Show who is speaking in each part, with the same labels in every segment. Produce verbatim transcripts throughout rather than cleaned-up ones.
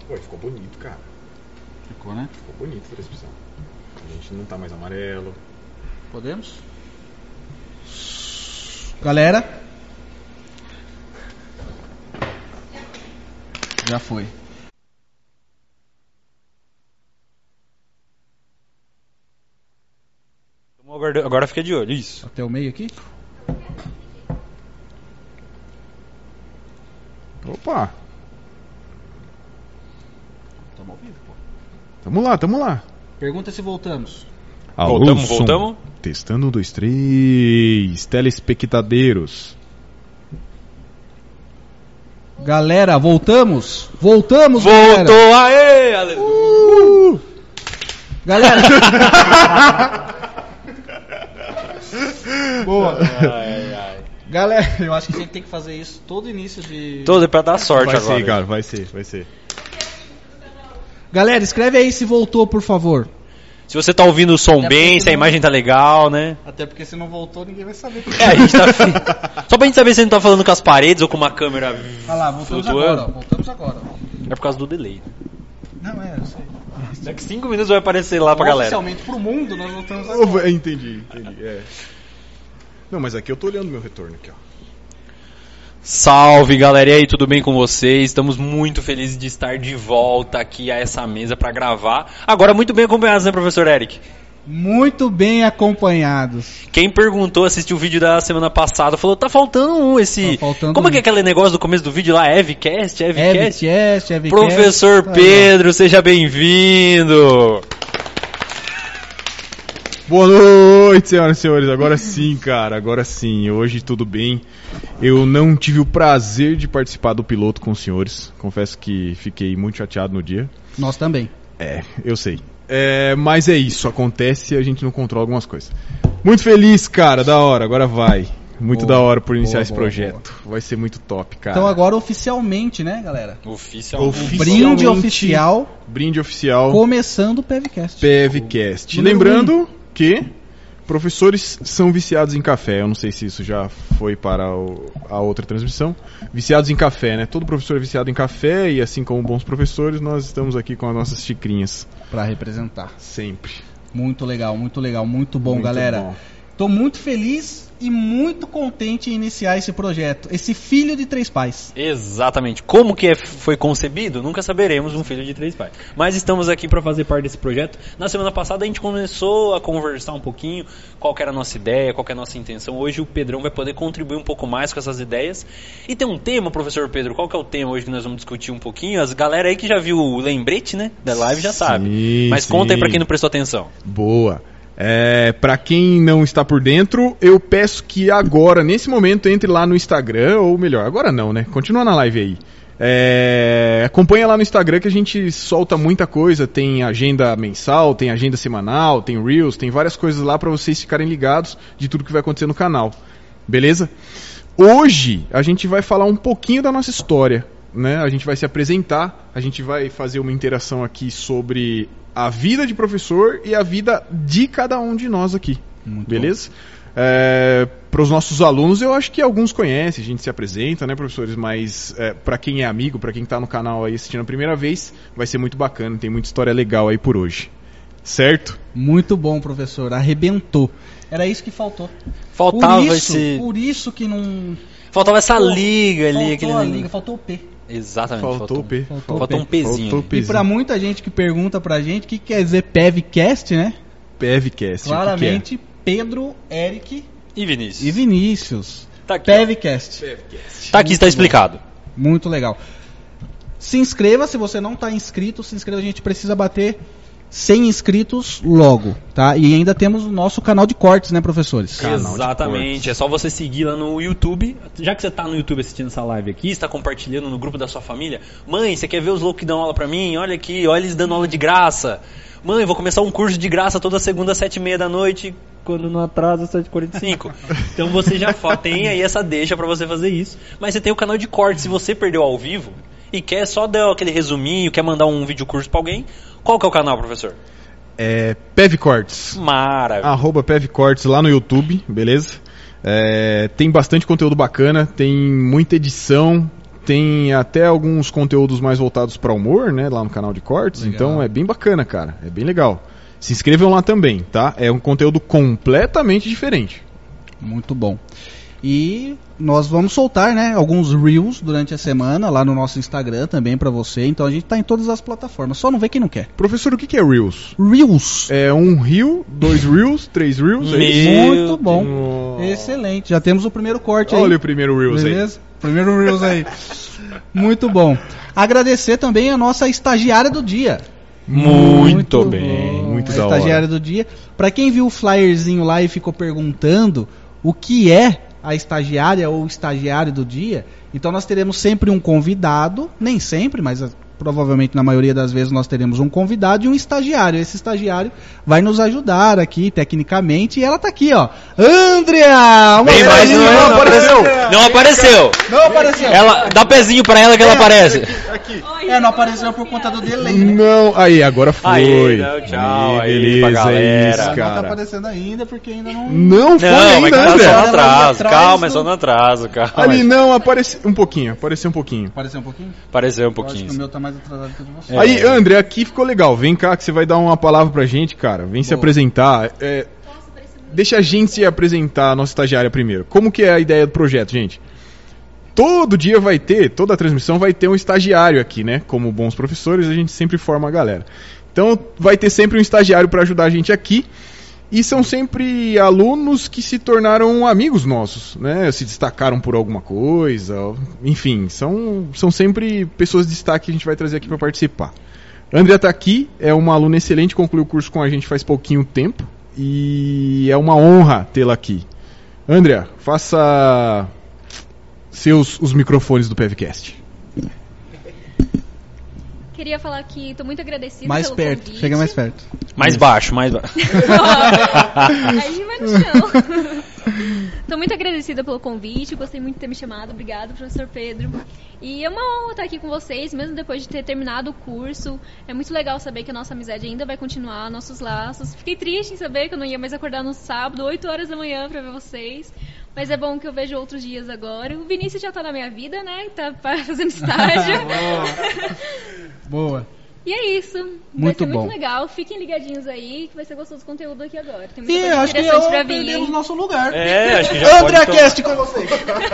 Speaker 1: Pô, ficou bonito, cara.
Speaker 2: Ficou, né?
Speaker 1: Ficou bonito a transmissão. A gente não tá mais amarelo.
Speaker 2: Podemos? Galera? Já foi.
Speaker 3: Agora, agora fica de olho, isso.
Speaker 2: Até o meio aqui?
Speaker 1: Opa!
Speaker 2: Tamo ao vivo, pô.
Speaker 1: Tamo lá, tamo lá.
Speaker 2: Pergunta se voltamos.
Speaker 1: Alô,
Speaker 3: Voltamos,
Speaker 1: som.
Speaker 3: voltamos?
Speaker 1: Testando um, dois, três. Telespectadeiros.
Speaker 2: Galera, voltamos? Voltamos,
Speaker 3: Voltou,
Speaker 2: galera!
Speaker 3: aê! Aleluia!
Speaker 1: Uh!
Speaker 2: Galera! Boa!
Speaker 3: Ai, ai.
Speaker 2: Galera, eu acho que a gente tem que fazer isso todo início de...
Speaker 3: Todo é pra dar sorte
Speaker 1: Vai
Speaker 3: agora.
Speaker 1: ser, cara, vai ser, vai ser.
Speaker 2: Galera, escreve aí se voltou, por favor.
Speaker 3: Se você tá ouvindo o som
Speaker 2: Até
Speaker 3: bem,
Speaker 2: porque
Speaker 3: se a
Speaker 2: não-
Speaker 3: imagem tá legal, né?
Speaker 2: Até porque se não voltou, ninguém vai saber.
Speaker 3: É, a gente tá... Só pra gente saber se a gente tá falando com as paredes ou com uma câmera
Speaker 2: Olha lá, voltamos
Speaker 3: flutuando.
Speaker 2: agora, ó. Voltamos agora. ó.
Speaker 3: É por causa do delay.
Speaker 2: Não, é, eu sei.
Speaker 3: Daqui cinco minutos vai aparecer lá pra galera.
Speaker 2: Oficialmente pro mundo, nós voltamos agora.
Speaker 1: Oh, entendi, entendi. É. Não, mas aqui eu tô olhando meu retorno aqui, ó.
Speaker 3: Salve, galera, e aí, tudo bem com vocês? Estamos muito felizes de estar de volta aqui a essa mesa pra gravar. Agora muito bem acompanhados, né, professor Eric?
Speaker 2: Muito bem acompanhados.
Speaker 3: Quem perguntou, assistiu o vídeo da semana passada, falou, tá faltando um, esse...
Speaker 2: Tá faltando
Speaker 3: Como é
Speaker 2: um.
Speaker 3: que é aquele negócio do começo do vídeo lá? Evcast? Evcast?
Speaker 2: Evcast, Evcast.
Speaker 3: Professor
Speaker 2: Tá aí,
Speaker 3: Pedro, seja bem-vindo!
Speaker 1: Boa noite, senhoras e senhores. Agora sim, cara, agora sim. Hoje tudo bem. Eu não tive o prazer de participar do piloto com os senhores. Confesso que fiquei muito chateado no dia.
Speaker 2: ó. Nós também.
Speaker 1: É, eu sei. É, mas é isso, acontece e a gente não controla algumas coisas. Muito feliz, cara, da hora, agora vai. Muito
Speaker 2: Boa,
Speaker 1: da hora por iniciar
Speaker 2: boa,
Speaker 1: esse
Speaker 2: boa,
Speaker 1: projeto. Vai ser muito top, cara.
Speaker 2: Então agora oficialmente, né, galera?
Speaker 3: Oficialmente.
Speaker 1: Oficialmente,
Speaker 2: Brinde oficial,
Speaker 1: Brinde oficial.
Speaker 2: começando o PevCast.
Speaker 1: PevCast.
Speaker 2: Número
Speaker 1: Lembrando que professores são viciados em café. Eu não sei se isso já foi para o- a outra transmissão. Viciados em café, né? Todo professor é viciado em café e assim como bons professores, nós estamos aqui com as nossas xicrinhas.
Speaker 2: Pra representar.
Speaker 1: Sempre.
Speaker 2: Muito legal, muito legal, muito bom,
Speaker 1: Muito
Speaker 2: galera.
Speaker 1: bom.
Speaker 2: Tô muito feliz e muito contente em iniciar esse projeto. Esse filho de três pais.
Speaker 3: Exatamente. Como que é- foi concebido, nunca saberemos, um filho de três pais. Mas estamos aqui para fazer parte desse projeto. Na semana passada a gente começou a conversar um pouquinho, qual que era a nossa ideia, qual que é a nossa intenção. Hoje o Pedrão vai poder contribuir um pouco mais com essas ideias. E tem um tema, professor Pedro, qual que é o tema hoje que nós vamos discutir um pouquinho? As galera aí que já viu o lembrete, né, da live já
Speaker 1: Sim,
Speaker 3: sabe. Mas conta aí
Speaker 1: sim.
Speaker 3: para quem não prestou atenção.
Speaker 1: Boa. É, para quem não está por dentro, eu peço que agora, nesse momento, entre lá no Instagram, ou melhor, agora não, né? Continua na live aí. É, acompanha lá no Instagram que a gente solta muita coisa, tem agenda mensal, tem agenda semanal, tem Reels, tem várias coisas lá para vocês ficarem ligados de tudo que vai acontecer no canal. Beleza? Hoje a gente vai falar um pouquinho da nossa história, né? A gente vai se apresentar, a gente vai fazer uma interação aqui sobre a vida de professor e a vida de cada um de nós aqui.
Speaker 2: Muito
Speaker 1: Beleza? É, para os nossos alunos, eu acho que alguns conhecem, a gente se apresenta, né, professores? Mas é, para quem é amigo, para quem está no canal aí assistindo a primeira vez, vai ser muito bacana, tem muita história legal aí por hoje. Certo?
Speaker 2: Muito bom, professor. Arrebentou. Era isso que faltou.
Speaker 3: Faltava
Speaker 2: por isso,
Speaker 3: esse...
Speaker 2: Por isso que não...
Speaker 3: Faltava essa
Speaker 2: Faltou-
Speaker 3: liga ali.
Speaker 2: Faltou
Speaker 3: Aquele...
Speaker 2: a liga, faltou o P.
Speaker 3: Exatamente.
Speaker 1: Faltou o P.
Speaker 2: Faltou
Speaker 3: Faltou
Speaker 2: o
Speaker 3: um
Speaker 2: P.
Speaker 3: pezinho.
Speaker 1: Faltou o
Speaker 2: E
Speaker 1: pezinho.
Speaker 2: pra muita gente que pergunta pra gente o que quer dizer PevCast, né?
Speaker 1: PevCast.
Speaker 2: Claramente, Pedro, Eric
Speaker 3: E Vinícius?
Speaker 2: e Vinícius.
Speaker 3: Tá aqui, ó.
Speaker 2: PevCast.
Speaker 1: PevCast.
Speaker 3: Tá aqui, está explicado.
Speaker 2: Muito legal. Se inscreva, se você não está inscrito, se inscreva, a gente precisa bater cem inscritos logo, tá? E ainda temos o nosso canal de cortes, né, professores?
Speaker 1: Canal de
Speaker 3: Exatamente,
Speaker 1: cortes.
Speaker 3: é só você seguir lá no YouTube. Já que você tá no YouTube assistindo essa live aqui, está compartilhando no grupo da sua família. Mãe, você quer ver os loucos que dão aula pra mim? Olha aqui, olha eles dando aula de graça. Mãe, vou começar um curso de graça toda segunda às sete e meia da noite, quando não atrasa às sete e quarenta e cinco. Então você já fa- tem aí essa deixa pra você fazer isso. Mas você tem o canal de cortes, se você perdeu ao vivo e quer só dar aquele resuminho, quer mandar um vídeo curso pra alguém, qual que é o canal, professor?
Speaker 1: É PevCortes.
Speaker 3: Maravilha.
Speaker 1: Arroba PevCortes lá no YouTube, beleza? É, tem bastante conteúdo bacana, tem muita edição, tem até alguns conteúdos mais voltados para humor, né, lá no canal de cortes,
Speaker 2: Legal.
Speaker 1: então é bem bacana, cara, é bem legal. Se inscrevam lá também, tá? É um conteúdo completamente diferente.
Speaker 2: Muito bom. E nós vamos soltar, né, alguns Reels durante a semana lá no nosso Instagram também pra você. Então a gente tá em todas as plataformas. Só não vê quem não quer.
Speaker 1: Professor, o que que é Reels?
Speaker 2: Reels.
Speaker 1: É um reel, dois reels, três reels, é isso?
Speaker 3: Meu
Speaker 2: Muito bom.
Speaker 1: Deus.
Speaker 2: Excelente. Já temos o primeiro corte aí.
Speaker 1: Olha o primeiro reels aí.
Speaker 2: Beleza? Primeiro Reels aí. Muito bom. Agradecer também a nossa estagiária do dia.
Speaker 3: Muito bem.
Speaker 2: bom.
Speaker 1: Muito
Speaker 2: a
Speaker 1: da hora.
Speaker 2: estagiária do dia. Pra quem viu o flyerzinho lá e ficou perguntando o que é a estagiária ou o estagiário do dia, então nós teremos sempre um convidado, nem sempre, mas uh, provavelmente na maioria das vezes nós teremos um convidado e um estagiário. Esse estagiário vai nos ajudar aqui tecnicamente e ela tá aqui, ó. Andrea! Uma
Speaker 3: Bem
Speaker 2: vez
Speaker 3: mais,
Speaker 2: aí,
Speaker 3: não,
Speaker 2: ó.
Speaker 3: não apareceu. Não apareceu.
Speaker 2: Não apareceu.
Speaker 3: Ela, dá pezinho pra ela que ela aparece.
Speaker 2: É, não apareceu por conta do delay, né?
Speaker 1: Não, aí, agora foi.
Speaker 3: Aí, não, tchau, aí,
Speaker 1: beleza,
Speaker 3: pra galera.
Speaker 1: é isso,
Speaker 2: Não tá
Speaker 1: cara.
Speaker 2: aparecendo ainda porque ainda não...
Speaker 1: Não foi
Speaker 3: Não, mas
Speaker 1: ainda,
Speaker 3: tá
Speaker 1: André.
Speaker 3: só no
Speaker 2: Ela ia
Speaker 3: atraso.
Speaker 2: atrás
Speaker 3: Calma, é
Speaker 2: do-
Speaker 3: só no atraso, calma.
Speaker 1: Ali não, apareceu um pouquinho, apareceu um pouquinho.
Speaker 2: Apareceu um pouquinho?
Speaker 3: Apareceu um
Speaker 2: Eu acho que
Speaker 3: pouquinho.
Speaker 2: o meu tá mais atrasado que o de você.
Speaker 3: É.
Speaker 1: Aí, André, aqui ficou legal. Vem cá que você vai dar uma palavra pra gente, cara. Vem se
Speaker 2: Boa.
Speaker 1: apresentar. É, deixa a gente se apresentar, a nossa estagiária primeiro. Como que é a ideia do projeto, gente? Todo dia vai ter, toda a transmissão vai ter um estagiário aqui, né? Como bons professores, a gente sempre forma a galera. Então, vai ter sempre um estagiário para ajudar a gente aqui. E são sempre alunos que se tornaram amigos nossos, né? Se destacaram por alguma coisa, enfim, são, são sempre pessoas de destaque que a gente vai trazer aqui para participar. Andrea tá aqui, é uma aluna excelente, concluiu o curso com a gente faz pouquinho tempo e é uma honra tê-la aqui. Andrea, faça seus os microfones do PevCast.
Speaker 4: Queria falar que tô muito agradecida
Speaker 2: Mais
Speaker 4: pelo
Speaker 2: perto,
Speaker 4: convite.
Speaker 2: chega mais perto.
Speaker 3: Mais baixo, mais baixo.
Speaker 4: Aí vai no chão. Tô muito agradecida pelo convite, gostei muito de ter me chamado. Obrigada, professor Pedro. E é uma honra estar aqui com vocês, mesmo depois de ter terminado o curso. É muito legal saber que a nossa amizade ainda vai continuar, nossos laços. Fiquei triste em saber que eu não ia mais acordar no sábado, oito horas da manhã, pra ver vocês. Mas é bom que eu vejo outros dias agora. O Vinícius já tá na minha vida, né? Tá fazendo estágio.
Speaker 2: Boa.
Speaker 4: E é isso. Vai
Speaker 2: Muito
Speaker 4: ser
Speaker 2: bom.
Speaker 4: muito legal. Fiquem ligadinhos aí, que vai ser gostoso o conteúdo aqui agora. Tem
Speaker 2: E
Speaker 4: muita coisa
Speaker 2: acho que
Speaker 4: interessante
Speaker 2: eu
Speaker 4: pra vir.
Speaker 2: perdemos nosso lugar.
Speaker 3: É, acho que já pode
Speaker 2: Andrea
Speaker 3: tomar.
Speaker 2: Cast com vocês.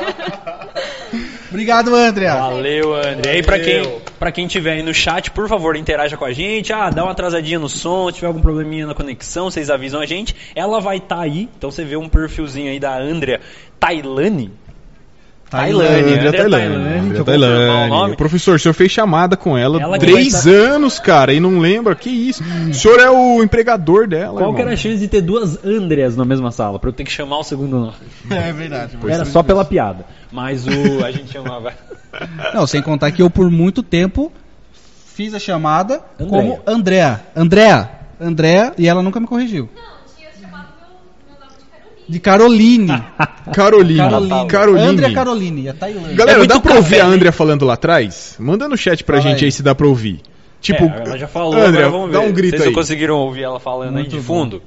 Speaker 2: Obrigado, Andrea.
Speaker 3: Valeu, André. E aí, pra quem, pra quem tiver aí no chat, por favor, interaja com a gente. Ah, dá uma atrasadinha no som, se tiver algum probleminha na conexão, vocês avisam a gente. Ela vai estar aí, então você vê um perfilzinho aí da Andrea Tailane. Tailane,
Speaker 1: Andrea
Speaker 3: Andrea
Speaker 1: Tailane.
Speaker 3: Tailane.
Speaker 1: Andrea
Speaker 3: Deixa eu confirmar o
Speaker 1: Tailane.
Speaker 3: nome.
Speaker 1: Professor, o senhor fez chamada com ela,
Speaker 3: Ela que
Speaker 1: três
Speaker 3: vai tá-
Speaker 1: anos, cara, e não lembra? Que isso? O senhor é o empregador dela,
Speaker 3: Qual que
Speaker 1: irmão.
Speaker 3: era a chance de ter duas Andreas na mesma sala? Pra eu ter que chamar o segundo nome.
Speaker 2: É verdade.
Speaker 3: Era só pela piada. Mas o. A gente chamava.
Speaker 2: Não, sem contar que eu por muito tempo fiz a chamada
Speaker 3: Andrea.
Speaker 2: como Andrea. Andrea. Andrea, e ela nunca me corrigiu.
Speaker 4: Não, tinha chamado meu, meu nome de Caroline.
Speaker 2: De Caroline.
Speaker 1: Caroline.
Speaker 2: Caroline.
Speaker 1: Caroline.
Speaker 2: Andrea Caroline, a Tailândia.
Speaker 1: Galera,
Speaker 3: É muito
Speaker 1: dá pra ouvir
Speaker 3: café,
Speaker 1: a
Speaker 3: né?
Speaker 1: Andrea falando lá atrás? Manda no chat pra
Speaker 2: Fala
Speaker 1: gente
Speaker 2: aí.
Speaker 1: aí se dá pra ouvir. Tipo,
Speaker 3: É, ela já falou,
Speaker 1: Andrea,
Speaker 3: agora vamos ver.
Speaker 1: dá um grito
Speaker 3: Vocês
Speaker 1: aí.
Speaker 3: não conseguiram ouvir ela falando
Speaker 2: Muito
Speaker 3: aí de
Speaker 2: bom.
Speaker 3: fundo?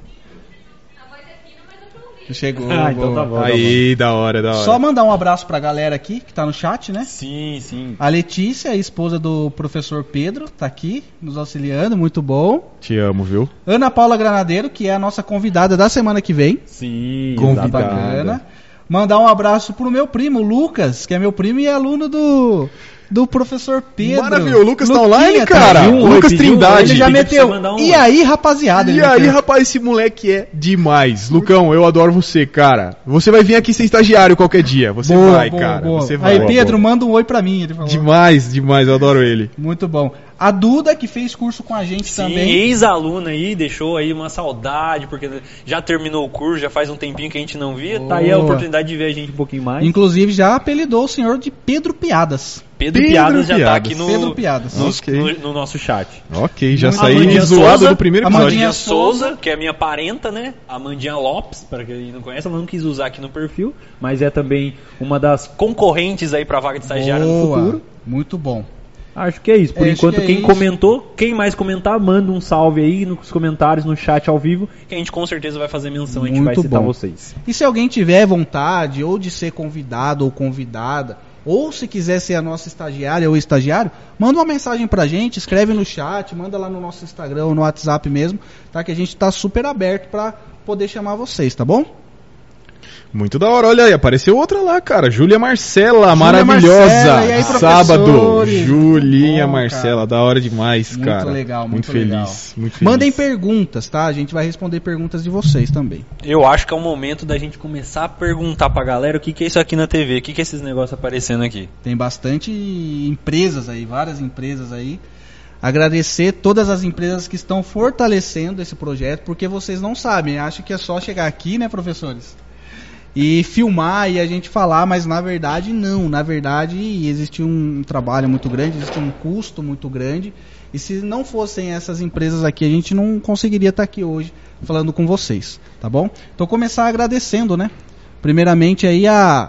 Speaker 4: A voz é fina, mas eu tô ouvindo.
Speaker 2: Chegou.
Speaker 3: Ah, então
Speaker 2: boa.
Speaker 3: tá bom.
Speaker 1: Aí, da hora, da hora.
Speaker 2: Só mandar um abraço pra galera aqui que tá no chat, né?
Speaker 3: Sim, sim.
Speaker 2: A Letícia, a esposa do professor Pedro, tá aqui nos auxiliando, muito bom.
Speaker 1: Te amo, viu?
Speaker 2: Ana Paula Granadeiro, que é a nossa convidada da semana que vem.
Speaker 3: Sim,
Speaker 1: Convidada.
Speaker 2: Tá bacana. Mandar um abraço pro meu primo, Lucas, que é meu primo e é aluno do, do professor Pedro.
Speaker 1: Maravilha, o Lucas tá
Speaker 2: Luquinha,
Speaker 1: online,
Speaker 2: tá
Speaker 1: cara?
Speaker 2: junto.
Speaker 1: O Lucas
Speaker 3: pediu,
Speaker 1: Trindade.
Speaker 2: Ele já
Speaker 3: Pediu pra
Speaker 2: meteu.
Speaker 3: você mandar um
Speaker 2: E
Speaker 3: oi.
Speaker 2: aí, rapaziada?
Speaker 1: E
Speaker 2: ele
Speaker 1: aí,
Speaker 2: meteu.
Speaker 1: rapaz, esse moleque é demais. Lucão, eu adoro você, cara. Você vai vir aqui ser estagiário qualquer dia. Você
Speaker 2: Boa,
Speaker 1: vai,
Speaker 2: boa,
Speaker 1: cara.
Speaker 2: boa.
Speaker 1: Você vai.
Speaker 2: Aí,
Speaker 1: Boa,
Speaker 2: Pedro,
Speaker 1: boa.
Speaker 2: manda um oi pra mim. Ele falou.
Speaker 1: Demais, demais, eu adoro ele.
Speaker 2: Muito bom. A Duda, que fez curso com a gente
Speaker 3: Sim,
Speaker 2: também.
Speaker 3: ex-aluna aí, deixou aí uma saudade, porque já terminou o curso, já faz um tempinho que a gente não via. Tá aí a
Speaker 2: Boa.
Speaker 3: oportunidade de ver a gente um pouquinho mais.
Speaker 2: Inclusive, já apelidou o senhor de Pedro Piadas.
Speaker 3: Pedro,
Speaker 1: Pedro
Speaker 3: Piadas já tá
Speaker 1: Piadas.
Speaker 3: aqui no,
Speaker 2: Pedro Piadas.
Speaker 3: no,
Speaker 1: Ok.
Speaker 3: no- no nosso chat.
Speaker 1: Ok, já
Speaker 2: Muito
Speaker 1: saí
Speaker 3: Amandinha
Speaker 1: zoado
Speaker 3: Souza,
Speaker 1: do primeiro episódio.
Speaker 2: Amandinha
Speaker 3: Amandinha Souza, que é a minha parenta, né? Amandinha Lopes, para quem não conhece, ela não quis usar aqui no perfil, mas é também uma das concorrentes aí pra vaga de estagiária no
Speaker 2: Boa.
Speaker 3: futuro.
Speaker 2: Muito bom.
Speaker 3: Acho que é isso. Por
Speaker 2: Acho
Speaker 3: enquanto,
Speaker 2: que é
Speaker 3: quem
Speaker 2: isso.
Speaker 3: comentou, quem mais comentar, manda um salve aí nos comentários, no chat ao vivo, que a gente com certeza vai fazer menção, a gente vai
Speaker 2: Muito
Speaker 3: citar
Speaker 2: bom.
Speaker 3: vocês.
Speaker 2: E se alguém tiver vontade ou de ser convidado ou convidada, ou se quiser ser a nossa estagiária ou estagiário, manda uma mensagem pra gente, escreve no chat, manda lá no nosso Instagram ou no WhatsApp mesmo, tá? Que a gente tá super aberto pra poder chamar vocês, tá bom?
Speaker 1: Muito da hora, olha aí, apareceu outra lá, cara, Júlia Marcela,
Speaker 2: Júlia
Speaker 1: maravilhosa,
Speaker 2: Marcela, e aí,
Speaker 1: sábado,
Speaker 2: professores?
Speaker 1: Julinha
Speaker 2: Bom,
Speaker 1: Marcela,
Speaker 2: cara.
Speaker 1: da hora demais,
Speaker 2: Muito
Speaker 1: cara.
Speaker 2: legal, muito
Speaker 1: feliz,
Speaker 2: legal.
Speaker 1: muito feliz.
Speaker 2: Mandem perguntas, tá? A gente vai responder perguntas de vocês também.
Speaker 3: Eu acho que é o momento da gente começar a perguntar pra galera o que, que é isso aqui na T V, o que, que é esses negócios aparecendo aqui.
Speaker 2: Tem bastante empresas aí, várias empresas aí. Agradecer todas as empresas que estão fortalecendo esse projeto, porque vocês não sabem, acham que é só chegar aqui, né, professores? E filmar e a gente falar, mas na verdade não, na verdade existe um trabalho muito grande, existe um custo muito grande, e se não fossem essas empresas aqui, a gente não conseguiria estar aqui hoje falando com vocês, tá bom? Então começar agradecendo, né? Primeiramente aí a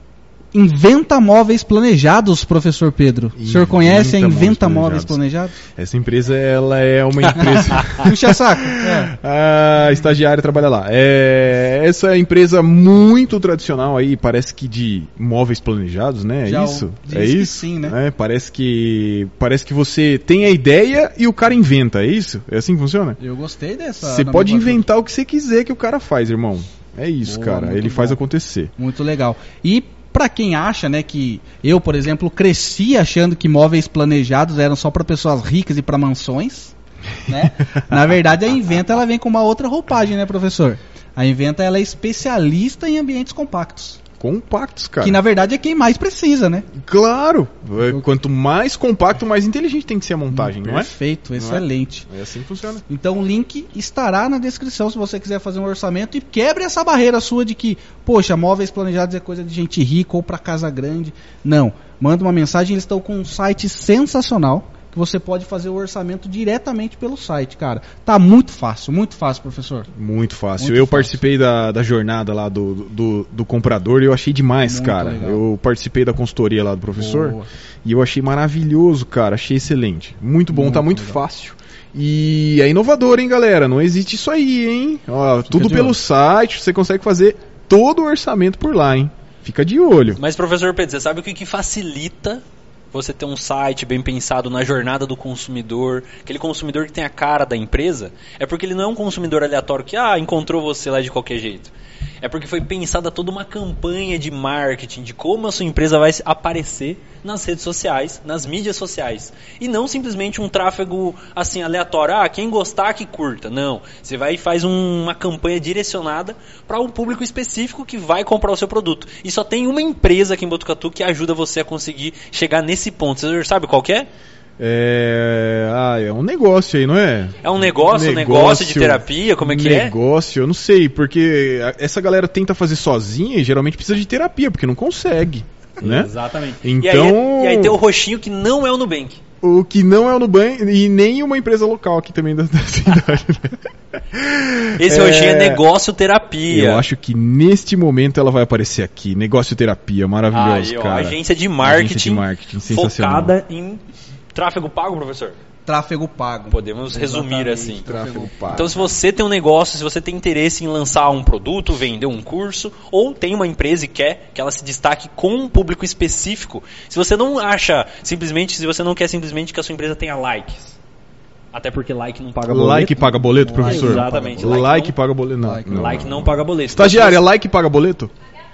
Speaker 2: Inventa Móveis Planejados, professor Pedro. O senhor conhece a Inventa Móveis Planejados?
Speaker 1: Essa empresa, ela é uma empresa...
Speaker 2: Puxa saco. É.
Speaker 1: A estagiária trabalha lá. É... Essa é a empresa muito tradicional aí, parece que de móveis planejados, né? É
Speaker 2: Já
Speaker 1: isso?
Speaker 2: diz
Speaker 1: É
Speaker 2: que
Speaker 1: isso?
Speaker 2: sim, né?
Speaker 1: É, parece que parece que você tem a ideia e o cara inventa, é isso? É assim que funciona?
Speaker 2: Eu gostei dessa.
Speaker 1: Você pode
Speaker 2: nomenclatura.
Speaker 1: inventar o que você quiser que o cara faz, irmão. É isso,
Speaker 2: Boa,
Speaker 1: cara.
Speaker 2: muito
Speaker 1: Ele faz
Speaker 2: bom.
Speaker 1: acontecer.
Speaker 2: Muito legal. E pra quem acha, né, que eu, por exemplo, cresci achando que móveis planejados eram só para pessoas ricas e para mansões, né? Na verdade, a Inventa ela vem com uma outra roupagem, né, professor? A Inventa ela é especialista em ambientes compactos.
Speaker 1: Compactos, cara.
Speaker 2: Que na verdade é quem mais precisa, né?
Speaker 1: Claro! É, quanto mais compacto, mais inteligente tem que ser a montagem, não é?
Speaker 2: Perfeito,
Speaker 1: Não é?
Speaker 2: excelente.
Speaker 1: É assim que funciona.
Speaker 2: Então o link estará na descrição se você quiser fazer um orçamento e quebre essa barreira sua de que, poxa, móveis planejados é coisa de gente rica ou para casa grande. Não, manda uma mensagem, eles estão com um site sensacional que você pode fazer o orçamento diretamente pelo site, cara. Tá muito fácil, muito fácil, professor.
Speaker 1: Muito fácil.
Speaker 2: Muito
Speaker 1: eu
Speaker 2: fácil.
Speaker 1: participei da, da jornada lá do, do, do comprador e eu achei demais,
Speaker 2: Muito
Speaker 1: cara.
Speaker 2: legal.
Speaker 1: Eu participei da consultoria lá do professor
Speaker 2: Boa.
Speaker 1: e eu achei maravilhoso, cara. Achei excelente. Muito bom,
Speaker 2: Muito
Speaker 1: tá muito
Speaker 2: legal.
Speaker 1: fácil. E é inovador, hein, galera? Não existe isso aí, hein? Ó, tudo
Speaker 2: de
Speaker 1: pelo
Speaker 2: olho.
Speaker 1: site, você consegue fazer todo o orçamento por lá, hein? Fica de olho.
Speaker 3: Mas, professor Pedro, você sabe o que, que facilita você ter um site bem pensado na jornada do consumidor, aquele consumidor que tem a cara da empresa? É porque ele não é um consumidor aleatório que ah, encontrou você lá de qualquer jeito. É porque foi pensada toda uma campanha de marketing, de como a sua empresa vai aparecer nas redes sociais, nas mídias sociais. E não simplesmente um tráfego assim aleatório. Ah, quem gostar que curta. Não. Você vai e faz um, uma campanha direcionada para um público específico que vai comprar o seu produto. E só tem uma empresa aqui em Botucatu que ajuda você a conseguir chegar nesse ponto. Você sabe qual que é?
Speaker 1: É... Ah, é um negócio aí, não é?
Speaker 3: É um negócio, um negócio de terapia? Como é que é?
Speaker 1: Negócio, eu não sei, porque a- essa galera tenta fazer sozinha e geralmente precisa de terapia, porque não consegue, né?
Speaker 3: Exatamente.
Speaker 1: Então-
Speaker 3: E, aí, e aí tem o roxinho que não é o Nubank.
Speaker 1: O que não é o Nubank e nem uma empresa local aqui também da, da cidade. né?
Speaker 3: Esse
Speaker 1: É,
Speaker 3: roxinho é negócio terapia.
Speaker 1: Eu acho que neste momento ela vai aparecer aqui. Negócio terapia, maravilhoso,
Speaker 3: Aí, ó,
Speaker 1: cara.
Speaker 3: agência de marketing,
Speaker 1: Agência de marketing, sensacional.
Speaker 3: focada em tráfego pago, professor.
Speaker 2: Tráfego pago.
Speaker 3: Podemos resumir
Speaker 2: Exatamente,
Speaker 3: assim.
Speaker 1: Tráfego pago.
Speaker 3: Então, se você tem um negócio, se você tem interesse em lançar um produto, vender um curso, ou tem uma empresa e quer que ela se destaque com um público específico, se você não acha simplesmente, se você não quer simplesmente que a sua empresa tenha likes, até porque like não paga boleto.
Speaker 1: Like paga boleto, professor?
Speaker 3: Exatamente.
Speaker 1: Like,
Speaker 3: Like não-
Speaker 1: paga boleto. Não,
Speaker 2: like
Speaker 1: não,
Speaker 3: Like
Speaker 1: não.
Speaker 3: não paga boleto.
Speaker 1: Estagiária, like paga boleto?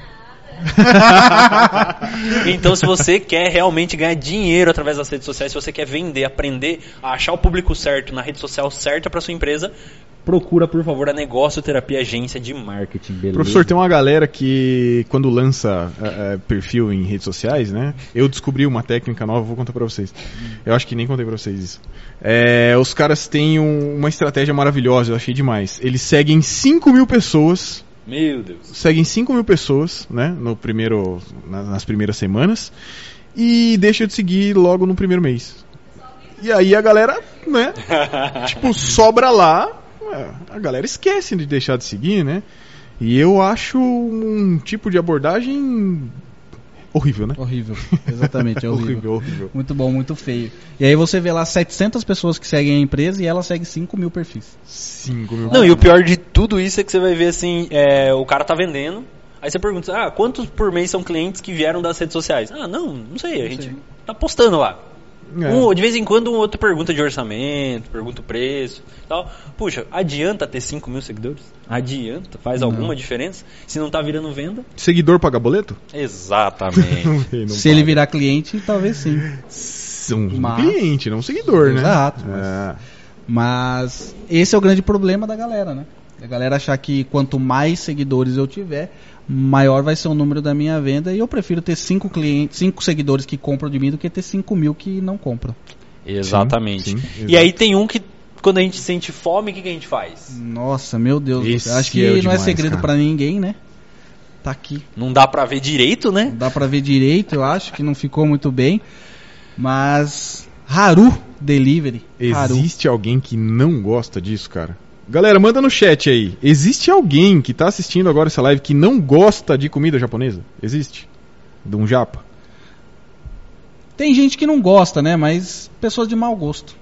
Speaker 3: Então, se você quer realmente ganhar dinheiro através das redes sociais, se você quer vender, aprender a achar o público certo na rede social certa para sua empresa, procura, por favor, a Negócio Terapia Agência de Marketing, beleza?
Speaker 1: Professor, tem uma galera que quando lança é, é, perfil em redes sociais, né? Eu descobri uma técnica nova, vou contar pra vocês. Eu acho que nem contei pra vocês isso. É, os caras têm um- uma estratégia maravilhosa, eu achei demais. Eles seguem cinco mil pessoas,
Speaker 3: Meu Deus.
Speaker 1: seguem cinco mil pessoas, né? No primeiro, na- nas primeiras semanas e deixa de seguir logo no primeiro mês. E aí a galera, né? tipo, sobra lá. Ué, a galera esquece de deixar de seguir, né? E eu acho um tipo de abordagem horrível, né?
Speaker 2: Horrível. Exatamente, é horrível.
Speaker 1: horrível, horrível.
Speaker 2: Muito bom, muito feio. E aí você vê lá setecentas pessoas que seguem a empresa e ela segue cinco mil perfis.
Speaker 1: cinco mil.
Speaker 3: Não, e o pior de tudo isso é que você vai ver assim, é, o cara tá vendendo, Aí você pergunta, ah, quantos por mês são clientes que vieram das redes sociais? Ah, não, não sei, a gente tá postando lá. É. Um, de vez em quando um outro pergunta de orçamento, pergunta o preço e tal. Puxa, adianta ter cinco mil seguidores? Adianta? Faz não. alguma diferença? Se não tá virando venda?
Speaker 1: Seguidor paga boleto?
Speaker 3: Exatamente.
Speaker 2: não Se paga. Ele virar cliente, talvez sim.
Speaker 1: Um Mas... cliente, não um seguidor, né?
Speaker 2: Exato. Mas... É. Mas esse é o grande problema da galera, né? A galera achar que quanto mais seguidores eu tiver, maior vai ser o número da minha venda. E eu prefiro ter cinco clientes, cinco seguidores que compram de mim do que ter cinco mil que não compram.
Speaker 3: Exatamente.
Speaker 1: Sim, sim,
Speaker 3: e aí tem um que, quando a gente sente fome, o que, que a gente faz?
Speaker 2: Nossa, meu Deus.
Speaker 1: Esse
Speaker 2: acho que
Speaker 1: é
Speaker 2: não
Speaker 1: demais,
Speaker 2: é segredo
Speaker 1: cara.
Speaker 2: pra ninguém, né? Tá aqui.
Speaker 3: Não dá pra ver direito, né?
Speaker 2: Não dá pra ver direito, eu acho que não ficou muito bem. Mas Haru Delivery.
Speaker 1: Existe
Speaker 2: Haru.
Speaker 1: alguém que não gosta disso, cara? Galera, manda no chat aí. Existe alguém que tá assistindo agora essa live que não gosta de comida japonesa? Existe? De um japa?
Speaker 2: Tem gente que não gosta, né? Mas pessoas de mau gosto.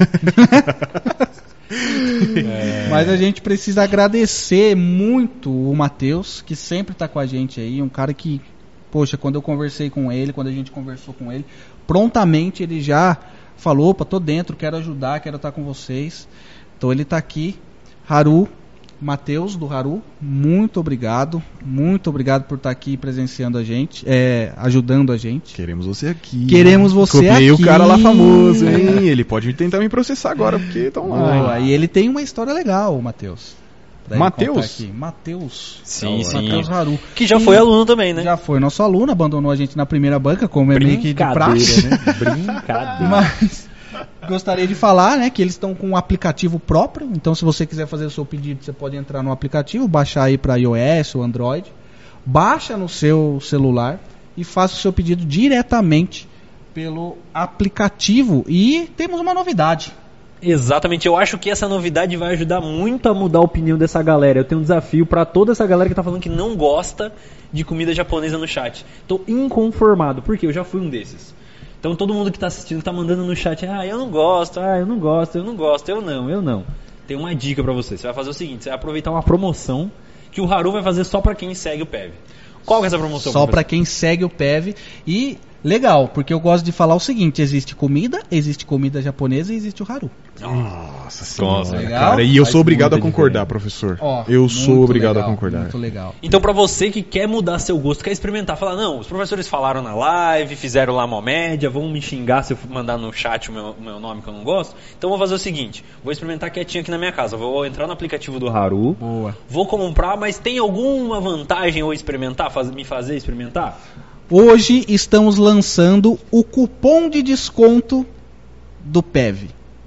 Speaker 2: é. Mas a gente precisa agradecer muito o Matheus, que sempre tá com a gente aí. Um cara que, poxa, quando eu conversei com ele, quando a gente conversou com ele, prontamente ele já falou, opa, tô dentro, quero ajudar, quero estar com vocês. Então ele tá aqui. Haru, Matheus do Haru, muito obrigado. Muito obrigado por estar aqui presenciando a gente, é, ajudando a gente.
Speaker 1: Queremos você aqui.
Speaker 2: Queremos você
Speaker 1: Copiei
Speaker 2: aqui.
Speaker 1: o cara lá famoso, hein? Ele pode tentar me processar agora, porque estão lá.
Speaker 2: Oh, e ele tem uma história legal, o Matheus.
Speaker 1: Matheus?
Speaker 2: Matheus.
Speaker 3: Sim, sim.
Speaker 2: Matheus Haru.
Speaker 3: Que já foi aluno também, né?
Speaker 2: Já foi nosso aluno, abandonou a gente na primeira banca, como é meio que de praxe.
Speaker 3: Né? Brincadeira.
Speaker 2: Mas gostaria de falar, né, que eles estão com um aplicativo próprio. Então, se você quiser fazer o seu pedido, você pode entrar no aplicativo, baixar aí para iOS ou Android. Baixa no seu celular e faça o seu pedido diretamente pelo aplicativo. E temos uma novidade.
Speaker 3: Exatamente, eu acho que essa novidade vai ajudar muito a mudar a opinião dessa galera. Eu tenho um desafio pra toda essa galera que tá falando que não gosta de comida japonesa no chat. Tô inconformado, porque eu já fui um desses. Então todo mundo que tá assistindo tá mandando no chat, ah, eu não gosto, ah, eu não gosto, eu não gosto, eu não, eu não. Tem uma dica pra você, você vai fazer o seguinte, você vai aproveitar uma promoção que o Haru vai fazer só pra quem segue o P E V. Qual que é essa promoção?
Speaker 2: Só pra quem segue o P E V. E legal, porque eu gosto de falar o seguinte, existe comida, existe comida japonesa e existe o Haru.
Speaker 1: Nossa senhora,
Speaker 2: legal?
Speaker 1: Cara, e eu
Speaker 3: Faz
Speaker 1: sou obrigado a
Speaker 3: muita
Speaker 1: concordar,
Speaker 3: diferença.
Speaker 1: professor.
Speaker 2: Ó,
Speaker 1: eu sou obrigado
Speaker 2: legal,
Speaker 1: a concordar.
Speaker 2: Muito legal.
Speaker 3: Então pra você que quer mudar seu gosto, quer experimentar, falar, não, os professores falaram na live, fizeram lá uma média, vão me xingar se eu mandar no chat o meu, o meu nome que eu não gosto. Então eu vou fazer o seguinte, vou experimentar quietinho aqui na minha casa, vou entrar no aplicativo do Haru,
Speaker 2: Boa.
Speaker 3: Vou comprar, mas tem alguma vantagem eu experimentar, faz, me fazer experimentar?
Speaker 2: Hoje estamos lançando o cupom de desconto do P E V.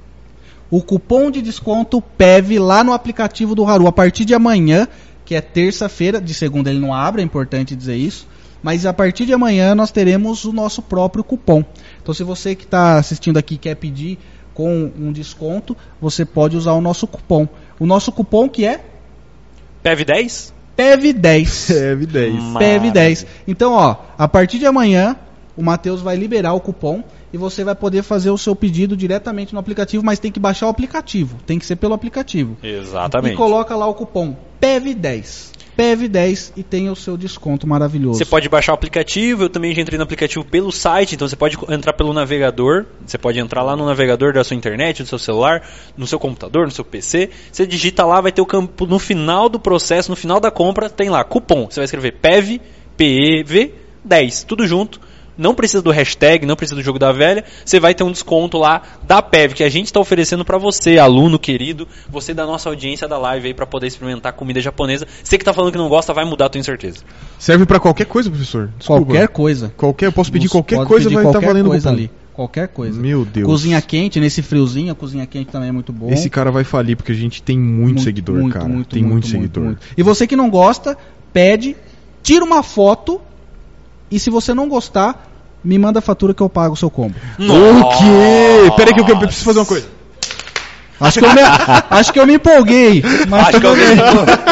Speaker 2: O cupom de desconto P E V lá no aplicativo do Haru. A partir de amanhã, que é terça-feira, de segunda ele não abre, é importante dizer isso. Mas a partir de amanhã nós teremos o nosso próprio cupom. Então se você que está assistindo aqui quer pedir com um desconto, você pode usar o nosso cupom. O nosso cupom que é?
Speaker 3: P E V dez?
Speaker 2: P E V dez.
Speaker 1: P E V dez.
Speaker 2: P E V dez. Então, ó, a partir de amanhã, o Matheus vai liberar o cupom e você vai poder fazer o seu pedido diretamente no aplicativo, mas tem que baixar o aplicativo. Tem que ser pelo aplicativo.
Speaker 3: Exatamente.
Speaker 2: E coloca lá o cupom P E V dez. P E V dez e tem o seu desconto maravilhoso.
Speaker 3: Você pode baixar o aplicativo, eu também já entrei no aplicativo pelo site, então você pode entrar pelo navegador, você pode entrar lá no navegador da sua internet, do seu celular, no seu computador, no seu P C, você digita lá, vai ter o campo no final do processo, no final da compra, tem lá, cupom, você vai escrever P E V, P E V dez, tudo junto. Não precisa do hashtag, não precisa do jogo da velha. Você vai ter um desconto lá da P E V que a gente está oferecendo para você, aluno querido, você da nossa audiência da live aí para poder experimentar comida japonesa. Você que tá falando que não gosta, vai mudar, tenho certeza.
Speaker 1: Serve para qualquer coisa, professor? Desculpa.
Speaker 2: Qualquer coisa.
Speaker 1: Qualquer, eu posso pedir
Speaker 2: Você
Speaker 1: qualquer
Speaker 2: pode
Speaker 1: coisa,
Speaker 2: pedir
Speaker 1: vai estar tá valendo
Speaker 2: coisa
Speaker 1: cupom.
Speaker 2: ali. Qualquer coisa.
Speaker 1: Meu Deus.
Speaker 2: Cozinha quente, nesse friozinho, a cozinha quente também é muito bom.
Speaker 1: Esse cara vai falir porque a gente tem muito, muito seguidor,
Speaker 2: muito,
Speaker 1: cara.
Speaker 2: Muito,
Speaker 1: tem
Speaker 2: muito,
Speaker 1: muito,
Speaker 2: muito
Speaker 1: seguidor.
Speaker 2: Muito. E você que não gosta, pede, tira uma foto e se você não gostar, me manda a fatura que eu pago o seu combo.
Speaker 1: Nossa. O quê? Pera aí que eu preciso fazer uma coisa.
Speaker 2: Acho que eu me, acho que eu me empolguei. Mas
Speaker 3: acho que alguém...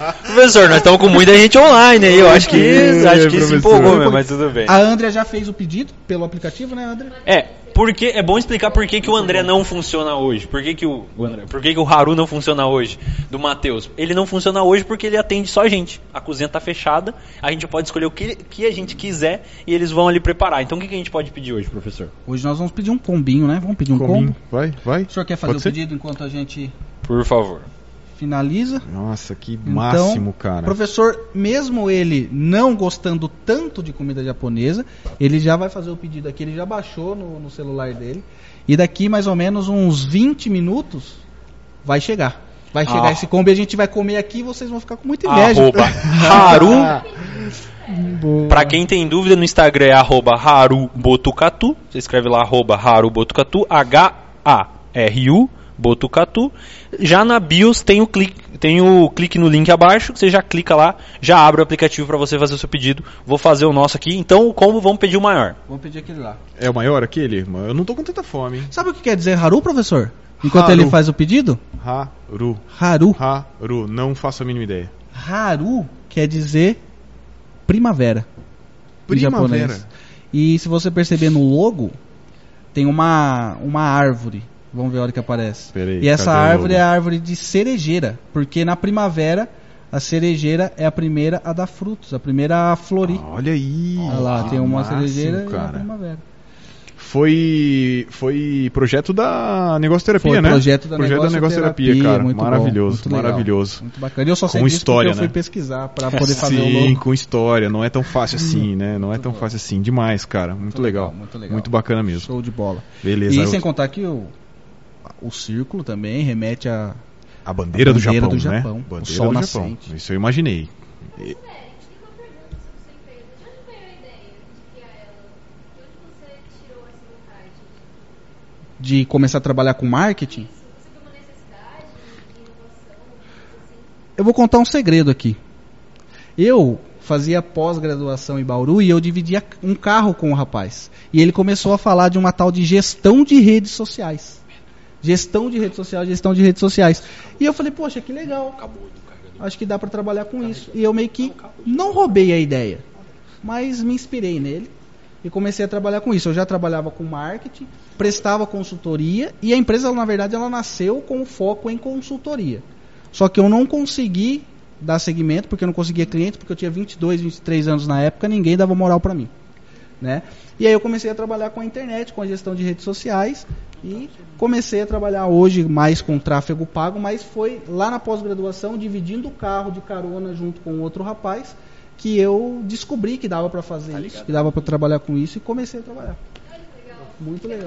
Speaker 3: Professor, nós estamos com muita gente online aí, eu acho que,
Speaker 1: É,
Speaker 3: acho que se
Speaker 1: professor.
Speaker 3: empolgou mesmo, mas tudo bem.
Speaker 2: A Andrea já fez o pedido pelo aplicativo, né, Andrea?
Speaker 3: É, porque, é bom explicar por que, que o André não funciona hoje. Por que, que, o, o André, por que, que o Haru não funciona hoje, do Matheus? Ele não funciona hoje porque ele atende só a gente. A cozinha tá fechada, a gente pode escolher o que, que a gente quiser e eles vão ali preparar. Então o que, que a gente pode pedir hoje, professor?
Speaker 2: Hoje nós vamos pedir um combinho, né? Vamos pedir um
Speaker 1: Combinho.
Speaker 2: combo.
Speaker 1: Vai, vai.
Speaker 2: O senhor quer fazer
Speaker 1: Pode
Speaker 2: o
Speaker 1: ser?
Speaker 2: pedido enquanto a gente
Speaker 3: Por favor.
Speaker 2: finaliza?
Speaker 1: Nossa, que
Speaker 2: Então,
Speaker 1: máximo, cara.
Speaker 2: professor, mesmo ele não gostando tanto de comida japonesa, ele já vai fazer o pedido aqui, ele já baixou no, no celular dele. E daqui mais ou menos uns vinte minutos vai chegar. Vai chegar
Speaker 3: Ah.
Speaker 2: esse combo e a gente vai comer aqui e vocês vão ficar com muita inveja.
Speaker 3: Arroba Haru. Pra quem tem dúvida, no Instagram é arroba Haru Botucatu. Você escreve lá arroba Haru Botucatu, H A R U Botucatu. Já na BIOS tem o clique, tem o clique no link abaixo, que você já clica lá, já abre o aplicativo para você fazer o seu pedido. Vou fazer o nosso aqui. Então, o combo, vamos pedir o maior.
Speaker 2: Vamos pedir aquele lá.
Speaker 1: É o maior aquele? Eu não tô com tanta fome, hein?
Speaker 2: Sabe o que quer dizer Haru, professor? Enquanto
Speaker 1: Haru.
Speaker 2: ele faz o pedido?
Speaker 1: Haru.
Speaker 2: Haru.
Speaker 1: Haru. Não faço a mínima ideia.
Speaker 2: Haru quer dizer primavera. em
Speaker 1: Primavera.
Speaker 2: japonês. E se você perceber no logo, tem uma, uma árvore. Vamos ver a hora que aparece.
Speaker 1: Peraí,
Speaker 2: e essa
Speaker 1: cadê o
Speaker 2: árvore
Speaker 1: logo?
Speaker 2: é a árvore de cerejeira. Porque na primavera, a cerejeira é a primeira a dar frutos, a primeira a florir.
Speaker 1: Olha aí.
Speaker 2: Olha lá,
Speaker 1: que
Speaker 2: tem uma
Speaker 1: máximo,
Speaker 2: cerejeira e a
Speaker 1: cara.
Speaker 2: primavera.
Speaker 1: Foi, foi projeto da Negocioterapia,
Speaker 2: Foi
Speaker 1: né?
Speaker 2: projeto da
Speaker 1: projeto da
Speaker 2: Negocioterapia,
Speaker 1: Negocioterapia, cara.
Speaker 2: muito bom,
Speaker 1: Maravilhoso,
Speaker 2: muito legal.
Speaker 1: maravilhoso.
Speaker 2: Muito bacana. E eu só sei
Speaker 1: Com
Speaker 2: disso
Speaker 1: história,
Speaker 2: porque eu fui
Speaker 1: né?
Speaker 2: pesquisar para poder fazer o
Speaker 1: Sim,
Speaker 2: logo.
Speaker 1: com história. Não é tão fácil assim, né? Não é tão
Speaker 2: bom.
Speaker 1: fácil assim. Demais, cara. Muito,
Speaker 2: Muito
Speaker 1: legal.
Speaker 2: legal, muito legal.
Speaker 1: Muito bacana mesmo.
Speaker 2: Show de bola.
Speaker 1: Beleza.
Speaker 2: E
Speaker 1: eu-
Speaker 2: sem contar que o, o círculo também remete a...
Speaker 1: A bandeira,
Speaker 2: A
Speaker 1: do,
Speaker 2: bandeira
Speaker 1: Japão,
Speaker 2: do
Speaker 1: né?
Speaker 2: Japão, o
Speaker 1: Bandeira
Speaker 2: sol
Speaker 1: do
Speaker 2: nascente.
Speaker 1: Japão. Isso eu imaginei. E-
Speaker 2: de começar a trabalhar com marketing. Eu vou contar um segredo aqui. Eu fazia pós-graduação em Bauru e eu dividia um carro com o rapaz. E ele começou a falar de uma tal de gestão de redes sociais. Gestão de redes sociais, gestão de redes sociais. E eu falei, poxa, que legal. Acho que dá para trabalhar com isso. E eu meio que não roubei a ideia, mas me inspirei nele e comecei a trabalhar com isso. Eu já trabalhava com marketing, prestava consultoria e a empresa, na verdade, ela nasceu com foco em consultoria. Só que eu não consegui dar seguimento, porque eu não conseguia cliente, porque eu tinha vinte e dois, vinte e três anos na época, ninguém dava moral para mim, né? E aí eu comecei a trabalhar com a internet, com a gestão de redes sociais e comecei a trabalhar hoje mais com tráfego pago, mas foi lá na pós-graduação, dividindo o carro de carona junto com outro rapaz, que eu descobri que dava para fazer isso, que dava para trabalhar com isso e comecei a trabalhar. Muito legal.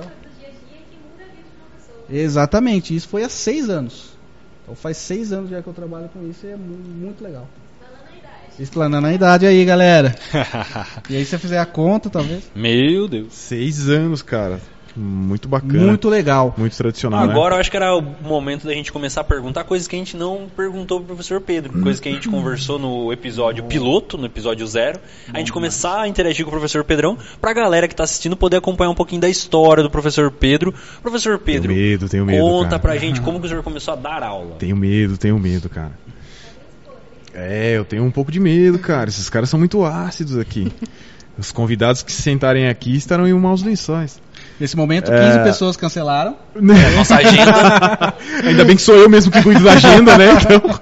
Speaker 2: Exatamente, isso foi há seis anos. Então faz seis anos já que eu trabalho com isso e é mu- muito legal. Explanando a idade aí, galera. E aí se você fizer a conta, talvez.
Speaker 3: Meu Deus.
Speaker 1: Seis anos, cara. Muito bacana.
Speaker 2: Muito legal.
Speaker 1: Muito tradicional,
Speaker 3: Agora
Speaker 1: né?
Speaker 3: eu acho que era o momento da gente começar a perguntar coisas que a gente não perguntou pro professor Pedro, coisas que a gente conversou no episódio piloto, no episódio zero. A gente começar a interagir com o professor Pedrão, pra galera que tá assistindo poder acompanhar um pouquinho da história do professor Pedro. Professor Pedro,
Speaker 1: Tenho medo, tenho medo,
Speaker 3: conta
Speaker 1: cara.
Speaker 3: pra gente como que o senhor começou a dar aula.
Speaker 1: Tenho medo, tenho medo, cara. É, eu tenho um pouco de medo, cara. Esses caras são muito ácidos aqui. Os convidados que se sentarem aqui estarão em maus lençóis.
Speaker 2: Nesse momento,
Speaker 1: É.
Speaker 2: quinze pessoas cancelaram.
Speaker 3: Nossa agenda.
Speaker 1: Ainda bem que sou eu mesmo que cuido da agenda, né? Então...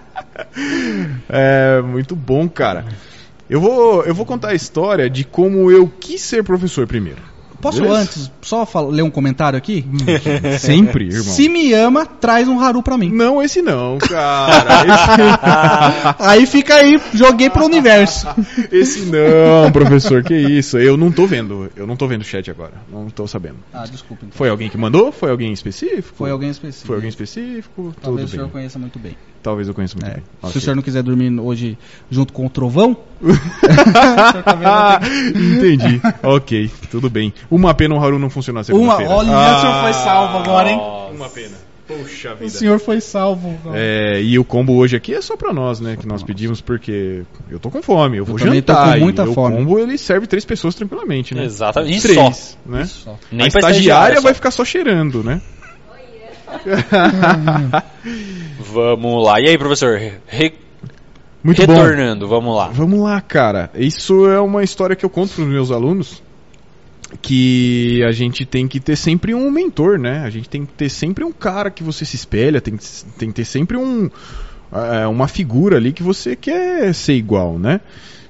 Speaker 1: É muito bom, cara. Eu vou, eu vou contar a história de como eu quis ser professor primeiro.
Speaker 2: Posso
Speaker 1: Beleza?
Speaker 2: antes só fal- ler um comentário aqui?
Speaker 1: Sempre, irmão.
Speaker 2: Se me ama, traz um Haru pra mim.
Speaker 1: Não, esse não, cara.
Speaker 2: Aí fica aí, joguei pro universo.
Speaker 1: Esse, esse não, professor, que isso. Eu não tô vendo. Eu não tô vendo o chat agora. Não tô sabendo.
Speaker 2: Ah, desculpa. Então.
Speaker 1: Foi alguém que mandou? Foi alguém específico?
Speaker 2: Foi alguém específico.
Speaker 1: Foi alguém específico?
Speaker 2: Talvez o
Speaker 1: Tudo
Speaker 2: senhor
Speaker 1: bem.
Speaker 2: conheça muito bem.
Speaker 1: Talvez eu conheça muito
Speaker 2: É.
Speaker 1: bem.
Speaker 2: Se
Speaker 1: Ok.
Speaker 2: o senhor não quiser dormir hoje junto com o trovão,
Speaker 1: Entendi. Ok, tudo bem. Uma pena o Haru não funcionar
Speaker 2: uma.
Speaker 1: segunda-feira.
Speaker 2: Olha, o senhor foi salvo agora, hein?
Speaker 1: Uma pena. Poxa
Speaker 2: O
Speaker 1: vida.
Speaker 2: senhor foi salvo.
Speaker 1: É, e o combo hoje aqui é só pra nós, né? Que nós pedimos porque eu tô com fome, eu vou
Speaker 2: também tô
Speaker 1: jantar.
Speaker 2: com muita
Speaker 1: e
Speaker 2: fome.
Speaker 1: O combo ele serve três pessoas tranquilamente, né?
Speaker 3: Exatamente. E
Speaker 1: Três,
Speaker 3: só.
Speaker 1: né?
Speaker 2: Só.
Speaker 3: Nem
Speaker 1: A
Speaker 3: pra
Speaker 1: estagiária
Speaker 3: só.
Speaker 1: vai ficar só cheirando, né?
Speaker 3: Vamos lá. E aí, professor? Re-
Speaker 1: Muito bom.
Speaker 3: Retornando, vamos lá.
Speaker 1: Vamos lá, cara. Isso é uma história que eu conto para os meus alunos, que a gente tem que ter sempre um mentor, né? A gente tem que ter sempre um cara que você se espelha, tem que, tem que ter sempre um, é, uma figura ali que você quer ser igual, né?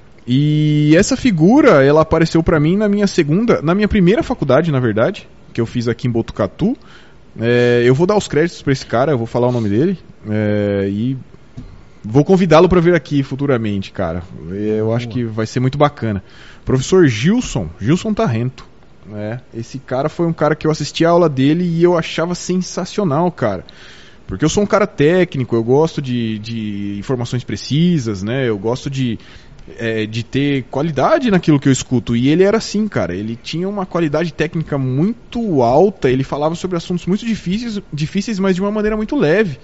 Speaker 1: E essa figura, ela apareceu para mim na minha segunda, na minha primeira faculdade, na verdade, que eu fiz aqui em Botucatu. É, eu vou dar os créditos para esse cara, eu vou falar o nome dele, é, e vou convidá-lo para vir aqui futuramente, cara. Eu acho que vai ser muito bacana. Professor Gilson, Gilson Tarrento. É, esse cara foi um cara que eu assisti a aula dele e eu achava sensacional, cara. Porque eu sou um cara técnico, eu gosto de, de informações precisas, né? Eu gosto de, é, de ter qualidade naquilo que eu escuto. E ele era assim, cara. Ele tinha uma qualidade técnica muito alta. Ele falava sobre assuntos muito difíceis, difíceis, mas de uma maneira muito leve.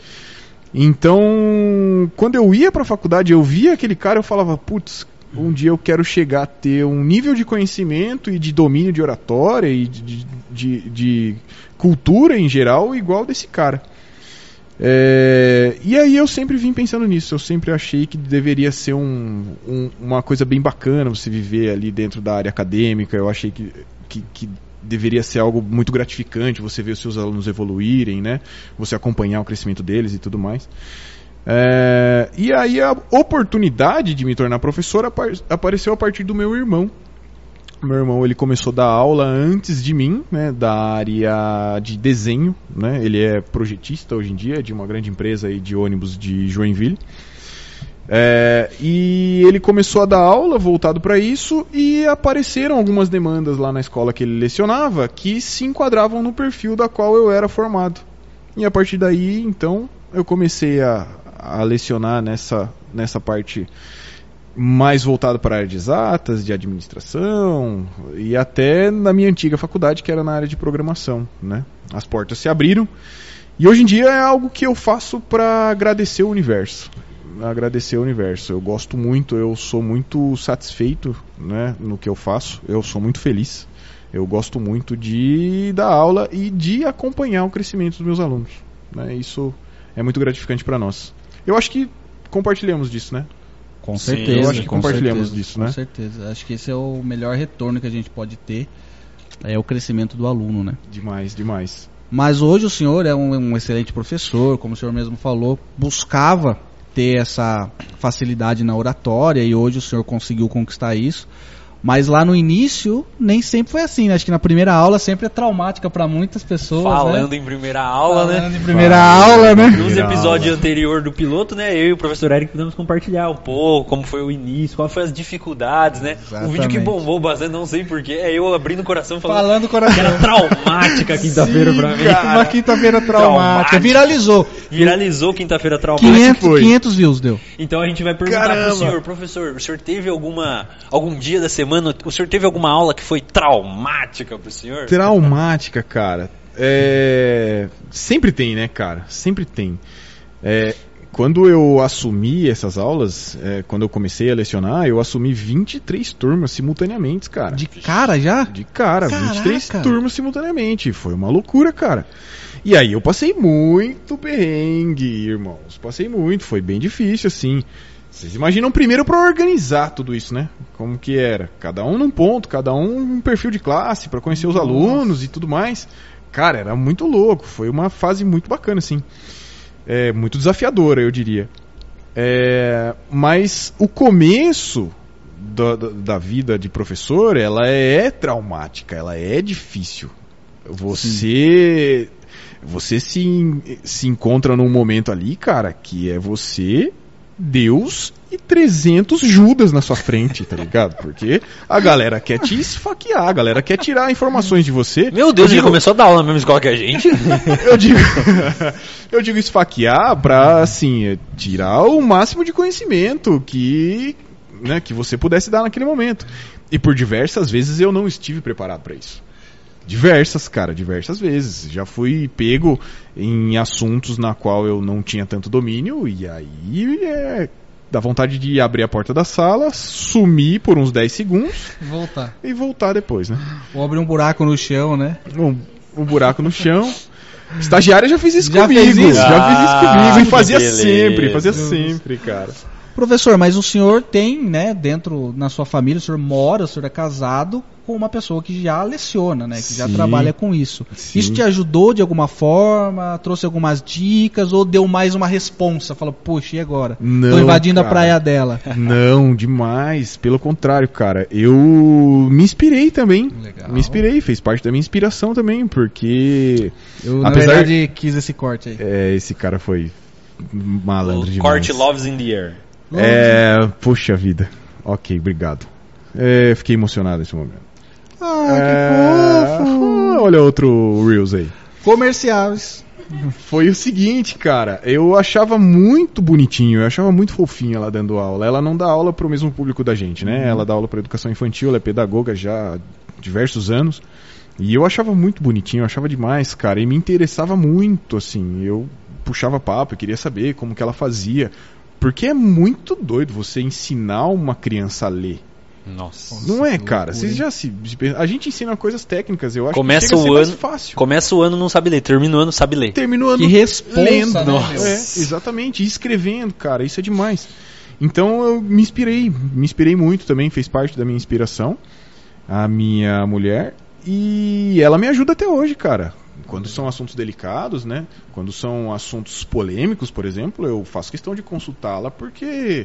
Speaker 1: Então, quando eu ia pra faculdade, eu via aquele cara, eu falava, putz, um dia eu quero chegar a ter um nível de conhecimento e de domínio de oratória e de, de, de cultura em geral igual desse cara. É, e aí eu sempre vim pensando nisso, eu sempre achei que deveria ser um, um, uma coisa bem bacana você viver ali dentro da área acadêmica. Eu achei que, que, que deveria ser algo muito gratificante você ver os seus alunos evoluírem, né? Você acompanhar o crescimento deles e tudo mais. É, e aí a oportunidade de me tornar professor ap- apareceu a partir do meu irmão. Meu irmão, ele começou a dar aula antes de mim, né, da área de desenho, né? Ele é projetista hoje em dia de uma grande empresa aí de ônibus de Joinville. É, e ele começou a dar aula voltado para isso e apareceram algumas demandas lá na escola que ele lecionava que se enquadravam no perfil da qual eu era formado. E a partir daí, então, eu comecei a, a lecionar nessa, nessa parte mais voltada para a área de exatas, de administração e até na minha antiga faculdade, que era na área de programação, né? As portas se abriram e hoje em dia é algo que eu faço para agradecer o universo. Agradecer o universo. Eu gosto muito, eu sou muito satisfeito, né, no que eu faço, eu sou muito feliz. Eu gosto muito de dar aula e de acompanhar o crescimento dos meus alunos, né? Isso é muito gratificante para nós. Eu acho que compartilhamos disso, né?
Speaker 2: Com
Speaker 3: Sim,
Speaker 2: certeza.
Speaker 1: eu acho que
Speaker 2: com
Speaker 1: compartilhamos
Speaker 2: certeza,
Speaker 1: disso, né?
Speaker 2: Com certeza. Acho que esse é o melhor retorno que a gente pode ter, é o crescimento do aluno, né?
Speaker 1: Demais, demais.
Speaker 2: Mas hoje o senhor é um, um excelente professor, como o senhor mesmo falou, buscava ter essa facilidade na oratória e hoje o senhor conseguiu conquistar isso. Mas lá no início nem sempre foi assim, né? Acho que na primeira aula sempre é traumática para muitas pessoas.
Speaker 3: Falando
Speaker 2: né?
Speaker 3: em primeira aula,
Speaker 2: Falando
Speaker 3: né?
Speaker 2: em primeira aula, né?
Speaker 3: Nos episódios anteriores do piloto, né? Eu e o professor Eric podemos compartilhar um pouco como foi o início, quais foram as dificuldades, né?
Speaker 2: Exatamente.
Speaker 3: Um vídeo que bombou bastante, não sei porquê. É eu abrindo o coração falando,
Speaker 2: Falando o coração.
Speaker 3: que era traumática a quinta-feira pra mim.
Speaker 2: Uma quinta-feira traumática.
Speaker 3: Traumática.
Speaker 2: Viralizou.
Speaker 3: Viralizou quinta-feira traumática.
Speaker 2: quinhentos,
Speaker 1: foi?
Speaker 2: quinhentos views deu.
Speaker 3: Então a gente vai perguntar
Speaker 1: Caramba.
Speaker 3: pro senhor, professor, o senhor teve alguma, algum dia da semana, o senhor teve alguma aula que foi traumática pro senhor?
Speaker 1: Traumática, cara. É... Sempre tem, né, cara? Sempre tem. É... Quando eu assumi essas aulas, é... quando eu comecei a lecionar, eu assumi vinte e três turmas simultaneamente, cara.
Speaker 2: De cara já?
Speaker 1: De cara,
Speaker 2: Caraca.
Speaker 1: vinte e três turmas simultaneamente. Foi uma loucura, cara. E aí eu passei muito perrengue, irmãos. Passei muito, foi bem difícil, assim. Vocês imaginam primeiro para organizar tudo isso, né? Como que era? Cada um num ponto, cada um um perfil de classe para conhecer os
Speaker 2: Nossa.
Speaker 1: alunos e tudo mais. Cara, era muito louco. Foi uma fase muito bacana, assim. É, muito desafiadora, eu diria. É, mas o começo da, da, da vida de professor, ela é traumática, ela é difícil. Você, você se, se encontra num momento ali, cara, que é você, Deus e trezentos Judas na sua frente, tá ligado? Porque a galera quer te esfaquear, a galera quer tirar informações de você.
Speaker 3: Meu Deus,
Speaker 1: Eu
Speaker 3: ele
Speaker 1: digo-
Speaker 3: começou a dar aula na mesma escola que a gente.
Speaker 1: eu digo, eu digo esfaquear pra, assim, tirar o máximo de conhecimento que, né, que você pudesse dar naquele momento. E por diversas vezes eu não estive preparado pra isso. Diversas, cara, diversas vezes. Já fui pego em assuntos na qual eu não tinha tanto domínio e aí é, dá vontade de abrir a porta da sala, sumir por uns dez segundos
Speaker 2: Voltar.
Speaker 1: e voltar depois, né?
Speaker 2: Ou abrir um buraco no chão, né?
Speaker 1: Um, um buraco no chão. Estagiária já fez isso
Speaker 2: Já
Speaker 1: comigo.
Speaker 2: fez isso?
Speaker 1: Já fez isso comigo.
Speaker 3: Ah,
Speaker 1: E fazia
Speaker 3: que beleza.
Speaker 1: sempre, fazia sempre, cara.
Speaker 2: Professor, mas o senhor tem, né, dentro, na sua família, o senhor mora, o senhor é casado com uma pessoa que já leciona, né, que já
Speaker 1: Sim.
Speaker 2: trabalha com isso.
Speaker 1: Sim.
Speaker 2: Isso te ajudou de alguma forma? Trouxe algumas dicas? Ou deu mais uma responsa? Fala, poxa, e agora?
Speaker 1: Não,
Speaker 2: Tô invadindo
Speaker 1: cara.
Speaker 2: a praia dela.
Speaker 1: Não, demais. Pelo contrário, cara. Eu me inspirei também.
Speaker 2: Legal.
Speaker 1: Me inspirei, fez parte da minha inspiração também, porque
Speaker 2: Eu, na
Speaker 1: Apesar-
Speaker 2: verdade, quis esse corte aí.
Speaker 1: é, esse cara foi malandro
Speaker 3: O
Speaker 1: demais.
Speaker 3: Corte Loves in the Air.
Speaker 1: É, puxa vida. Ok, obrigado. É, fiquei emocionado nesse momento.
Speaker 2: Ah,
Speaker 1: É,
Speaker 2: que fofo.
Speaker 1: olha outro Reels aí.
Speaker 2: Comerciais.
Speaker 1: Foi o seguinte, cara, eu achava muito bonitinho, eu achava muito fofinho ela dando aula. Ela não dá aula pro mesmo público da gente, né? Ela dá aula para educação infantil, ela é pedagoga já há diversos anos. E eu achava muito bonitinho, eu achava demais, cara, e me interessava muito, assim. Eu puxava papo, eu queria saber como que ela fazia. Porque é muito doido você ensinar uma criança a ler.
Speaker 3: Nossa.
Speaker 1: Não é,
Speaker 2: que
Speaker 1: cara?
Speaker 2: loucura,
Speaker 1: Vocês
Speaker 2: hein?
Speaker 1: já se. A gente ensina coisas técnicas, eu acho
Speaker 3: Começa
Speaker 1: que chega a ser
Speaker 3: o
Speaker 1: mais
Speaker 3: ano-
Speaker 1: fácil.
Speaker 3: Começa o ano não sabe ler, termina o ano sabe ler.
Speaker 1: Termina o ano
Speaker 2: Que responsa,
Speaker 1: lendo.
Speaker 2: né,
Speaker 1: Nossa.
Speaker 2: meu?
Speaker 1: É, exatamente. E escrevendo, cara, isso é demais. Então eu me inspirei, me inspirei muito também, fez parte da minha inspiração, a minha mulher, e ela me ajuda até hoje, cara. Quando são assuntos delicados, né? Quando são assuntos polêmicos, por exemplo, eu faço questão de consultá-la porque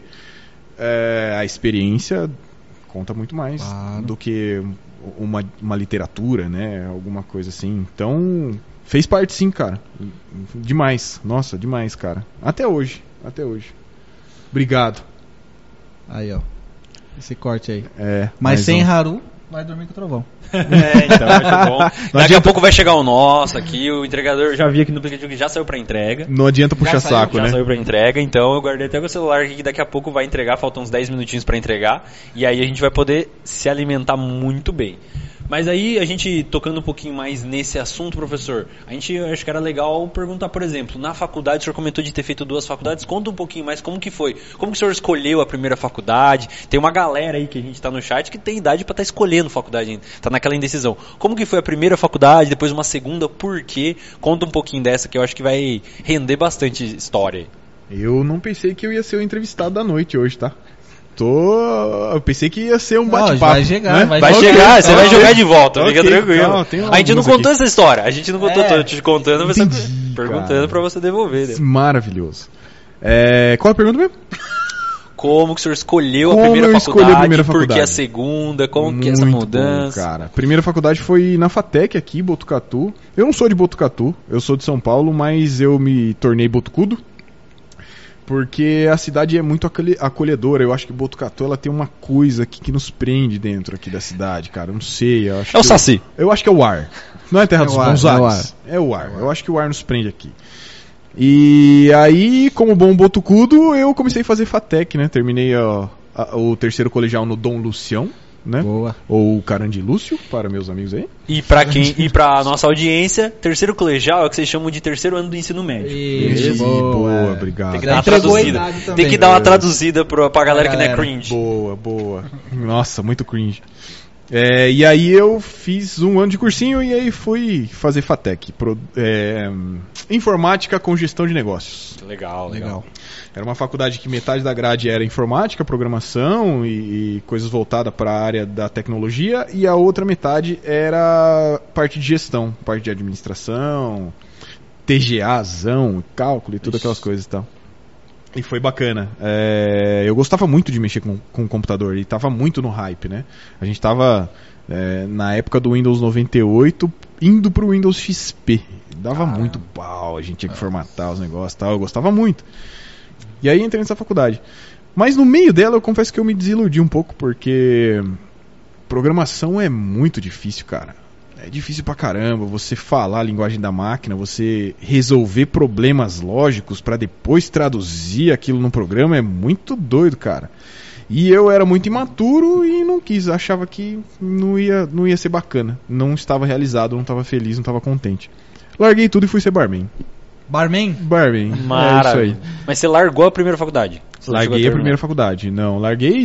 Speaker 1: é, a experiência conta muito mais
Speaker 2: Claro.
Speaker 1: do que uma, uma literatura, né? Alguma coisa assim. Então, fez parte sim, cara. Demais. Nossa, demais, cara. Até hoje. Até hoje. Obrigado.
Speaker 2: Aí, ó. Esse corte aí.
Speaker 1: É,
Speaker 2: Mas
Speaker 1: mais
Speaker 2: sem
Speaker 1: um.
Speaker 2: Haru, vai dormir com o trovão.
Speaker 3: É, então, muito bom. Daqui a
Speaker 1: adianta-
Speaker 3: pouco vai chegar o nosso aqui, o entregador já vi aqui no aplicativo que já saiu pra entrega.
Speaker 1: Não adianta puxar
Speaker 2: saiu,
Speaker 1: saco,
Speaker 3: Já
Speaker 1: né?
Speaker 3: saiu pra entrega, então eu guardei até o celular aqui que daqui a pouco vai entregar, faltam uns dez minutinhos pra entregar, e aí a gente vai poder se alimentar muito bem. Mas aí, a gente tocando um pouquinho mais nesse assunto, professor, a gente acho que era legal perguntar, por exemplo, na faculdade, o senhor comentou de ter feito duas faculdades, conta um pouquinho mais como que foi, como que o senhor escolheu a primeira faculdade, tem uma galera aí que a gente tá no chat que tem idade pra estar escolhendo faculdade ainda, tá naquela indecisão. Como que foi a primeira faculdade, depois uma segunda, por quê? Conta um pouquinho dessa que eu acho que vai render bastante história aí.
Speaker 1: Eu não pensei que eu ia ser o entrevistado da noite hoje, tá? Tô... Eu pensei que ia ser um
Speaker 2: Não,
Speaker 1: bate-papo.
Speaker 2: vai chegar,
Speaker 1: né?
Speaker 2: vai
Speaker 3: Vai
Speaker 2: Ok,
Speaker 3: chegar, você vai
Speaker 1: ok.
Speaker 3: jogar de volta, fica
Speaker 1: Ok,
Speaker 3: tranquilo.
Speaker 1: calma, tem
Speaker 3: a gente não
Speaker 1: algumas
Speaker 3: contou
Speaker 1: aqui.
Speaker 3: essa história, a gente não contou,
Speaker 2: É.
Speaker 3: tô te contando, você
Speaker 1: Entendi,
Speaker 3: perguntando
Speaker 1: cara.
Speaker 3: pra você devolver. Né?
Speaker 1: Maravilhoso. É, qual a pergunta mesmo?
Speaker 3: Como que o senhor escolheu
Speaker 1: Como
Speaker 3: a primeira
Speaker 1: eu
Speaker 3: faculdade,
Speaker 1: escolhi a primeira
Speaker 3: por que a
Speaker 1: faculdade?
Speaker 3: segunda, como que é essa
Speaker 1: Muito
Speaker 3: mudança?
Speaker 1: bom, cara. Primeira faculdade foi na FATEC aqui, Botucatu. Eu não sou de Botucatu, eu sou de São Paulo, mas eu me tornei botucudo. Porque a cidade é muito acolhe- acolhedora. Eu acho que Botucatu ela tem uma coisa aqui que nos prende dentro aqui da cidade, cara. Eu não sei. Eu acho
Speaker 3: É o
Speaker 1: que
Speaker 3: Saci.
Speaker 1: Eu, eu acho que é o ar. Não é Terra
Speaker 2: É
Speaker 1: dos
Speaker 2: o ar,
Speaker 1: Bons
Speaker 2: é o
Speaker 1: Ares. É o ar. Eu acho que o ar nos prende aqui. E aí, como bom botucudo, eu comecei a fazer FATEC, né? Terminei ó, a- o terceiro colegial no Dom Lucião, né?
Speaker 2: Boa.
Speaker 1: Ou Carandi Lúcio, para meus amigos aí.
Speaker 3: E pra quem, e pra nossa audiência, terceiro colegial é o que vocês chamam de terceiro ano do ensino médio.
Speaker 2: Isso,
Speaker 1: boa,
Speaker 2: boa.
Speaker 1: obrigado.
Speaker 3: Tem que dar uma
Speaker 2: Entregou a
Speaker 3: traduzida.
Speaker 2: idade também.
Speaker 3: Tem que dar uma traduzida pro, pra galera que não é
Speaker 2: Galera.
Speaker 3: cringe.
Speaker 1: Boa, boa. Nossa, muito cringe. É, e aí eu fiz um ano de cursinho e aí fui fazer FATEC. Pro, é, informática com gestão de negócios.
Speaker 3: Legal, legal.
Speaker 2: Legal.
Speaker 1: Era uma faculdade que metade da grade era informática, programação e, e coisas voltadas para a área da tecnologia, e a outra metade era parte de gestão, parte de administração, T G A-zão, cálculo e todas aquelas coisas e tal. E foi bacana. É, eu gostava muito de mexer com, com o computador e tava muito no hype, né? A gente tava é, na época do Windows noventa e oito indo pro Windows X P. Dava muito pau, a gente tinha que formatar os negócios e tal. Eu gostava muito. E aí entrei nessa faculdade. Mas no meio dela eu confesso que eu me desiludi um pouco, porque programação é muito difícil, cara. É difícil pra caramba você falar a linguagem da máquina, você resolver problemas lógicos pra depois traduzir aquilo no programa, é muito doido, cara. E eu era muito imaturo e não quis, achava que não ia, não ia ser bacana. Não estava realizado, não estava feliz, não estava contente. Larguei tudo e fui ser barman.
Speaker 2: Barman?
Speaker 1: Barman, é isso
Speaker 3: Maravilha.
Speaker 1: aí.
Speaker 3: Mas você largou a primeira faculdade? Você não chegou
Speaker 1: Larguei a
Speaker 3: terminar?
Speaker 1: primeira faculdade. Não, larguei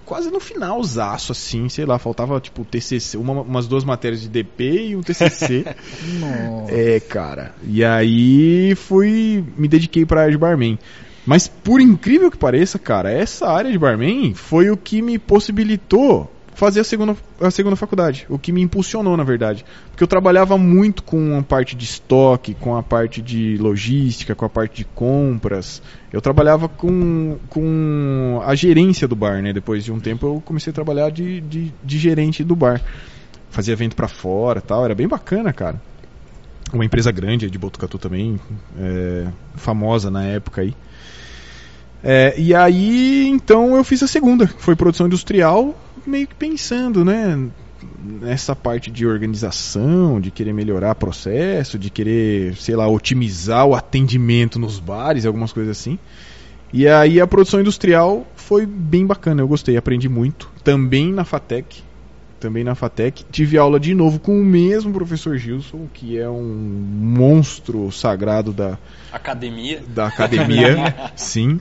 Speaker 1: quase no finalzaço, assim, sei lá, faltava tipo T C C, uma, umas duas matérias de D P e um T C C.
Speaker 2: Nossa.
Speaker 1: É, cara. E aí fui, me dediquei pra área de barman. Mas por incrível que pareça, cara, essa área de barman foi o que me possibilitou fazer a segunda, a segunda faculdade. O que me impulsionou, na verdade. Porque eu trabalhava muito com a parte de estoque, com a parte de logística, com a parte de compras. Eu trabalhava com, com a gerência do bar, né? Depois de um tempo eu comecei a trabalhar de, de, de gerente do bar. Fazia evento pra fora e tal. Era bem bacana, cara. Uma empresa grande de Botucatu também, é, famosa na época aí. É, e aí, então, eu fiz a segunda. Foi produção industrial, meio que pensando, né, nessa parte de organização, de querer melhorar processo, de querer, sei lá, otimizar o atendimento nos bares, algumas coisas assim. E aí a produção industrial foi bem bacana, eu gostei, aprendi muito. Também na FATEC, também na FATEC. Tive aula de novo com o mesmo professor Gilson, que é um monstro sagrado da
Speaker 3: academia.
Speaker 1: Da academia, sim.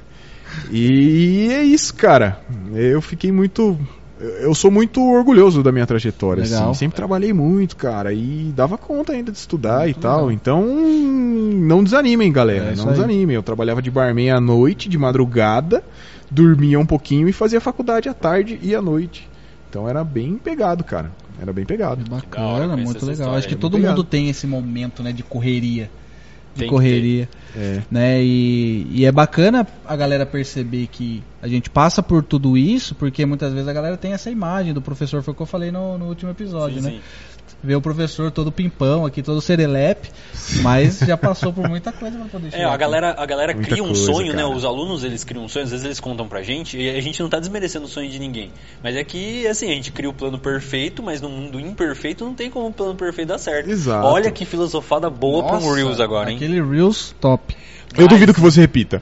Speaker 1: E é isso, cara. Eu fiquei muito... Eu sou muito orgulhoso da minha trajetória, assim. Sempre trabalhei muito, cara, e dava conta ainda de estudar muito e tal. Legal. Então, não desanimem, galera. É, não desanimem. Eu trabalhava de barman à noite, de madrugada, dormia um pouquinho e fazia faculdade à tarde e à noite. Então era bem pegado, cara. Era bem pegado.
Speaker 2: Bacana, muito legal. Acho que todo mundo tem esse momento, né, de correria. De correria, é. Né? E, e é bacana a galera perceber que a gente passa por tudo isso, porque muitas vezes a galera tem essa imagem do professor, foi o que eu falei no, no último episódio, sim, né? Sim. Vê o professor todo pimpão aqui, todo serelepe, mas já passou por muita coisa pra poder chegar.
Speaker 3: É, a galera, a galera
Speaker 1: muita
Speaker 3: cria um
Speaker 1: coisa,
Speaker 3: sonho,
Speaker 1: cara.
Speaker 3: né? Os alunos, eles criam um sonho, às vezes eles contam pra gente, e a gente não tá desmerecendo o sonho de ninguém. Mas é que, assim, a gente cria o plano perfeito, mas no mundo imperfeito não tem como o plano perfeito dar certo.
Speaker 1: Exato.
Speaker 3: Olha que filosofada boa. Nossa, pra um Reels agora, hein?
Speaker 2: Aquele Reels top.
Speaker 1: Eu mas... duvido que você repita.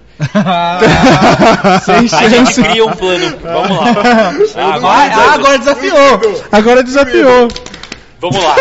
Speaker 2: Sem chance.
Speaker 3: A gente cria um plano. Vamos lá.
Speaker 2: Ah, agora, ah, agora desafiou. Agora desafiou.
Speaker 3: Vamos lá.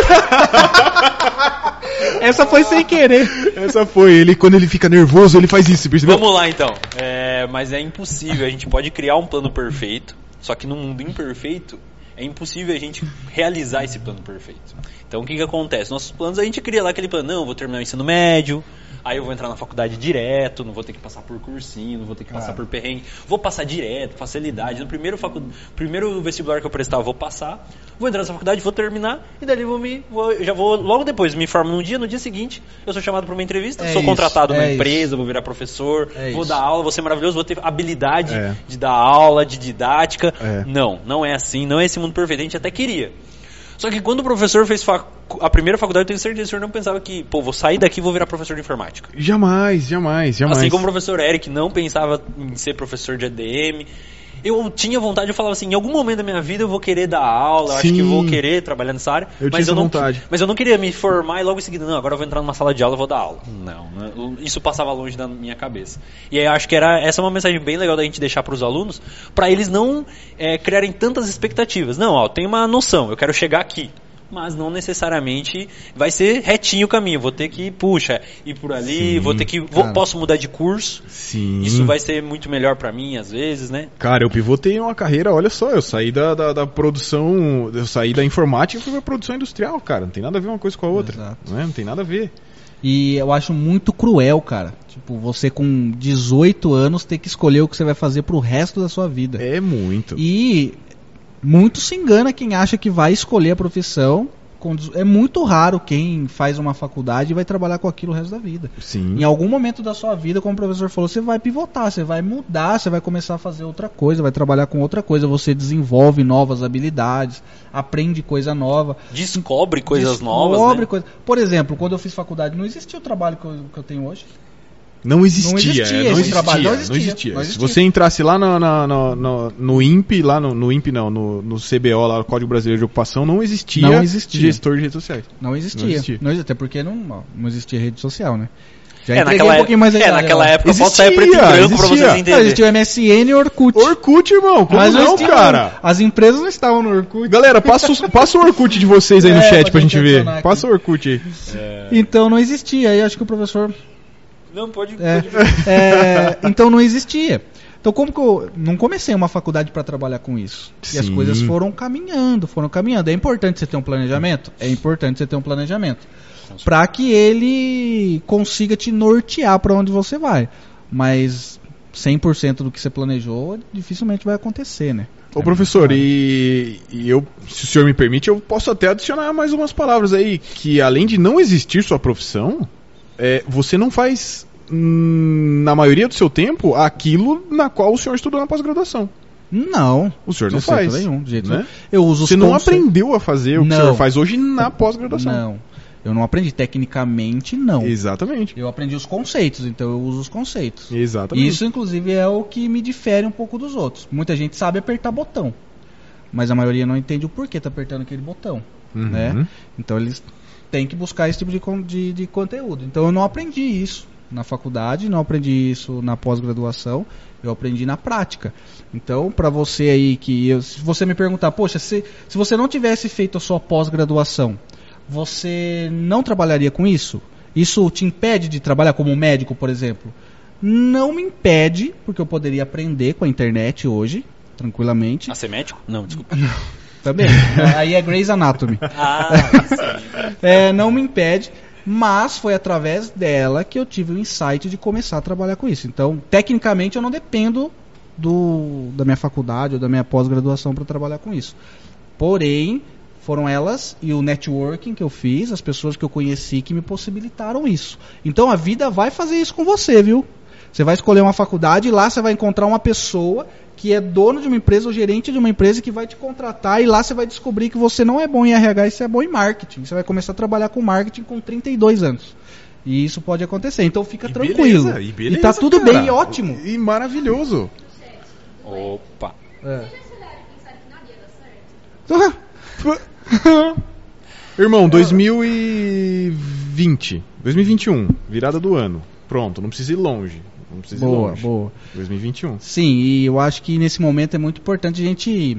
Speaker 2: Essa foi sem querer.
Speaker 1: Essa foi. Ele, quando ele fica nervoso, ele faz isso, percebeu?
Speaker 3: Vamos lá, então. É, mas é impossível. A gente pode criar um plano perfeito, só que no mundo imperfeito, é impossível a gente realizar esse plano perfeito. Então, o que que acontece? Nossos planos, a gente cria lá aquele plano. Não, eu vou terminar o ensino médio, aí eu vou entrar na faculdade direto, não vou ter que passar por cursinho, não vou ter que passar ah. por perrengue. Vou passar direto, facilidade. No primeiro, facu... primeiro vestibular que eu prestar, vou passar. Vou entrar nessa faculdade, vou terminar, e dali vou me, vou, já vou, logo depois, me formo num dia, no dia seguinte, eu sou chamado para uma entrevista, é sou isso, contratado numa é empresa, isso. Vou virar professor, é vou isso. dar aula, vou ser maravilhoso, vou ter habilidade é. de dar aula, de didática. É. Não, não é assim, não é esse mundo perfeito, a gente até queria. Só que quando o professor fez fac... a primeira faculdade, eu tenho certeza que o senhor não pensava que, pô, vou sair daqui e vou virar professor de informática.
Speaker 1: Jamais, jamais, jamais.
Speaker 3: Assim como o professor Eric não pensava em ser professor de A D M. Eu tinha vontade, eu falava assim, em algum momento da minha vida eu vou querer dar aula, eu acho que eu vou querer trabalhar nessa área.
Speaker 1: Eu
Speaker 3: mas,
Speaker 1: tinha
Speaker 3: eu não,
Speaker 1: vontade.
Speaker 3: mas eu não queria me formar e logo em seguida, não, agora eu vou entrar numa sala de aula e vou dar aula. Não, não, isso passava longe da minha cabeça. E aí eu acho que era, essa é uma mensagem bem legal da gente deixar para os alunos, para eles não é, criarem tantas expectativas. Não, ó, tem uma noção, eu quero chegar aqui. Mas não necessariamente vai ser retinho o caminho. Vou ter que, puxa, ir por ali, Sim, vou ter que. Vou, posso mudar de curso.
Speaker 1: Sim.
Speaker 3: Isso vai ser muito melhor pra mim, às vezes, né?
Speaker 1: Cara, eu pivotei uma carreira, olha só, eu saí da, da, da produção, eu saí da informática e fui pra produção industrial, cara. Não tem nada a ver uma coisa com a outra. Exato. Não, é? Não tem nada a ver.
Speaker 2: E eu acho muito cruel, cara. Tipo, você com dezoito anos ter que escolher o que você vai fazer pro resto da sua vida.
Speaker 1: É muito.
Speaker 2: E muito se engana quem acha que vai escolher a profissão. É muito raro quem faz uma faculdade e vai trabalhar com aquilo o resto da vida.
Speaker 1: Sim.
Speaker 2: Em algum momento da sua vida, como o professor falou, você vai pivotar, você vai mudar, você vai começar a fazer outra coisa, vai trabalhar com outra coisa, você desenvolve novas habilidades, aprende coisa nova.
Speaker 3: Descobre coisas
Speaker 2: descobre
Speaker 3: novas,
Speaker 2: Descobre
Speaker 3: né?
Speaker 2: coisa. Por exemplo, quando eu fiz faculdade, não existia o trabalho que eu, que eu tenho hoje.
Speaker 1: Não existia,
Speaker 2: não existia,
Speaker 1: não existia,
Speaker 2: trabalho, não
Speaker 1: existia,
Speaker 2: existia,
Speaker 1: não existia.
Speaker 2: não existia.
Speaker 1: Se você entrasse lá no, no, no, no, no I N P, lá no, no I N P não, no, no C B O, lá no Código Brasileiro de Ocupação, não existia,
Speaker 2: não existia
Speaker 1: gestor de redes sociais.
Speaker 2: Não existia, não existia. Não existia até porque não, não existia rede social, né? Já
Speaker 3: é, naquela,
Speaker 2: um pouquinho mais
Speaker 3: é, naquela época
Speaker 1: existia,
Speaker 3: pode sair preto e branco
Speaker 1: existia.
Speaker 3: pra vocês entenderem.
Speaker 2: Não, existia o M S N e o Orkut.
Speaker 1: Orkut, irmão, como
Speaker 2: Mas
Speaker 1: não, cara?
Speaker 2: As empresas não estavam no Orkut.
Speaker 1: Galera, passa o, passa o Orkut de vocês aí no
Speaker 2: é,
Speaker 1: chat pra gente ver.
Speaker 2: aqui.
Speaker 1: Passa o Orkut aí.
Speaker 2: É. Então não existia, aí acho que o professor...
Speaker 3: Não, pode...
Speaker 2: É,
Speaker 3: pode
Speaker 2: é, então não existia. Então como que eu não comecei uma faculdade para trabalhar com isso?
Speaker 1: Sim.
Speaker 2: E as coisas foram caminhando, foram caminhando. É importante você ter um planejamento? É importante você ter um planejamento. Para que ele consiga te nortear para onde você vai. Mas cem por cento do que você planejou dificilmente vai acontecer, né?
Speaker 1: Ô professor, e, e eu, se o senhor me permite, eu posso até adicionar mais umas palavras aí, que além de não existir sua profissão, é, você não faz, hum, na maioria do seu tempo, aquilo na qual o senhor estudou na pós-graduação.
Speaker 2: Não.
Speaker 1: O senhor não
Speaker 2: de
Speaker 1: faz.
Speaker 2: jeito nenhum, de jeito
Speaker 1: Né?
Speaker 2: nenhum. Eu uso os
Speaker 1: Você não
Speaker 2: conce-
Speaker 1: aprendeu a fazer o que
Speaker 2: Não.
Speaker 1: o senhor faz hoje na pós-graduação.
Speaker 2: Não. Eu não aprendi. Tecnicamente, não.
Speaker 1: Exatamente.
Speaker 2: Eu aprendi os conceitos, então eu uso os conceitos.
Speaker 1: Exatamente.
Speaker 2: Isso, inclusive, é o que me difere um pouco dos outros. Muita gente sabe apertar botão, mas a maioria não entende o porquê tá apertando aquele botão,
Speaker 1: Uhum.
Speaker 2: né? Então eles têm que buscar esse tipo de, con- de, de conteúdo. Então eu não aprendi isso na faculdade, não aprendi isso na pós-graduação, eu aprendi na prática. Então, para você aí que... Eu, se você me perguntar, poxa, se, se você não tivesse feito a sua pós-graduação, você não trabalharia com isso? Isso te impede de trabalhar como médico, por exemplo? Não me impede, porque eu poderia aprender com a internet hoje, tranquilamente.
Speaker 3: Ah, ser médico? Não, desculpa.
Speaker 2: Também. Aí é Grey's Anatomy.
Speaker 3: Ah, sim.
Speaker 2: É, não me impede, mas foi através dela que eu tive o insight de começar a trabalhar com isso. Então, tecnicamente, eu não dependo do, da minha faculdade ou da minha pós-graduação para trabalhar com isso. Porém, foram elas e o networking que eu fiz, as pessoas que eu conheci que me possibilitaram isso. Então a vida vai fazer isso com você, viu? Você vai escolher uma faculdade e lá você vai encontrar uma pessoa que é dono de uma empresa ou gerente de uma empresa que vai te contratar, e lá você vai descobrir que você não é bom em R H e você é bom em marketing. Você vai começar a trabalhar com marketing com trinta e dois anos. E isso pode acontecer. Então fica
Speaker 1: E
Speaker 2: tranquilo.
Speaker 1: beleza, e beleza,
Speaker 2: e tá tudo
Speaker 1: cara.
Speaker 2: bem, e ótimo.
Speaker 1: E maravilhoso.
Speaker 3: Opa.
Speaker 2: É.
Speaker 1: Irmão, dois mil e vinte, dois mil e vinte e um, virada do ano. Pronto, não precisa ir longe. Não precisa ir
Speaker 2: Boa,
Speaker 1: longe.
Speaker 2: boa.
Speaker 1: dois mil e vinte e um.
Speaker 2: Sim, e eu acho que nesse momento é muito importante a gente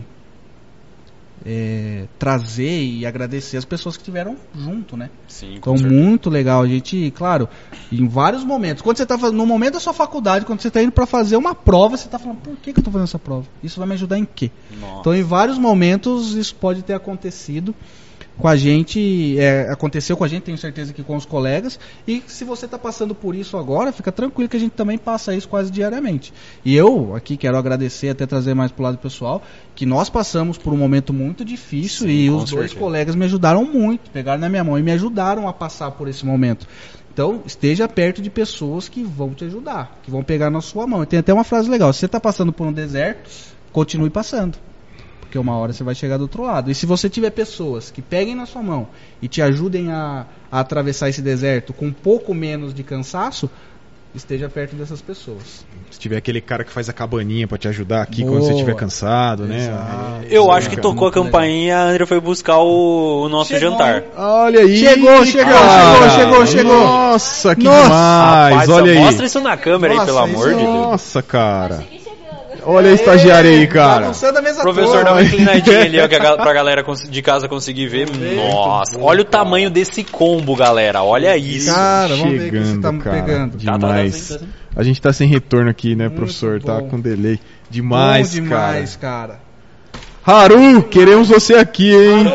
Speaker 2: é, trazer e agradecer as pessoas que estiveram junto, né?
Speaker 3: Sim,
Speaker 2: Então,
Speaker 3: com certeza.
Speaker 2: muito legal. A gente, claro, em vários momentos. Quando você está fazendo, no momento da sua faculdade, quando você está indo para fazer uma prova, você está falando, por que, que eu estou fazendo essa prova? Isso vai me ajudar em quê?
Speaker 3: Nossa.
Speaker 2: Então, em vários momentos, isso pode ter acontecido com a gente, é, aconteceu com a gente, tenho certeza que com os colegas, e se você está passando por isso agora, fica tranquilo que a gente também passa isso quase diariamente. E eu aqui quero agradecer, até trazer mais para o lado pessoal, que nós passamos por um momento muito difícil.
Speaker 3: Sim,
Speaker 2: e
Speaker 3: com
Speaker 2: os dois
Speaker 3: certeza.
Speaker 2: colegas me ajudaram muito, pegaram na minha mão e me ajudaram a passar por esse momento. Então, esteja perto de pessoas que vão te ajudar, que vão pegar na sua mão. E tem até uma frase legal: se você está passando por um deserto, continue passando, porque uma hora você vai chegar do outro lado. E se você tiver pessoas que peguem na sua mão e te ajudem a, a atravessar esse deserto com um pouco menos de cansaço, esteja perto dessas pessoas.
Speaker 1: Se tiver aquele cara que faz a cabaninha pra te ajudar aqui
Speaker 2: Boa.
Speaker 1: quando você estiver cansado, né?
Speaker 2: Exato.
Speaker 3: Eu
Speaker 2: Sim,
Speaker 3: acho que
Speaker 2: cara,
Speaker 3: tocou a
Speaker 2: muito
Speaker 3: campainha e a Andrea foi buscar o, o nosso
Speaker 2: Chegou,
Speaker 3: jantar.
Speaker 2: hein?
Speaker 1: Olha aí,
Speaker 2: Chegou, chegou,
Speaker 1: cara.
Speaker 2: chegou, chegou, chegou.
Speaker 1: Nossa, que
Speaker 2: Nossa.
Speaker 1: demais.
Speaker 3: Rapaz,
Speaker 1: Olha
Speaker 3: só
Speaker 1: aí.
Speaker 3: mostra isso na câmera
Speaker 2: Nossa,
Speaker 3: aí, pelo
Speaker 2: isso
Speaker 3: amor de Deus.
Speaker 1: Nossa, cara.
Speaker 4: Cheguei chegando.
Speaker 1: Olha a estagiária aí, cara.
Speaker 2: Bagunçando a mesa
Speaker 3: O professor
Speaker 2: toda.
Speaker 3: dá uma inclinadinha ali, ó, que a gal- pra galera cons- de casa conseguir ver. Nossa, olha o tamanho desse combo, galera. Olha isso.
Speaker 2: Cara, vamos ver o que você tá
Speaker 1: Chegando, cara.
Speaker 2: pegando.
Speaker 3: Tá, tá, tá,
Speaker 1: Demais.
Speaker 3: tá, tá, tá.
Speaker 1: A gente tá sem retorno aqui, né,
Speaker 2: Muito
Speaker 1: professor? Tá
Speaker 2: bom.
Speaker 1: com delay. Demais,
Speaker 2: Bom demais, cara.
Speaker 1: cara. Haru, queremos você aqui, hein?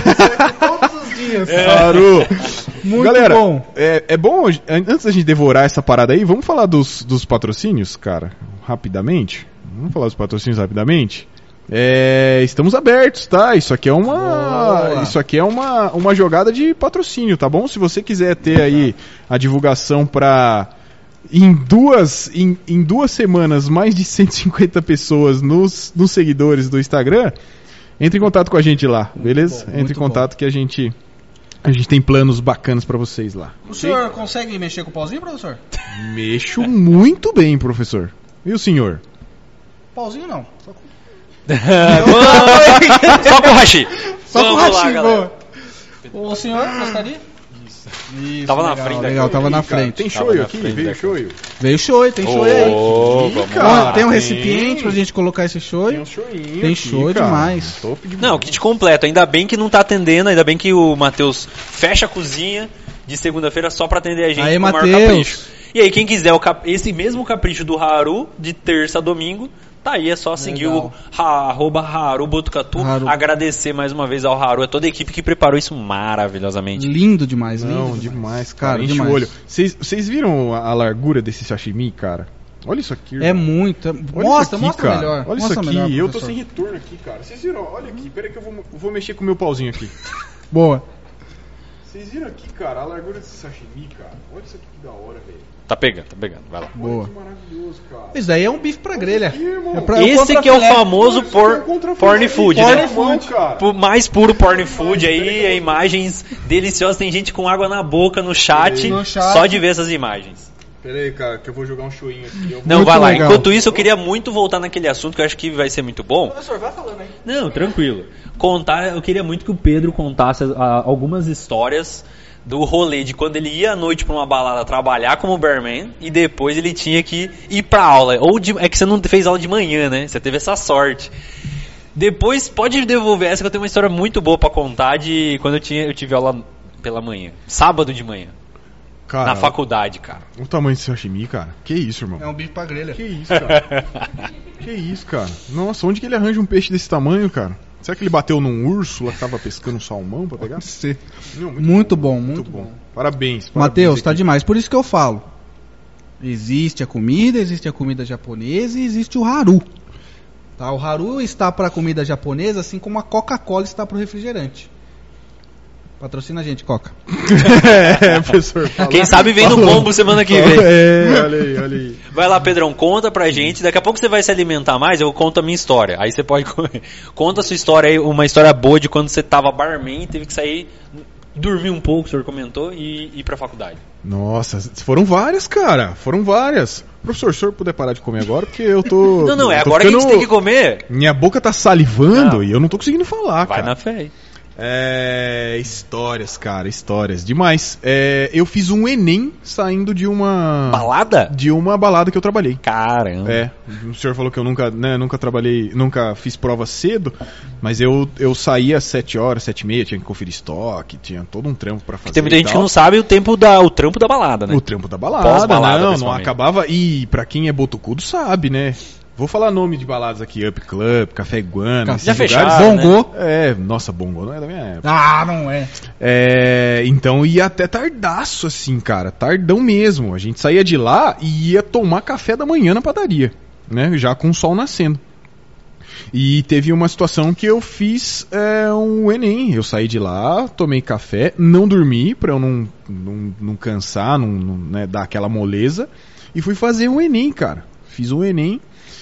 Speaker 2: Todos os dias.
Speaker 1: Haru.
Speaker 2: Muito
Speaker 1: Galera,
Speaker 2: bom.
Speaker 1: É, é bom, antes da gente devorar essa parada aí, vamos falar dos, dos patrocínios, cara, rapidamente. Vamos falar dos patrocínios rapidamente. É, estamos abertos, tá? Isso aqui é uma,
Speaker 2: Boa.
Speaker 1: isso aqui é uma, uma jogada de patrocínio, tá bom? Se você quiser ter aí a divulgação pra em duas, em, em duas semanas mais de cento e cinquenta pessoas nos, nos seguidores do Instagram, entre em contato com a gente lá, beleza?
Speaker 2: bom,
Speaker 1: entre
Speaker 2: muito
Speaker 1: em contato que a gente a gente tem planos bacanas pra vocês lá.
Speaker 2: O senhor consegue mexer com o pauzinho, professor?
Speaker 1: Mexo muito bem, professor. E o senhor?
Speaker 2: Pauzinho não. Só com,
Speaker 3: Só com o Hashi.
Speaker 2: só com o
Speaker 3: Vamos lá,
Speaker 2: ratinho,
Speaker 3: galera.
Speaker 2: boa. O senhor gostaria? Isso,
Speaker 3: Tava na
Speaker 2: legal,
Speaker 3: frente da
Speaker 2: legal, tava na
Speaker 1: Cara,
Speaker 2: frente.
Speaker 1: tem
Speaker 3: Tava
Speaker 1: shoyu
Speaker 3: na
Speaker 1: aqui?
Speaker 3: frente
Speaker 1: Veio
Speaker 3: da
Speaker 1: shoyu?
Speaker 2: Veio shoyu, tem shoyu aí.
Speaker 3: Ô, vamos
Speaker 1: cara.
Speaker 3: lá.
Speaker 2: Tem, tem um
Speaker 1: tem.
Speaker 2: recipiente pra gente colocar esse
Speaker 1: Tem
Speaker 2: shoyu.
Speaker 1: um shoyinho
Speaker 2: Tem
Speaker 1: aqui,
Speaker 2: shoyu
Speaker 1: cara.
Speaker 2: demais.
Speaker 1: Top de
Speaker 3: Não, kit completo. Ainda bem que não tá atendendo, ainda bem que o Matheus fecha a cozinha de segunda-feira só pra atender a gente
Speaker 2: Aí,
Speaker 3: com o maior
Speaker 2: Matheus.
Speaker 3: capricho. E aí, quem quiser o cap... esse mesmo capricho do Haru, de terça a domingo, tá aí, é só seguir
Speaker 2: Legal.
Speaker 3: o ha, arroba Haru Botucatu.
Speaker 2: Haru.
Speaker 3: Agradecer mais uma vez ao Haru, a toda a equipe que preparou isso maravilhosamente.
Speaker 2: Lindo demais, lindo
Speaker 1: Não,
Speaker 2: demais.
Speaker 1: demais, cara.
Speaker 2: Cara,
Speaker 1: Enche
Speaker 2: demais.
Speaker 1: o olho. Vocês vocês viram a, a largura desse sashimi, cara? Olha isso aqui.
Speaker 2: É
Speaker 1: irmão.
Speaker 2: muito.
Speaker 1: Olha
Speaker 2: Mostra,
Speaker 1: isso aqui,
Speaker 2: mostra
Speaker 1: cara.
Speaker 2: melhor.
Speaker 1: Olha
Speaker 2: mostra
Speaker 1: isso aqui.
Speaker 2: melhor,
Speaker 1: eu tô
Speaker 2: professor.
Speaker 1: sem retorno aqui, cara. Vocês viram? Olha aqui. Pera aí que eu vou, eu vou mexer com o meu pauzinho aqui.
Speaker 2: Boa.
Speaker 1: Vocês viram aqui, cara, a largura desse sashimi, cara? Olha isso aqui que da hora, velho.
Speaker 3: Tá pegando, tá pegando, vai lá.
Speaker 2: Boa.
Speaker 1: Olha que maravilhoso, cara.
Speaker 2: Isso daí é um bife pra grelha.
Speaker 1: aqui, irmão.
Speaker 2: É pra- é o
Speaker 3: Esse que é o
Speaker 2: contrafilé.
Speaker 3: famoso
Speaker 1: Isso aqui é
Speaker 3: por,
Speaker 1: o contrafilé.
Speaker 3: porn food,
Speaker 1: Porn
Speaker 3: né?
Speaker 1: food, cara.
Speaker 3: Pu- mais puro porn food aí, é imagens deliciosas. Tem gente com água na boca no chat,
Speaker 2: No chat.
Speaker 3: só de ver essas imagens.
Speaker 1: Pera aí, cara, que eu vou jogar um shoinho aqui. Eu...
Speaker 3: Não,
Speaker 2: Muito
Speaker 3: vai lá.
Speaker 2: legal.
Speaker 3: Enquanto isso, eu queria muito voltar naquele assunto que eu acho que vai ser muito bom.
Speaker 2: Professor, vai falando aí.
Speaker 3: Não, tranquilo. Contar, eu queria muito que o Pedro contasse ah, algumas histórias do rolê de quando ele ia à noite pra uma balada trabalhar como barman e depois ele tinha que ir pra aula. Ou de, é que você não fez aula de manhã, né? Você teve essa sorte. Depois pode devolver essa que eu tenho uma história muito boa pra contar de quando eu, tinha, eu tive aula pela manhã. Sábado de manhã.
Speaker 1: Cara,
Speaker 3: na faculdade, cara.
Speaker 1: o tamanho desse sashimi, cara. Que isso, irmão?
Speaker 2: É um bife pra grelha.
Speaker 1: Que isso, cara. Que isso, cara. Nossa, onde que ele arranja um peixe desse tamanho, cara? Será que ele bateu num urso lá que tava pescando um salmão pra pegar?
Speaker 2: Sim.
Speaker 1: Não,
Speaker 2: Muito bom, muito bom.
Speaker 1: Parabéns. parabéns
Speaker 2: Matheus, tá
Speaker 1: aqui.
Speaker 2: demais. Por isso que eu falo. Existe a comida, existe a comida japonesa e existe o Haru. Tá? O Haru está para a comida japonesa, assim como a Coca-Cola está para o refrigerante. Patrocina a gente, Coca.
Speaker 1: É, professor. Falou.
Speaker 3: Quem sabe vem no combo semana que vem.
Speaker 1: É, olha aí, olha aí.
Speaker 3: Vai lá, Pedrão, conta pra gente. Daqui a pouco você vai se alimentar mais, eu conto a minha história. Aí você pode comer. Conta a sua história aí, uma história boa de quando você tava barman e teve que sair, dormir um pouco, o senhor comentou, e ir pra faculdade.
Speaker 1: Nossa, foram várias, cara. Foram várias. Professor, se o senhor puder parar de comer agora, porque eu tô.
Speaker 3: Não, não, é
Speaker 1: eu tô
Speaker 3: agora que a gente
Speaker 1: ficando-
Speaker 3: tem que comer.
Speaker 1: Minha boca tá salivando
Speaker 3: Não.
Speaker 1: e eu não tô conseguindo falar,
Speaker 3: Vai
Speaker 1: cara.
Speaker 3: na fé aí.
Speaker 1: É. Histórias, cara, histórias. Demais. É, eu fiz um Enem saindo de uma.
Speaker 3: Balada?
Speaker 1: De uma balada que eu trabalhei.
Speaker 3: Caramba.
Speaker 1: É, o senhor falou que eu nunca, né, nunca trabalhei, nunca fiz prova cedo, mas eu, eu saía às sete horas, sete e meia, tinha que conferir estoque, tinha todo um trampo pra fazer.
Speaker 3: Tem muita
Speaker 1: e
Speaker 3: gente que
Speaker 1: tal.
Speaker 3: não sabe o tempo da, o trampo da balada, né?
Speaker 1: O trampo da balada,
Speaker 3: Pós-balada,
Speaker 1: não, não
Speaker 3: principalmente.
Speaker 1: acabava. E pra quem é botucudo sabe, né? Vou falar nome de baladas aqui, Up Club, Café Iguana, esses
Speaker 3: Já
Speaker 1: lugares.
Speaker 3: fecharam,
Speaker 2: Bongô.
Speaker 1: É, nossa, Bongo não é da minha época.
Speaker 2: Ah, não é.
Speaker 1: É, então ia até tardaço, assim, cara, tardão mesmo. A gente saía de lá e ia tomar café da manhã na padaria, né? Já com o sol nascendo. E teve uma situação que eu fiz é, um Enem. Eu saí de lá, tomei café, não dormi pra eu não, não, não cansar, não, não, né, dar aquela moleza. E fui fazer um Enem, cara. Fiz um Enem.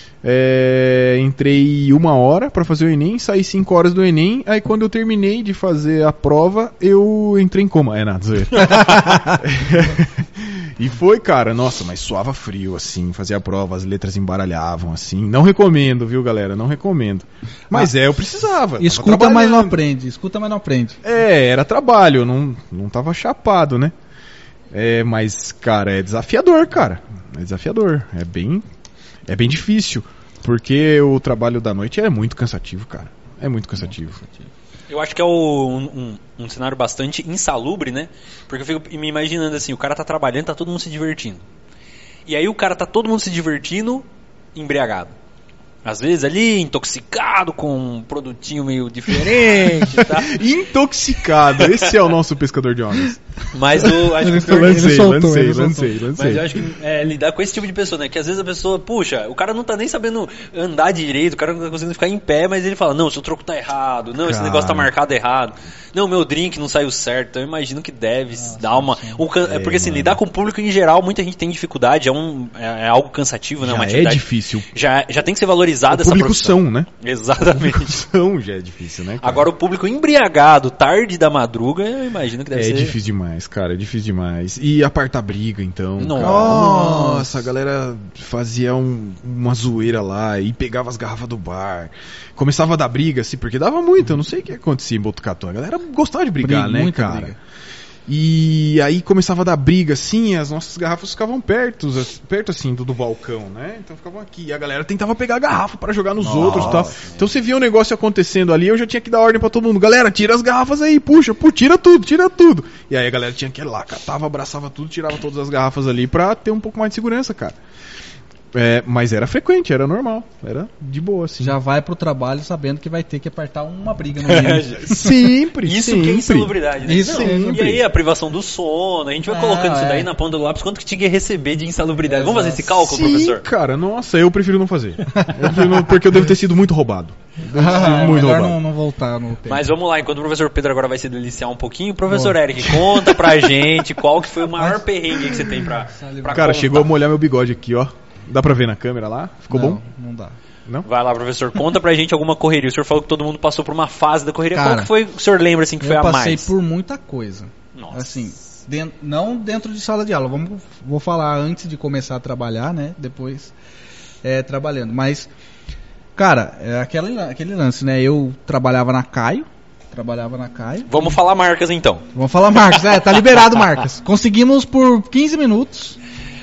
Speaker 1: É, entrei uma hora pra fazer o Enem, saí cinco horas do Enem. Aí quando eu terminei de fazer a prova, eu entrei em coma. É nada, zoeira. E foi, cara, nossa, mas suava frio, assim, fazia a prova, as letras embaralhavam, assim. Não recomendo, viu, galera? Não recomendo. Mas é, eu precisava. tava
Speaker 2: Escuta, mas não
Speaker 1: trabalhando.
Speaker 2: aprende. Escuta, mas não aprende.
Speaker 1: É, era trabalho, eu não, não tava chapado, né? É, mas, cara, é desafiador, cara. É desafiador. É bem, é bem difícil. Porque o trabalho da noite é muito cansativo, cara. É muito cansativo.
Speaker 3: Eu acho que é o- um, um- um cenário bastante insalubre, né? Porque eu fico me imaginando assim, o cara tá trabalhando, tá todo mundo se divertindo. E aí o cara tá todo mundo se divertindo, embriagado. Às vezes ali, intoxicado, com um produtinho meio diferente, tá?
Speaker 1: Intoxicado, esse é o nosso pescador de homens.
Speaker 3: Mas o, acho que o pior
Speaker 2: Ele
Speaker 1: Lancei,
Speaker 2: soltou,
Speaker 1: lancei,
Speaker 2: ele soltou.
Speaker 1: lancei, lancei.
Speaker 3: Mas eu acho que é, lidar com esse tipo de pessoa, né? Que às vezes a pessoa, puxa, o cara não tá nem sabendo andar direito, o cara não tá conseguindo ficar em pé, mas ele fala, não, seu troco tá errado, não, esse
Speaker 1: Cara.
Speaker 3: negócio tá marcado errado, não, meu drink não saiu certo, então eu imagino que deve dar uma... um can- é, porque assim,
Speaker 1: mano.
Speaker 3: lidar com o público em geral, muita gente tem dificuldade, é, um, é, é algo cansativo, né?
Speaker 1: Já
Speaker 3: Uma
Speaker 1: é
Speaker 3: atividade-
Speaker 1: difícil.
Speaker 3: Já, já tem que ser valorizada
Speaker 1: O
Speaker 3: essa
Speaker 1: público
Speaker 3: profissão.
Speaker 1: são, né?
Speaker 3: Exatamente.
Speaker 1: São já é difícil, né? cara?
Speaker 3: Agora o público embriagado, tarde da madruga, eu imagino que deve
Speaker 1: É
Speaker 3: ser...
Speaker 1: difícil demais, cara, é difícil demais. E apartar briga, então.
Speaker 3: Nossa.
Speaker 1: cara. Nossa, a galera fazia um- uma zoeira lá e pegava as garrafas do bar. Começava a dar briga, assim, porque dava muito. Eu não sei o que acontecia em Botucatu. A galera gostava de brigar,
Speaker 2: Briga,
Speaker 1: né,
Speaker 2: muita
Speaker 1: cara?
Speaker 2: briga.
Speaker 1: E aí começava a dar briga, assim, as nossas garrafas ficavam perto, perto assim, do, do balcão, né? Então ficavam aqui. E a galera tentava pegar a garrafa pra jogar nos
Speaker 2: Nossa,
Speaker 1: outros e tal.
Speaker 2: é.
Speaker 1: Então você via um negócio acontecendo ali, eu já tinha que dar ordem pra todo mundo. Galera, tira as garrafas aí, puxa, pô, tira tudo, tira tudo. E aí a galera tinha que ir lá, catava, abraçava tudo, tirava todas as garrafas ali pra ter um pouco mais de segurança, cara. É, mas era frequente, era normal, era de boa, assim.
Speaker 2: Já vai pro trabalho sabendo que vai ter que apertar uma briga no meio.
Speaker 1: Sempre,
Speaker 3: Isso
Speaker 1: sempre.
Speaker 3: que é insalubridade, né?
Speaker 2: Isso
Speaker 3: Não,
Speaker 1: sempre.
Speaker 3: E aí a privação do sono, a gente vai
Speaker 2: Ah,
Speaker 3: colocando isso
Speaker 2: é.
Speaker 3: daí na ponta do lápis, quanto que tinha que receber de insalubridade. Vamos fazer
Speaker 2: Exato.
Speaker 3: esse cálculo,
Speaker 1: Sim,
Speaker 3: professor?
Speaker 1: cara, nossa, eu prefiro não fazer. Eu prefiro não- porque eu devo ter sido muito roubado.
Speaker 2: Ah,
Speaker 1: Muito
Speaker 2: melhor
Speaker 1: roubado.
Speaker 2: não, não voltar no tempo.
Speaker 3: Mas vamos lá, enquanto o professor Pedro agora vai se deliciar um pouquinho, professor Eric, conta pra gente qual que foi o maior perrengue que você tem pra, pra
Speaker 1: Cara,
Speaker 3: contar.
Speaker 1: chegou a molhar meu bigode aqui, ó. Dá pra ver na câmera lá? Ficou
Speaker 2: não,
Speaker 1: bom?
Speaker 2: Não dá.
Speaker 1: Não?
Speaker 3: Vai lá, professor, conta pra gente alguma correria. O senhor falou que todo mundo passou por uma fase da correria.
Speaker 2: Cara,
Speaker 3: qual que foi, o senhor lembra assim que foi
Speaker 2: Eu
Speaker 3: a
Speaker 2: passei
Speaker 3: mais?
Speaker 2: por muita coisa.
Speaker 3: Nossa.
Speaker 2: Assim, den- não dentro de sala de aula. Vamos, vou falar antes de começar a trabalhar, né? Depois é, trabalhando. Mas, cara, é aquele, aquele lance, né? Eu trabalhava na Caio. Trabalhava na Caio.
Speaker 3: Vamos falar marcas então.
Speaker 2: Vamos falar marcas. É, tá liberado marcas. Conseguimos por quinze minutos.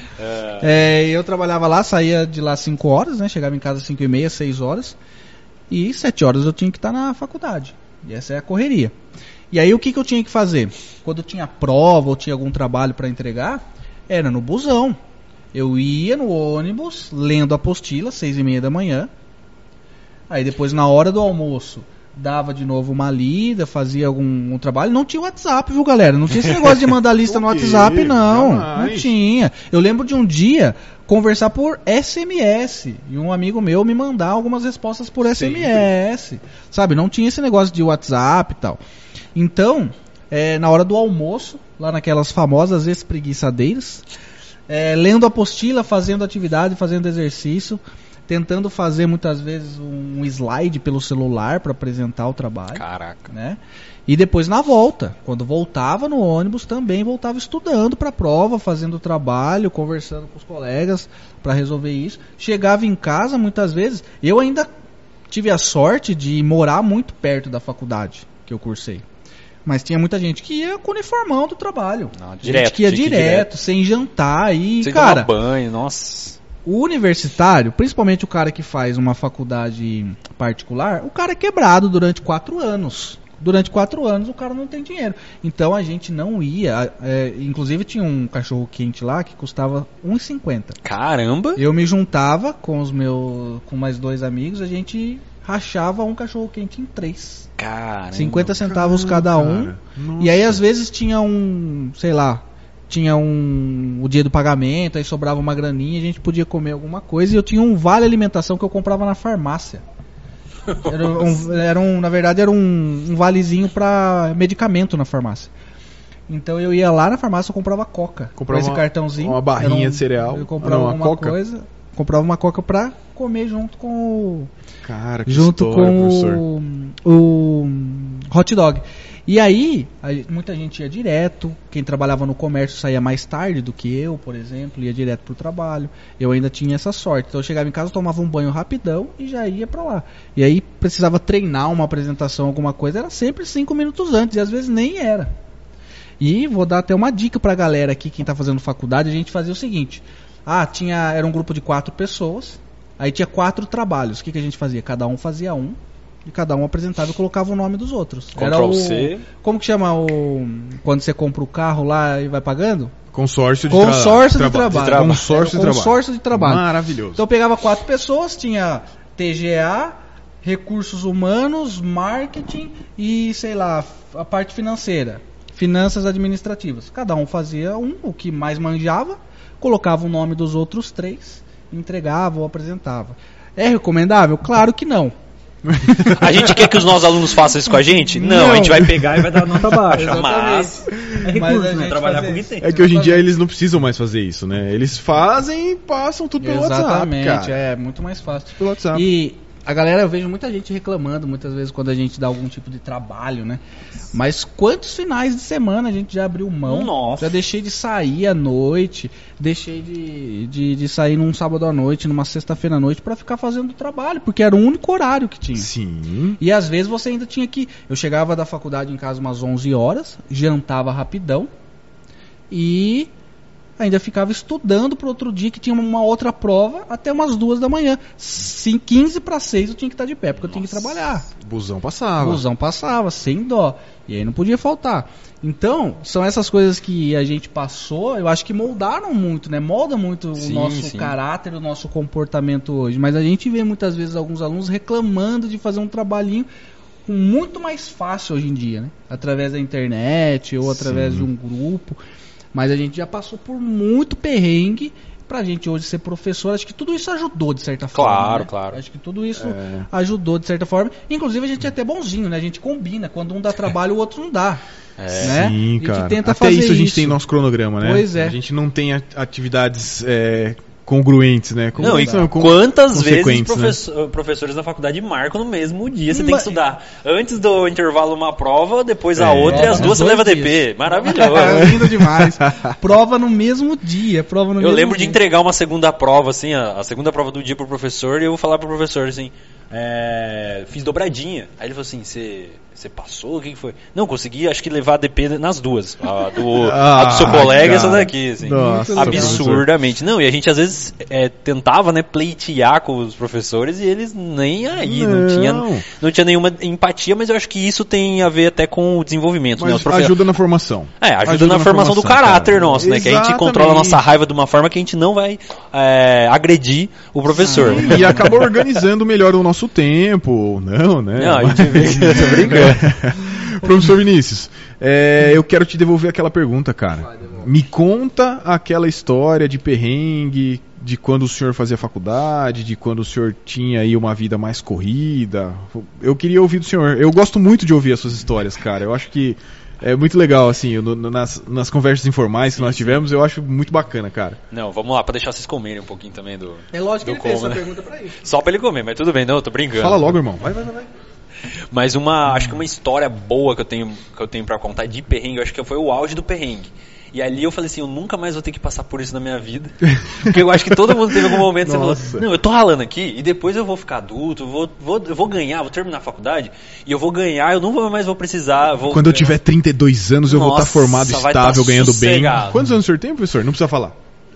Speaker 2: É, eu trabalhava lá, saía de lá cinco horas, né? Chegava em casa às cinco e meia, seis horas. E sete horas eu tinha que estar na faculdade. E essa é a correria. E aí o que, que eu tinha que fazer? Quando tinha prova ou tinha algum trabalho para entregar, era no busão. Eu ia no ônibus, lendo a apostila, seis e meia da manhã. Aí depois, na hora do almoço, dava de novo uma lida, fazia algum um trabalho. Não tinha WhatsApp, viu, galera? Não tinha esse negócio de mandar lista no
Speaker 1: O quê?
Speaker 2: WhatsApp, não.
Speaker 1: Jamais.
Speaker 2: Não tinha. Eu lembro de um dia conversar por S M S e um amigo meu me mandar algumas respostas por S M S. Sabe? Não tinha esse negócio de WhatsApp e tal. Então, é, na hora do almoço, lá naquelas famosas espreguiçadeiras, é, lendo a apostila, fazendo atividade, fazendo exercício, tentando fazer muitas vezes um slide pelo celular para apresentar o trabalho.
Speaker 3: Caraca.
Speaker 2: Né? E depois na volta, quando voltava no ônibus, também voltava estudando para a prova, fazendo trabalho, conversando com os colegas para resolver isso. Chegava em casa muitas vezes, eu ainda tive a sorte de morar muito perto da faculdade que eu cursei. Mas tinha muita gente que ia com o uniformão do trabalho.
Speaker 3: Não,
Speaker 2: gente
Speaker 3: direto,
Speaker 2: que ia
Speaker 3: tinha que ir
Speaker 2: direto,
Speaker 3: direto.
Speaker 2: sem jantar e,
Speaker 3: Sem
Speaker 2: cara,
Speaker 3: tomar banho, nossa.
Speaker 2: o universitário, principalmente o cara que faz uma faculdade particular, o cara é quebrado durante quatro anos. Durante quatro anos o cara não tem dinheiro. Então a gente não ia. É, inclusive tinha um cachorro quente lá que custava um real e cinquenta.
Speaker 3: Caramba.
Speaker 2: Eu me juntava com os meus, com mais dois amigos, a gente rachava um cachorro quente em três.
Speaker 3: Caramba.
Speaker 2: cinquenta centavos cada um.
Speaker 1: Cara,
Speaker 2: E aí
Speaker 1: nossa.
Speaker 2: às vezes tinha um, sei lá, tinha um o dia do pagamento, aí sobrava uma graninha, a gente podia comer alguma coisa e eu tinha um vale alimentação que eu comprava na farmácia. Era um, era um na verdade era um, um valezinho pra medicamento na farmácia. Então eu ia lá na farmácia, eu comprava coca.
Speaker 1: Comprava
Speaker 2: com esse
Speaker 1: uma-
Speaker 2: cartãozinho.
Speaker 1: uma barrinha
Speaker 2: Era
Speaker 1: de cereal.
Speaker 2: Eu comprava
Speaker 1: Não, uma
Speaker 2: uma
Speaker 1: coca?
Speaker 2: coisa, comprava uma coca pra comer junto com o
Speaker 1: Cara, que
Speaker 2: junto
Speaker 1: história,
Speaker 2: com
Speaker 1: professor.
Speaker 2: o, o hot dog. E aí, aí, muita gente ia direto. Quem trabalhava no comércio saía mais tarde do que eu, por exemplo, ia direto pro trabalho. Eu ainda tinha essa sorte. Então eu chegava em casa, tomava um banho rapidão e já ia pra lá. E aí precisava treinar uma apresentação, alguma coisa, era sempre cinco minutos antes, e às vezes nem era. E vou dar até uma dica pra galera aqui, quem tá fazendo faculdade, a gente fazia o seguinte. Ah, tinha, era um grupo de quatro pessoas. Aí tinha quatro trabalhos. O que, que a gente fazia? Cada um fazia um. E cada um apresentava e colocava o nome dos outros. Era
Speaker 3: Ctrl
Speaker 2: o,
Speaker 3: C.
Speaker 2: Como que chama o... Quando você compra o carro lá e vai pagando?
Speaker 1: Consórcio de
Speaker 2: Consórcio
Speaker 1: tra-
Speaker 2: de
Speaker 1: traba-
Speaker 2: trabalho.
Speaker 1: traba- Consórcio
Speaker 2: Era
Speaker 1: de
Speaker 2: o consórcio de trabalho.
Speaker 1: Maravilhoso.
Speaker 2: Então eu pegava quatro pessoas, tinha T G A, recursos humanos, marketing e, sei lá, a parte financeira. Finanças administrativas. Cada um fazia um, o que mais manjava, colocava o nome dos outros três, entregava ou apresentava. É recomendável? Claro que não.
Speaker 3: A gente quer que os nossos alunos façam isso com a gente? Não,
Speaker 2: Não.
Speaker 3: a gente vai pegar e vai dar nota baixa.
Speaker 2: Exatamente.
Speaker 3: Mas é
Speaker 2: Mas a
Speaker 3: recurso, né?
Speaker 2: gente
Speaker 3: Trabalhar
Speaker 2: fazer
Speaker 3: com o que
Speaker 2: isso.
Speaker 3: tem.
Speaker 1: É que hoje em dia
Speaker 2: Exatamente.
Speaker 1: eles não precisam mais fazer isso, né? Eles fazem e passam tudo pelo
Speaker 2: Exatamente,
Speaker 1: WhatsApp, cara.
Speaker 2: é muito mais fácil.
Speaker 1: Pelo WhatsApp.
Speaker 2: E A galera, eu vejo muita gente reclamando, muitas vezes, quando a gente dá algum tipo de trabalho, né? Mas quantos finais de semana a gente já abriu mão?
Speaker 3: Nossa.
Speaker 2: Já deixei de sair à noite, deixei de, de, de sair num sábado à noite, numa sexta-feira à noite, pra ficar fazendo trabalho, porque era o único horário que tinha.
Speaker 1: Sim.
Speaker 2: E às vezes você ainda tinha que... Eu chegava da faculdade em casa umas onze horas, jantava rapidão e... ainda ficava estudando pro outro dia que tinha uma outra prova até umas duas da manhã. Sim, quinze para seis eu tinha que estar de pé, porque eu tinha que trabalhar.
Speaker 1: Busão passava.
Speaker 2: Busão passava, sem dó. E aí não podia faltar. Então, são essas coisas que a gente passou, eu acho que moldaram muito, né? Molda muito
Speaker 3: Sim,
Speaker 2: o nosso
Speaker 3: sim.
Speaker 2: caráter, o nosso comportamento hoje. Mas a gente vê muitas vezes alguns alunos reclamando de fazer um trabalhinho muito mais fácil hoje em dia, né? Através da internet ou através
Speaker 1: Sim.
Speaker 2: de um grupo. Mas a gente já passou por muito perrengue pra gente hoje ser professor. Acho que tudo isso ajudou de certa forma.
Speaker 3: Claro,
Speaker 2: né?
Speaker 3: claro.
Speaker 2: Acho que tudo isso
Speaker 1: É.
Speaker 2: ajudou de certa forma. Inclusive a gente é até bonzinho, né? A gente combina. Quando um dá trabalho, o outro não dá.
Speaker 3: É.
Speaker 2: Né?
Speaker 1: Sim,
Speaker 2: a gente
Speaker 1: cara.
Speaker 2: tenta
Speaker 1: Até
Speaker 2: fazer
Speaker 1: isso a gente
Speaker 2: isso.
Speaker 1: tem nosso cronograma, né?
Speaker 2: Pois é.
Speaker 1: A gente não tem a- atividades é, congruentes, né?
Speaker 3: Não, e
Speaker 1: São con-
Speaker 3: quantas vezes
Speaker 1: consequentes, né?
Speaker 3: professor- professores da faculdade marcam no mesmo dia? Você tem que
Speaker 2: Mas-
Speaker 3: estudar antes do intervalo uma prova, depois a
Speaker 1: É.
Speaker 3: outra, e as
Speaker 2: Prova
Speaker 3: duas você
Speaker 2: nos
Speaker 3: leva
Speaker 2: dois
Speaker 3: D P.
Speaker 2: dias.
Speaker 3: Maravilhoso.
Speaker 2: Lindo demais. Prova no mesmo dia. Prova no
Speaker 3: Eu
Speaker 2: mesmo
Speaker 3: lembro de
Speaker 2: dia.
Speaker 3: entregar uma segunda prova, assim, a, a segunda prova do dia pro professor, e eu vou falar pro professor, assim, é, fiz dobradinha. Aí ele falou assim, você... Você passou? O que que foi? Não, consegui, acho que levar a D P nas duas. A do, a do seu
Speaker 1: Ah,
Speaker 3: colega e essa
Speaker 1: cara.
Speaker 3: daqui, assim.
Speaker 1: Nossa,
Speaker 3: Absurdamente. Não, e a gente às vezes é, tentava, né, pleitear com os professores e eles nem aí, não,
Speaker 1: Não.
Speaker 3: tinha, não tinha nenhuma empatia, mas eu acho que isso tem a ver até com o desenvolvimento, né?
Speaker 1: Mas
Speaker 3: Os profe-
Speaker 1: ajuda na formação.
Speaker 3: É, ajuda, na, formação do caráter
Speaker 1: cara.
Speaker 3: nosso, né? Que a gente
Speaker 1: Exatamente.
Speaker 3: controla a nossa raiva de uma forma que a gente não vai é, agredir o professor.
Speaker 1: E acaba organizando melhor o nosso tempo, ou não, né?
Speaker 3: Não, a gente vê que eu tô brincando.
Speaker 1: Professor Vinícius, é, eu quero te devolver aquela pergunta, cara. Me conta aquela história de perrengue, de quando o senhor fazia faculdade, de quando o senhor tinha aí uma vida mais corrida. Eu queria ouvir do senhor. Eu gosto muito de ouvir as suas histórias, cara. Eu acho que é muito legal, assim, no- no- nas, nas conversas informais que nós tivemos, eu acho muito bacana, cara.
Speaker 3: Não, vamos lá, pra deixar vocês comerem um pouquinho também do...
Speaker 2: É lógico que
Speaker 3: do
Speaker 2: ele fez
Speaker 3: como,
Speaker 2: essa
Speaker 3: né?
Speaker 2: pergunta pra isso.
Speaker 3: Só pra ele comer, mas tudo bem, não, eu tô brincando.
Speaker 1: Fala logo, irmão. Vai, vai, vai. vai.
Speaker 3: Mas uma, acho que uma história boa que eu tenho, que eu tenho pra contar de perrengue, eu acho que foi o auge do perrengue. E ali eu falei assim, eu nunca mais vou ter que passar por isso na minha vida. Porque eu acho que todo mundo teve algum momento que você
Speaker 1: Nossa.
Speaker 3: falou, não, eu tô ralando aqui e depois eu vou ficar adulto, eu vou, vou, eu vou ganhar, vou terminar a faculdade e eu vou ganhar, eu não vou mais vou precisar. Vou
Speaker 1: Quando eu tiver trinta e dois anos, eu vou estar
Speaker 3: Nossa,
Speaker 1: formado,
Speaker 3: vai
Speaker 1: estável,
Speaker 3: tá
Speaker 1: ganhando bem.
Speaker 3: sossegado.
Speaker 1: Quantos anos o senhor tem, professor? Não precisa falar.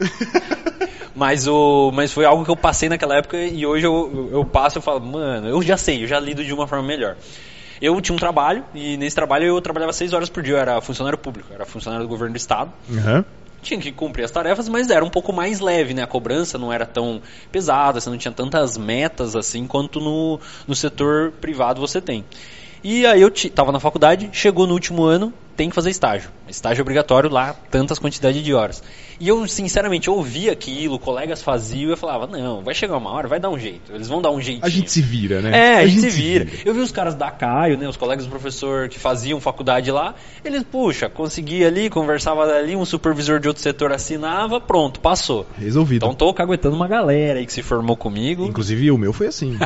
Speaker 3: Mas, o, mas foi algo que eu passei naquela época e hoje eu, eu, eu passo e falo, mano, eu já sei, eu já lido de uma forma melhor. Eu tinha um trabalho e nesse trabalho eu trabalhava seis horas por dia, eu era funcionário público, eu era funcionário do governo do estado.
Speaker 1: Aham.
Speaker 3: Tinha que cumprir as tarefas, mas era um pouco mais leve, né? A cobrança não era tão pesada, você não tinha tantas metas assim quanto no, no setor privado você tem. E aí eu t- tava na faculdade, chegou no último ano, tem que fazer estágio. Estágio obrigatório lá, tantas quantidades de horas. E eu, sinceramente, ouvia aquilo, colegas faziam, e eu falava, não, vai chegar uma hora, vai dar um jeito, eles vão dar um jeitinho.
Speaker 1: A gente se vira, né?
Speaker 3: É, a, gente, se vira. Eu vi os caras da Caio, né, os colegas do professor que faziam faculdade lá, eles, puxa, conseguia ali, conversava ali, um supervisor de outro setor assinava, pronto, passou.
Speaker 1: Resolvido.
Speaker 3: Então tô caguetando uma galera aí que se formou comigo.
Speaker 1: Inclusive o meu foi assim.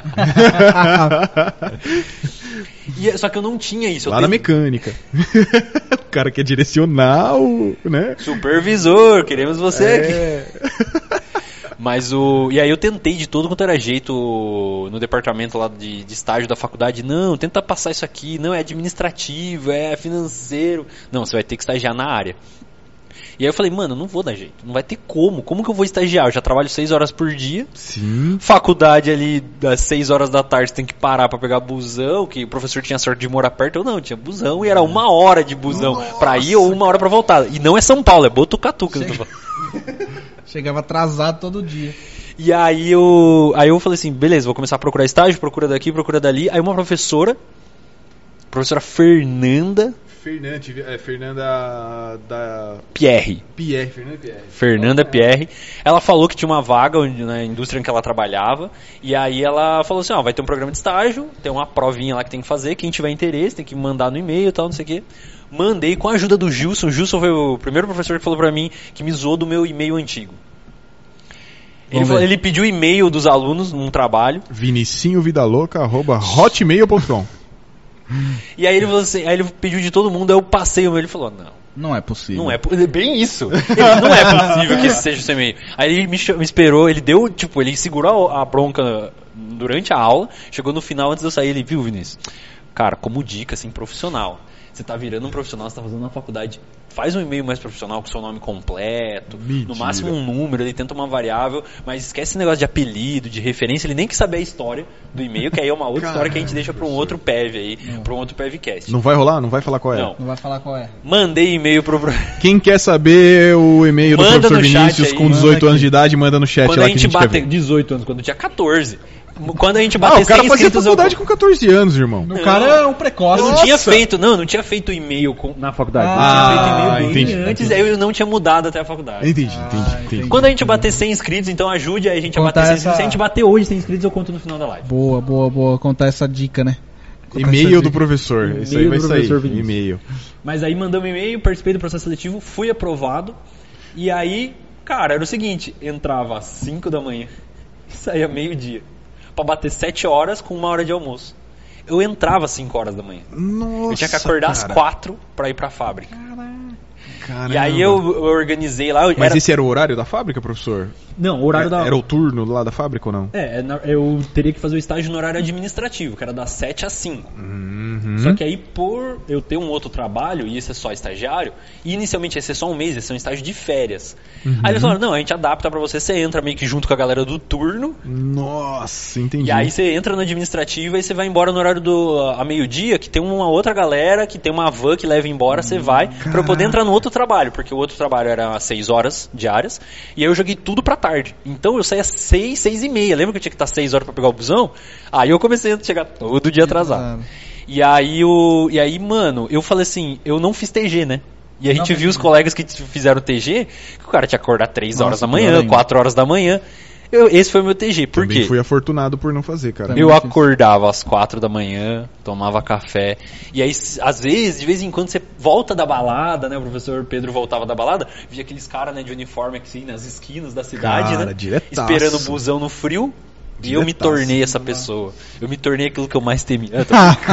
Speaker 3: E, só que eu não tinha isso. eu
Speaker 1: Lá na
Speaker 3: tenho-
Speaker 1: mecânica. O cara quer direcionar o. Né?
Speaker 3: Supervisor, queremos você aqui.
Speaker 1: É.
Speaker 3: Mas o. E aí eu tentei de todo quanto era jeito no departamento lá de, de estágio da faculdade. Não, tenta passar isso aqui. Não, é administrativo, é financeiro. Não, você vai ter que estagiar na área. E aí eu falei, mano, não vou dar jeito. Não vai ter como. Como que eu vou estagiar? Eu já trabalho seis horas por dia.
Speaker 1: Sim.
Speaker 3: Faculdade ali, das seis horas da tarde, você tem que parar pra pegar busão, que o professor tinha sorte de morar perto, eu não, tinha busão, e era uma hora de busão pra ir ou uma hora pra voltar. E não é São Paulo, é Botucatu que eu tô falando.
Speaker 2: Chegava atrasado todo dia.
Speaker 3: E aí eu, aí eu falei assim, beleza, vou começar a procurar estágio, procura daqui, procura dali. Aí uma professora, professora Fernanda
Speaker 1: Fernanda, é, Fernanda da
Speaker 3: Pierre.
Speaker 1: Pierre, Fernanda Pierre.
Speaker 3: Fernanda Pierre, ela falou que tinha uma vaga onde- na indústria em que ela trabalhava, e aí ela falou assim, ó, vai ter um programa de estágio, tem uma provinha lá que tem que fazer, quem tiver interesse tem que mandar no e-mail e tal, não sei o quê. Mandei com a ajuda do Gilson, o Gilson foi o primeiro professor que falou pra mim, que me zoou do meu e-mail antigo. Ele, falou, ele pediu o e-mail dos alunos num trabalho.
Speaker 1: vinicinhovidaloca arroba hotmail ponto com.
Speaker 3: E aí ele, falou assim, aí ele pediu de todo mundo, aí eu passei o meu, ele falou, não.
Speaker 2: Não é possível.
Speaker 3: Não é po- bem isso. Ele, não é possível que esse seja o seu e-mail. Aí ele me, ch- me esperou, ele deu, tipo, ele segurou a, a bronca durante a aula, chegou no final, antes de eu sair, ele viu, Vinícius, cara, como dica, assim, profissional. Você tá virando um profissional, você tá fazendo uma faculdade, faz um e-mail mais profissional com seu nome completo,
Speaker 1: Mentira.
Speaker 3: no máximo um número, ele tenta uma variável, mas esquece esse negócio de apelido, de referência, ele nem quer saber a história do e-mail, que aí é uma outra história que a gente deixa pra um outro P E V aí, pra um outro PEVcast.
Speaker 1: Não vai rolar? Não vai falar qual é?
Speaker 3: Não.
Speaker 2: Não vai falar qual é.
Speaker 3: Mandei e-mail pro...
Speaker 1: Quem quer saber o e-mail do
Speaker 3: Manda
Speaker 1: professor
Speaker 3: no chat
Speaker 1: Vinícius
Speaker 3: aí,
Speaker 1: com
Speaker 3: manda
Speaker 1: dezoito anos
Speaker 2: aqui.
Speaker 1: de idade, manda no chat
Speaker 3: Quando
Speaker 1: lá
Speaker 3: a
Speaker 1: que
Speaker 3: gente
Speaker 1: a gente quer
Speaker 3: bater
Speaker 1: ver.
Speaker 3: dezoito anos, quando eu tinha catorze. Quando a gente
Speaker 1: Ah,
Speaker 3: bater
Speaker 1: o cara
Speaker 3: cem
Speaker 1: fazia
Speaker 3: inscritos,
Speaker 1: faculdade
Speaker 3: eu...
Speaker 1: com catorze anos, irmão.
Speaker 2: O cara é um precoce.
Speaker 3: Eu não
Speaker 1: Nossa!
Speaker 3: tinha feito, não, eu não tinha feito e-mail com- na faculdade.
Speaker 2: Ah,
Speaker 3: eu tinha feito e-mail bem
Speaker 1: entendi,
Speaker 3: antes,
Speaker 1: entendi.
Speaker 3: aí eu não tinha mudado até a faculdade.
Speaker 1: Entendi, entendi, entendi.
Speaker 2: entendi.
Speaker 3: Quando a gente bater cem inscritos, então ajude a gente a
Speaker 2: Contar
Speaker 3: bater cem
Speaker 2: essa-
Speaker 3: inscritos. Se a gente bater hoje cem inscritos, eu conto no final da live.
Speaker 2: Boa, boa, boa. Contar essa dica, né? Contar essa
Speaker 1: E-mail do
Speaker 2: dica.
Speaker 1: professor. Isso aí
Speaker 3: E-mail
Speaker 1: vai
Speaker 3: do
Speaker 1: sair.
Speaker 3: professor Vinícius.
Speaker 1: E-mail.
Speaker 3: Mas aí mandamos um e-mail, participei do processo seletivo, fui aprovado. E aí, cara, era o seguinte, entrava às cinco da manhã e saía meio-dia. Pra bater sete horas com uma hora de almoço. Eu entrava às cinco horas da manhã.
Speaker 1: Nossa,
Speaker 3: Eu tinha que acordar
Speaker 1: cara.
Speaker 3: às quatro pra ir pra fábrica.
Speaker 1: Caramba.
Speaker 3: E aí eu, eu organizei lá. eu-
Speaker 1: Mas
Speaker 3: era-
Speaker 1: esse era o horário da fábrica, professor?
Speaker 3: Não, o horário da.
Speaker 1: Era o turno lá da fábrica ou não?
Speaker 3: É, na- eu teria que fazer o estágio no horário administrativo, que era das sete às cinco.
Speaker 1: Uhum.
Speaker 3: Só que aí, por eu ter um outro trabalho e esse é só estagiário, e inicialmente ia ser só um mês, ia ser um estágio de férias.
Speaker 1: Uhum.
Speaker 3: Aí eles falaram, não, a gente adapta pra você, você entra meio que junto com a galera do turno,
Speaker 1: Nossa, entendi.
Speaker 3: e aí você entra no administrativo e você vai embora no horário do a meio-dia, que tem uma outra galera, que tem uma van que leva embora, você vai, pra eu poder entrar no outro trabalho, porque o outro trabalho era às seis horas diárias, e aí eu joguei tudo pra tarde. Então eu saía às seis, seis e meia. Lembra que eu tinha que estar seis horas pra pegar o busão? Aí eu comecei a chegar todo dia atrasado. E aí, o, e aí, mano, eu falei assim, eu não fiz T G, né? E a gente
Speaker 2: Não,
Speaker 3: viu os colegas que t- fizeram T G, que o cara tinha que acordar três
Speaker 2: Nossa,
Speaker 3: horas da
Speaker 2: pior
Speaker 3: manhã,
Speaker 2: ainda.
Speaker 3: quatro horas da manhã. Eu, esse foi o meu T G. Por
Speaker 1: Também
Speaker 3: quê?
Speaker 1: fui afortunado por não fazer, cara.
Speaker 2: Também.
Speaker 3: Eu
Speaker 2: Muito difícil.
Speaker 3: acordava às quatro da manhã, tomava café. E aí, s- às vezes, de vez em quando, você volta da balada, né? O professor Pedro voltava da balada, via aqueles caras, né, de uniforme assim, nas esquinas da cidade,
Speaker 1: Cara,
Speaker 3: né?
Speaker 1: diretaço.
Speaker 3: Esperando o busão no frio. E eu me
Speaker 1: Diretaço.
Speaker 3: tornei essa pessoa. Eu me tornei aquilo que eu mais temia. Eu tô-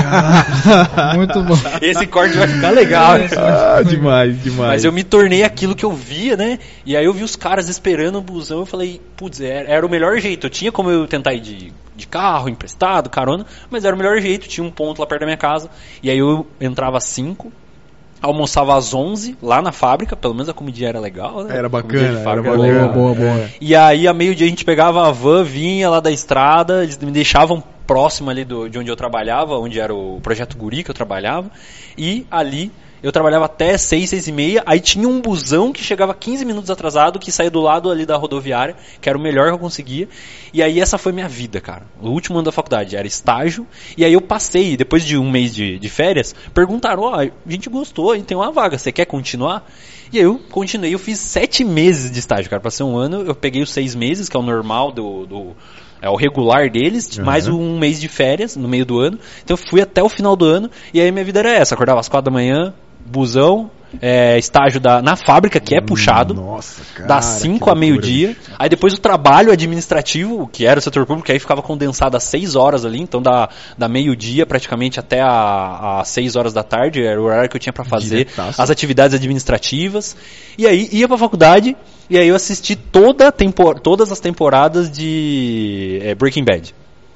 Speaker 2: Muito bom.
Speaker 3: Esse corte vai ficar legal, hein?
Speaker 1: Ah, demais, demais.
Speaker 3: Mas eu me tornei aquilo que eu via, né? E aí eu vi os caras esperando o busão. Eu falei, putz, era, era o melhor jeito. Eu tinha como eu tentar ir de, de carro, emprestado, carona, mas era o melhor jeito. Tinha um ponto lá perto da minha casa. E aí eu entrava às cinco, almoçava às onze, lá na fábrica. Pelo menos a comidinha era legal, né?
Speaker 1: Era
Speaker 3: A comidinha de
Speaker 1: bacana, era
Speaker 3: fábrica
Speaker 1: bacana.
Speaker 3: legal.
Speaker 2: Boa, boa, boa.
Speaker 3: E aí, a meio-dia, a gente pegava a van, vinha lá da estrada, eles me deixavam próximo ali do, de onde eu trabalhava, onde era o Projeto Guri que eu trabalhava, e ali eu trabalhava até seis, seis e meia, aí tinha um busão que chegava quinze minutos atrasado, que saía do lado ali da rodoviária, que era o melhor que eu conseguia, e aí essa foi minha vida, cara. O último ano da faculdade era estágio, e aí eu passei, depois de um mês de, de férias, perguntaram, ó, a gente gostou, a gente tem uma vaga, você quer continuar? E aí eu continuei, eu fiz sete meses de estágio, cara, pra ser um ano, eu peguei os seis meses, que é o normal do... do é o regular deles,
Speaker 1: Uhum.
Speaker 3: mais um mês de férias no meio do ano. Então eu fui até o final do ano e aí minha vida era essa. Acordava às quatro da manhã, busão, é, estágio da, na fábrica, que é puxado,
Speaker 1: Nossa, cara.
Speaker 3: das cinco
Speaker 1: que
Speaker 3: a
Speaker 1: loucura,
Speaker 3: meio-dia.
Speaker 1: bicho.
Speaker 3: Aí depois o trabalho administrativo, que era o setor público, que aí ficava condensado às seis horas ali. Então da, da meio-dia praticamente até às seis horas da tarde, era o horário que eu tinha pra fazer
Speaker 1: Diretaço.
Speaker 3: as atividades administrativas. E aí ia pra faculdade. E aí eu assisti toda a tempor- todas as temporadas de é, Breaking Bad.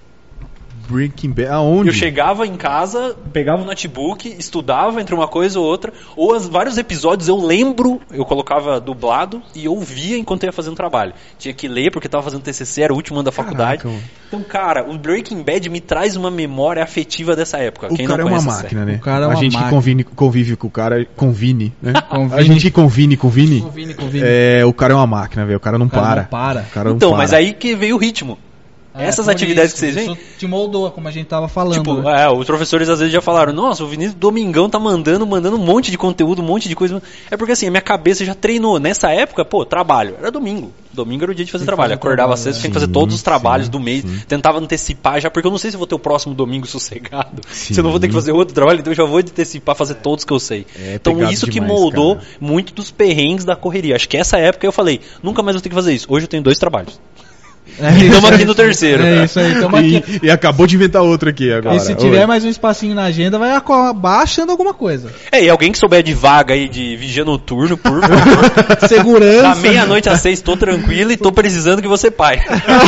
Speaker 1: Breaking Bad. Aonde?
Speaker 3: Eu chegava em casa, pegava o notebook, estudava entre uma coisa ou outra, ou as, vários episódios eu lembro, eu colocava dublado e ouvia enquanto eu ia fazendo trabalho. Tinha que ler porque estava fazendo T C C, era o último ano da faculdade.
Speaker 1: Caraca, mano.
Speaker 3: Então, cara, o Breaking Bad me traz uma memória afetiva dessa época.
Speaker 1: O
Speaker 3: Quem
Speaker 1: cara é
Speaker 3: não
Speaker 1: uma
Speaker 3: conhece essa
Speaker 1: máquina, né?
Speaker 2: O cara é
Speaker 1: a
Speaker 2: uma
Speaker 1: gente
Speaker 2: máquina.
Speaker 1: que convive, convive com o cara, convine, né?
Speaker 2: Convine.
Speaker 1: A gente que convine, convine.
Speaker 2: Convine, convine.
Speaker 1: É, o cara é uma série, velho. O cara não
Speaker 2: cara
Speaker 1: para.
Speaker 2: não para.
Speaker 1: O cara não
Speaker 3: Então,
Speaker 1: para.
Speaker 3: mas aí que veio o ritmo.
Speaker 2: É,
Speaker 3: Essas
Speaker 2: por
Speaker 3: atividades
Speaker 2: isso,
Speaker 3: que vocês veem,
Speaker 2: Isso te moldou, como a gente tava falando.
Speaker 3: tipo,
Speaker 2: né?
Speaker 3: é, os professores às vezes já falaram, nossa, o Vinícius Domingão tá mandando, mandando um monte de conteúdo, um monte de coisa. É porque assim, a minha cabeça já treinou. Nessa época, pô, trabalho. Era domingo. Domingo era o dia de fazer
Speaker 2: Tem que
Speaker 3: trabalho.
Speaker 2: fazer
Speaker 3: Acordava
Speaker 2: trabalho,
Speaker 3: cedo,
Speaker 2: né?
Speaker 3: tinha que fazer
Speaker 1: Sim,
Speaker 3: todos os trabalhos
Speaker 1: sim,
Speaker 3: do mês.
Speaker 1: sim.
Speaker 3: Tentava antecipar já, porque eu não sei se vou ter o próximo domingo sossegado.
Speaker 1: Sim.
Speaker 3: Se eu não vou ter que fazer outro trabalho, então eu já vou antecipar, fazer todos que eu sei.
Speaker 1: É
Speaker 3: então
Speaker 1: pegado
Speaker 3: isso que
Speaker 1: demais,
Speaker 3: moldou
Speaker 1: cara.
Speaker 3: muito dos perrengues da correria. Acho que essa época eu falei, nunca mais vou ter que fazer isso. Hoje eu tenho dois trabalhos.
Speaker 2: É
Speaker 3: e
Speaker 2: isso
Speaker 3: estamos
Speaker 2: aí.
Speaker 3: aqui no terceiro.
Speaker 2: É isso aí, tamo aqui.
Speaker 1: E, e acabou de inventar outro aqui agora.
Speaker 2: E se tiver
Speaker 1: Oi.
Speaker 2: mais um espacinho na agenda, vai acabar achando alguma coisa.
Speaker 3: É, e alguém que souber de vaga aí de vigia noturno, por favor.
Speaker 2: Segurança.
Speaker 3: Da meia-noite às seis, tô tranquilo e tô precisando que você pai.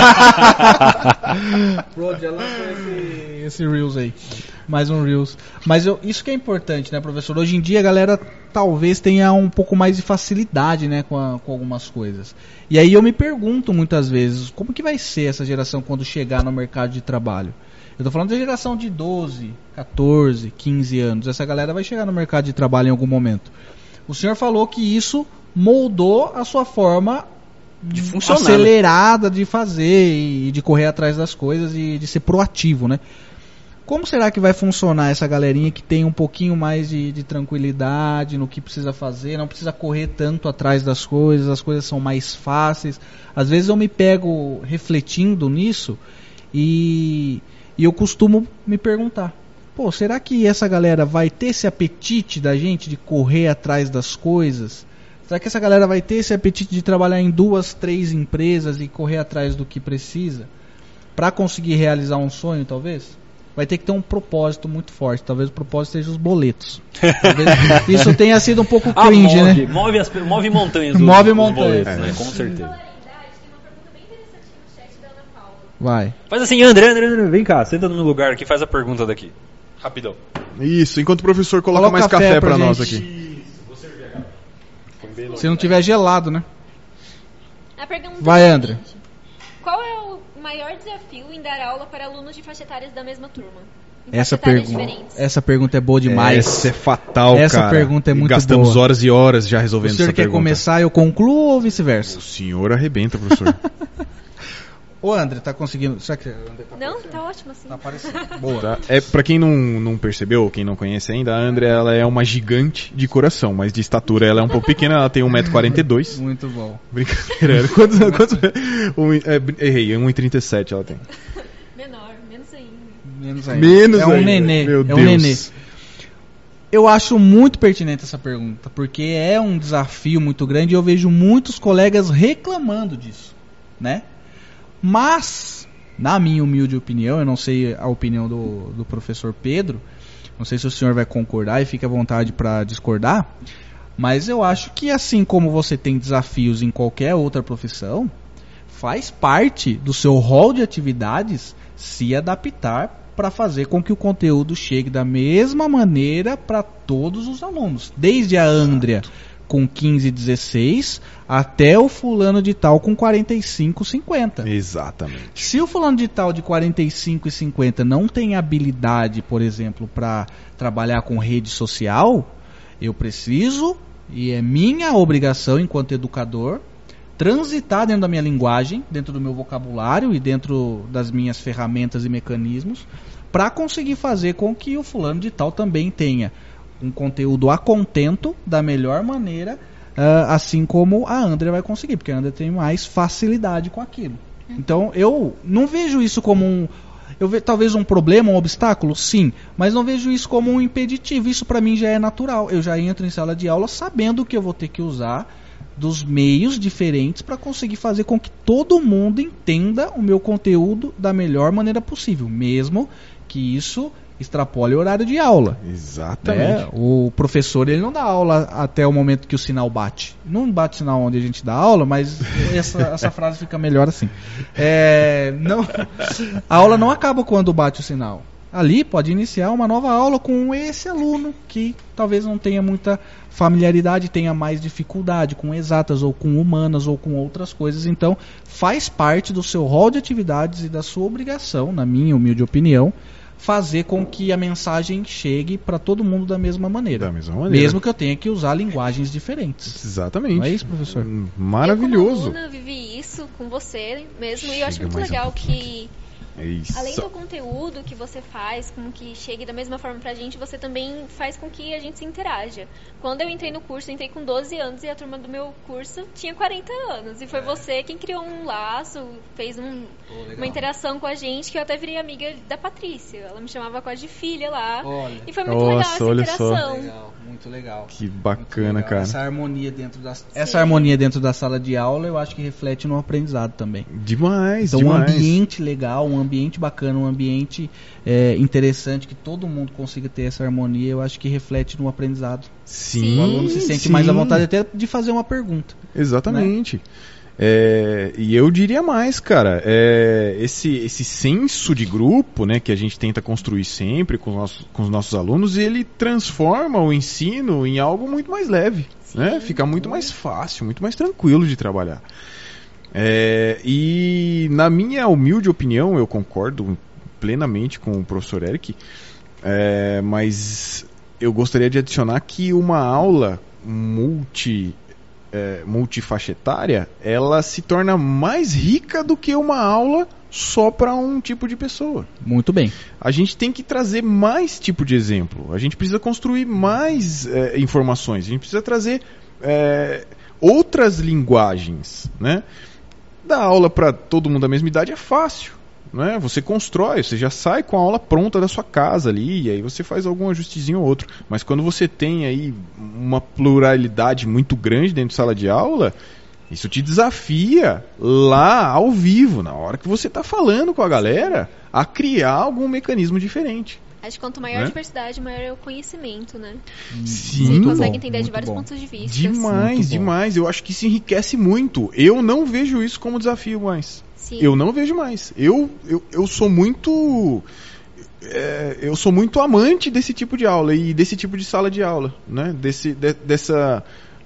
Speaker 2: Pronto, já lançou esse, esse Reels aí. Mais um Reels. Mas eu, isso que é importante, né, professor? Hoje em dia a galera talvez tenha um pouco mais de facilidade, né, com, a, com algumas coisas. E aí eu me pergunto muitas vezes, como que vai ser essa geração quando chegar no mercado de trabalho? Eu tô falando da geração de doze, catorze, quinze anos. Essa galera vai chegar no mercado de trabalho em algum momento. O senhor falou que isso moldou a sua forma
Speaker 3: De funcionar,
Speaker 2: acelerada de fazer e de correr atrás das coisas e de ser proativo, né? Como será que vai funcionar essa galerinha que tem um pouquinho mais de, de tranquilidade no que precisa fazer, não precisa correr tanto atrás das coisas, as coisas são mais fáceis? Às vezes eu me pego refletindo nisso e, e eu costumo me perguntar, pô, será que essa galera vai ter esse apetite da gente de correr atrás das coisas? Será que essa galera vai ter esse apetite de trabalhar em duas, três empresas e correr atrás do que precisa? Para conseguir realizar um sonho, talvez? Vai ter que ter um propósito muito forte. Talvez o propósito seja os boletos. Talvez isso tenha sido um pouco
Speaker 3: Ah,
Speaker 2: cringe,
Speaker 3: move,
Speaker 2: né?
Speaker 3: move, as, move montanhas. Dos,
Speaker 2: Move
Speaker 3: dos
Speaker 2: montanhas.
Speaker 3: boletos, né? Com certeza.
Speaker 2: Vai.
Speaker 3: Faz assim, André, André, André, vem cá, senta no meu lugar aqui, faz a pergunta daqui. Rapidão.
Speaker 1: Isso, enquanto o professor coloca
Speaker 2: Coloca
Speaker 1: mais
Speaker 2: café
Speaker 1: café
Speaker 2: pra
Speaker 1: pra nós
Speaker 2: gente.
Speaker 1: aqui.
Speaker 2: Se não tiver gelado, né?
Speaker 4: A pergunta
Speaker 2: Vai,
Speaker 4: é a
Speaker 2: André.
Speaker 4: seguinte: qual é o maior desafio em dar aula para alunos de faixa etárias da mesma turma? Em
Speaker 2: Essa
Speaker 4: faixa etárias
Speaker 2: pergunta,
Speaker 4: diferentes.
Speaker 2: essa pergunta é boa demais.
Speaker 1: Essa é fatal,
Speaker 2: Essa
Speaker 1: cara.
Speaker 2: pergunta é
Speaker 1: E
Speaker 2: muito
Speaker 1: gastamos
Speaker 2: boa.
Speaker 1: horas e horas já
Speaker 2: O
Speaker 1: resolvendo
Speaker 2: senhor
Speaker 1: essa
Speaker 2: quer
Speaker 1: pergunta.
Speaker 2: começar, eu concluo ou vice-versa?
Speaker 1: O senhor arrebenta, professor.
Speaker 2: Ô, André, tá conseguindo... Será que o André tá
Speaker 4: Não, tá ótimo assim.
Speaker 2: Tá aparecendo. Boa.
Speaker 1: Tá? É, pra quem não, não percebeu, quem não conhece ainda, a André ela é uma gigante de coração, mas de estatura ela é um pouco pequena, ela tem um metro e quarenta e dois.
Speaker 2: Muito bom.
Speaker 1: Brincadeira. Quantos, quantos, um, é, errei, um metro e trinta e sete ela tem.
Speaker 4: Menor, menos ainda.
Speaker 2: Menos ainda.
Speaker 1: Menos
Speaker 2: é um
Speaker 1: ainda.
Speaker 2: nenê.
Speaker 1: Meu
Speaker 2: é um
Speaker 1: Deus.
Speaker 2: nenê. Eu acho muito pertinente essa pergunta, porque é um desafio muito grande e eu vejo muitos colegas reclamando disso, né? Mas, na minha humilde opinião, eu não sei a opinião do, do professor Pedro, não sei se o senhor vai concordar e fique à vontade para discordar, mas eu acho que assim como você tem desafios em qualquer outra profissão, faz parte do seu rol de atividades se adaptar para fazer com que o conteúdo chegue da mesma maneira para todos os alunos. Desde a Andrea com quinze, dezesseis, até o fulano de tal com quarenta e cinco, cinquenta.
Speaker 1: Exatamente.
Speaker 2: Se o fulano de tal de quarenta e cinco e cinquenta não tem habilidade, por exemplo, para trabalhar com rede social, eu preciso, e é minha obrigação enquanto educador, transitar dentro da minha linguagem, dentro do meu vocabulário e dentro das minhas ferramentas e mecanismos, para conseguir fazer com que o fulano de tal também tenha um conteúdo a contento da melhor maneira, uh, assim como a Andrea vai conseguir, porque a Andrea tem mais facilidade com aquilo. Então eu não vejo isso como um, eu vejo talvez um problema, um obstáculo, sim, mas não vejo isso como um impeditivo. Isso para mim já é natural. Eu já entro em sala de aula sabendo que eu vou ter que usar dos meios diferentes para conseguir fazer com que todo mundo entenda o meu conteúdo da melhor maneira possível, mesmo que isso extrapole o horário de aula.
Speaker 1: Exatamente.
Speaker 2: É, o professor ele não dá aula até o momento que o sinal bate. Não bate sinal onde a gente dá aula, mas essa, essa frase fica melhor assim. É, não, a aula não acaba quando bate o sinal. Ali pode iniciar uma nova aula com esse aluno que talvez não tenha muita familiaridade, tenha mais dificuldade com exatas ou com humanas ou com outras coisas. Então faz parte do seu rol de atividades e da sua obrigação, na minha humilde opinião, fazer com que a mensagem chegue para todo mundo da mesma maneira.
Speaker 1: Da mesma maneira.
Speaker 2: Mesmo que eu tenha que usar linguagens diferentes.
Speaker 1: Exatamente.
Speaker 2: Não é isso, professor?
Speaker 1: Maravilhoso.
Speaker 4: Eu, como aluna, vivi isso com você mesmo. E eu acho
Speaker 1: Chega
Speaker 4: muito
Speaker 1: mais um
Speaker 4: legal
Speaker 1: pouquinho
Speaker 4: que
Speaker 1: É isso.
Speaker 4: Além do conteúdo que você faz, com que chegue da mesma forma pra gente, você também faz com que a gente se interaja. Quando eu entrei no curso, eu entrei com doze anos e a turma do meu curso tinha quarenta anos. E foi é. você quem criou um laço, fez um, oh, uma interação com a gente, que eu até virei amiga da Patrícia. Ela me chamava quase de filha lá. Olha. E foi muito
Speaker 1: Nossa,
Speaker 4: legal essa
Speaker 1: olha
Speaker 4: interação.
Speaker 1: Só.
Speaker 2: Legal, muito legal.
Speaker 1: Que bacana,
Speaker 2: legal.
Speaker 1: cara.
Speaker 2: Essa harmonia dentro da, essa harmonia dentro da sala de aula, eu acho que reflete no aprendizado também.
Speaker 1: Demais,
Speaker 2: então,
Speaker 1: demais.
Speaker 2: um ambiente legal, um ambiente bacana, um ambiente é, interessante, que todo mundo consiga ter essa harmonia, eu acho que reflete no aprendizado.
Speaker 1: Sim,
Speaker 2: o aluno se sente
Speaker 1: sim.
Speaker 2: mais à vontade até de fazer uma pergunta.
Speaker 1: Exatamente. Né? É, e eu diria mais, cara, é, esse, esse senso de grupo, né, que a gente tenta construir sempre com, nosso, com os nossos alunos, ele transforma o ensino em algo muito mais leve, né? Fica muito mais fácil, muito mais tranquilo de trabalhar. É, e na minha humilde opinião, eu concordo plenamente com o professor Eric, é, mas eu gostaria de adicionar que uma aula multi, é, multifaixa etária, ela se torna mais rica do que uma aula só para um tipo de pessoa.
Speaker 2: Muito bem.
Speaker 1: A gente tem que trazer mais tipo de exemplo, a gente precisa construir mais é, informações, a gente precisa trazer é, outras linguagens, né? Dar aula para todo mundo da mesma idade é fácil, né? Você constrói, você já sai com a aula pronta da sua casa ali, e aí você faz algum ajustezinho ou outro. Mas quando você tem aí uma pluralidade muito grande dentro de sala de aula, isso te desafia lá ao vivo, na hora que você está falando com a galera, a criar algum mecanismo diferente.
Speaker 4: Acho que quanto maior
Speaker 1: né?
Speaker 4: a diversidade, maior é o conhecimento, né?
Speaker 1: Sim.
Speaker 4: Você consegue
Speaker 2: bom,
Speaker 4: entender de vários
Speaker 2: bom.
Speaker 4: pontos de vista.
Speaker 1: Demais, demais. Eu acho que isso enriquece muito. Eu não vejo isso como desafio mais.
Speaker 4: Sim.
Speaker 1: Eu não vejo mais. Eu, eu, eu sou muito... É, eu sou muito amante desse tipo de aula e desse tipo de sala de aula, né? Desse, de, dessa